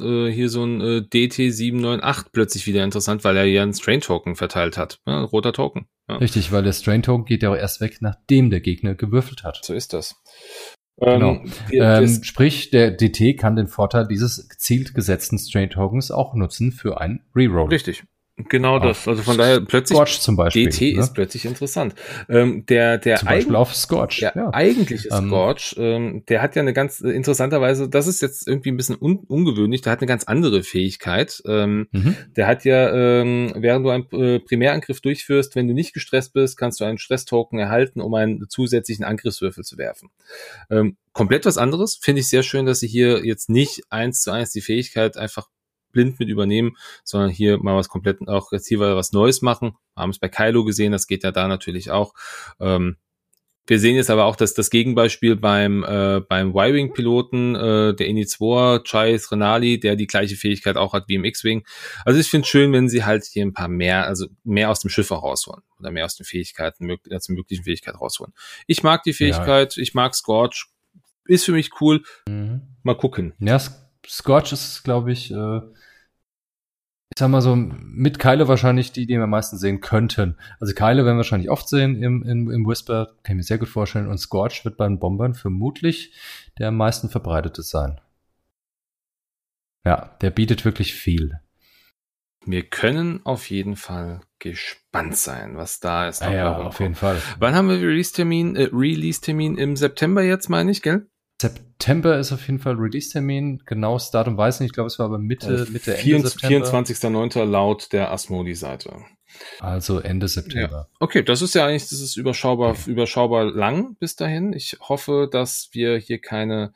DT798 plötzlich wieder interessant, weil er ja einen Strain-Token verteilt hat. Ja, ein roter Token. Ja. Richtig, weil der Strain-Token geht ja auch erst weg, nachdem der Gegner gewürfelt hat. So ist das. Genau. Sprich, der DT kann den Vorteil dieses gezielt gesetzten Strain-Tokens auch nutzen für einen Reroll. Richtig. Genau das. Also von daher plötzlich Scorch zum Beispiel. DT ist plötzlich interessant. Der zum Beispiel auf Scorch. Der eigentliche Scorch, der hat ja eine ganz interessanterweise, das ist jetzt irgendwie ein bisschen ungewöhnlich, der hat eine ganz andere Fähigkeit. Der hat ja, während du einen Primärangriff durchführst, wenn du nicht gestresst bist, kannst du einen Stress-Token erhalten, um einen zusätzlichen Angriffswürfel zu werfen. Komplett was anderes. Finde ich sehr schön, dass sie hier jetzt nicht 1:1 die Fähigkeit einfach blind mit übernehmen, sondern hier mal was komplett, auch jetzt hier was Neues machen. Wir haben es bei Kylo gesehen, das geht ja da natürlich auch. Wir sehen jetzt aber auch, dass das Gegenbeispiel beim Y-Wing-Piloten, der Inizwar, Chais Renali, der die gleiche Fähigkeit auch hat wie im X-Wing. Also ich finde es schön, wenn sie halt hier ein paar mehr aus dem Schiff auch rausholen oder mehr aus den Fähigkeiten, aus den möglichen Fähigkeiten rausholen. Ich mag die Fähigkeit, ich mag Scorch, ist für mich cool. Mal gucken. Ja, Scorch ist, glaube ich, ich sag mal so, mit Kylo wahrscheinlich die wir am meisten sehen könnten. Also Kylo werden wir wahrscheinlich oft sehen im Whisper, kann ich mir sehr gut vorstellen. Und Scorch wird bei den Bombern vermutlich der am meisten verbreitete sein. Ja, der bietet wirklich viel. Wir können auf jeden Fall gespannt sein, was da ist. Ja, auf jeden Fall. Wann haben wir Release-Termin im September jetzt, meine ich, gell? September ist auf jeden Fall Release-Termin. Genaues Datum weiß ich nicht. Ich glaube, es war aber Ende September. 24.09. laut der Asmodi-Seite. Also Ende September. Ja. Okay, das ist überschaubar lang bis dahin. Ich hoffe, dass wir hier keine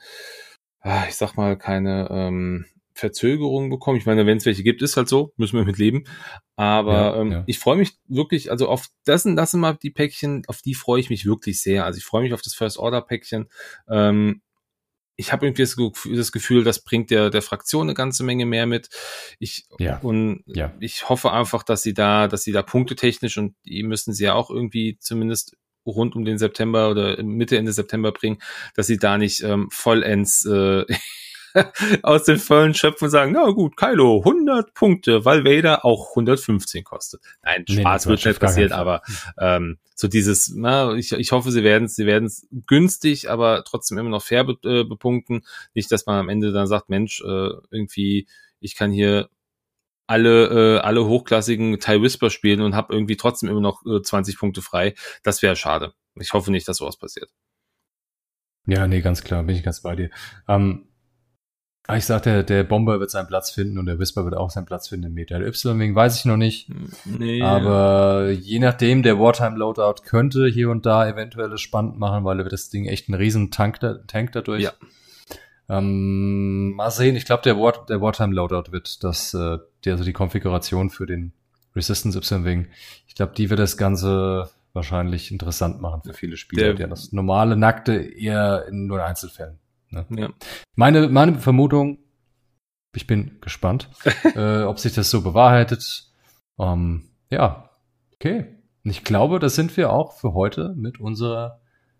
Verzögerungen bekommen. Ich meine, wenn es welche gibt, ist halt so, müssen wir mit leben. Aber ich freue mich wirklich, also auf das sind mal die Päckchen, auf die freue ich mich wirklich sehr. Also ich freue mich auf das First-Order-Päckchen. Ich habe irgendwie das Gefühl, das bringt der Fraktion eine ganze Menge mehr mit. Ich hoffe einfach, dass sie da punktetechnisch, und die müssen sie ja auch irgendwie zumindest rund um den September oder Mitte, Ende September bringen, dass sie da nicht vollends aus den Vollen schöpfen und sagen, na gut, Kylo, 100 Punkte, weil Vader auch 115 kostet. Nein, Spaß wird nicht passiert, aber so dieses, ich hoffe, sie werden es günstig, aber trotzdem immer noch fair bepunkten. Nicht, dass man am Ende dann sagt, Mensch, irgendwie, ich kann hier alle hochklassigen TIE Whisper spielen und habe irgendwie trotzdem immer noch 20 Punkte frei. Das wäre schade. Ich hoffe nicht, dass sowas passiert. Ja, nee, ganz klar, bin ich ganz bei dir. Ich sagte, der Bomber wird seinen Platz finden und der Whisper wird auch seinen Platz finden im Meta. Der Y-Wing weiß ich noch nicht. Nee. Aber je nachdem, der Wartime-Loadout könnte hier und da eventuell es spannend machen, weil er wird das Ding echt einen riesen Tank dadurch. Ja. Mal sehen, ich glaube, der Wartime-Loadout wird also die Konfiguration für den Resistance Y-Wing, ich glaube, die wird das Ganze wahrscheinlich interessant machen für viele Spieler. Das normale Nackte eher nur in Einzelfällen. Ne? Ja. Meine Vermutung, ich bin gespannt, ob sich das so bewahrheitet. Ja, okay. Und ich glaube, das sind wir auch für heute mit unseren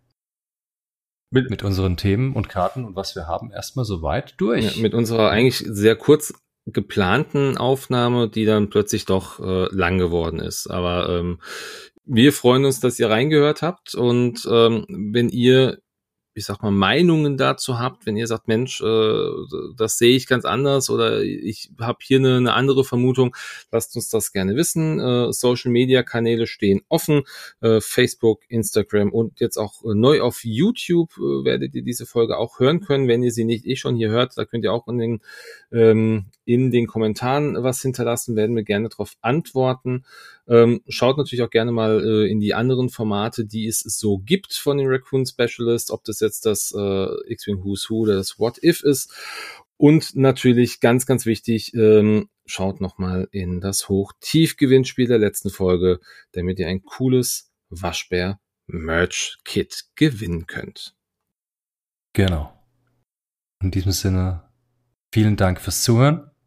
Themen und Karten und was wir haben erstmal soweit durch. Ja, mit unserer eigentlich sehr kurz geplanten Aufnahme, die dann plötzlich doch lang geworden ist. Aber wir freuen uns, dass ihr reingehört habt, und wenn ihr, ich sag mal, Meinungen dazu habt, wenn ihr sagt, Mensch, das sehe ich ganz anders oder ich habe hier eine andere Vermutung, lasst uns das gerne wissen. Social-Media-Kanäle stehen offen, Facebook, Instagram und jetzt auch neu auf YouTube werdet ihr diese Folge auch hören können, wenn ihr sie nicht schon hier hört. Da könnt ihr auch in den Kommentaren was hinterlassen, werden wir gerne darauf antworten. Schaut natürlich auch gerne mal in die anderen Formate, die es so gibt von den Raccoon Specialists, ob das jetzt das X-Wing Who's Who oder das What If ist. Und natürlich ganz, ganz wichtig, schaut nochmal in das Hoch-Tief-Gewinnspiel der letzten Folge, damit ihr ein cooles Waschbär-Merch-Kit gewinnen könnt. Genau. In diesem Sinne, vielen Dank fürs Zuhören.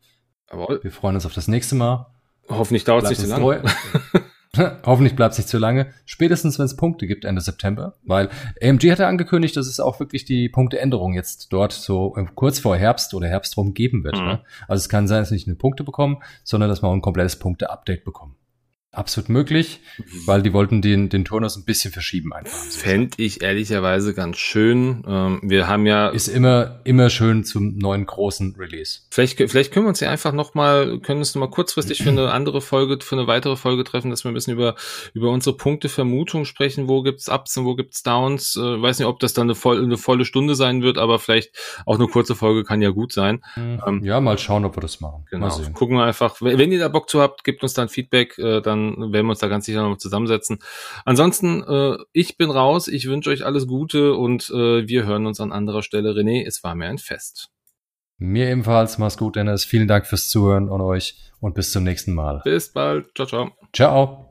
Jawohl. Wir freuen uns auf das nächste Mal. Hoffentlich dauert es nicht zu lange. Hoffentlich bleibt es nicht zu lange. Spätestens, wenn es Punkte gibt Ende September. Weil AMG hatte angekündigt, dass es auch wirklich die Punkteänderung jetzt dort so kurz vor Herbst oder Herbst rum geben wird. Ne? Also es kann sein, dass wir nicht nur Punkte bekommen, sondern dass wir auch ein komplettes Punkte-Update bekommen. Absolut möglich, weil die wollten den Turnus ein bisschen verschieben einfach. Fände ich ehrlicherweise ganz schön. Wir haben ja... Ist immer schön zum neuen großen Release. Vielleicht können wir uns ja einfach können uns noch mal kurzfristig für eine weitere Folge treffen, dass wir ein bisschen über unsere Punktevermutung sprechen. Wo gibt's Ups und wo gibt's Downs? Weiß nicht, ob das dann eine volle Stunde sein wird, aber vielleicht auch eine kurze Folge kann ja gut sein. Ja, mal schauen, ob wir das machen. Genau. Gucken wir einfach. Wenn ihr da Bock zu habt, gebt uns dann Feedback, dann werden wir uns da ganz sicher noch zusammensetzen. Ansonsten, ich bin raus, ich wünsche euch alles Gute und wir hören uns an anderer Stelle. René, es war mir ein Fest. Mir ebenfalls. Mach's gut, Dennis. Vielen Dank fürs Zuhören an euch und bis zum nächsten Mal. Bis bald. Ciao, ciao. Ciao.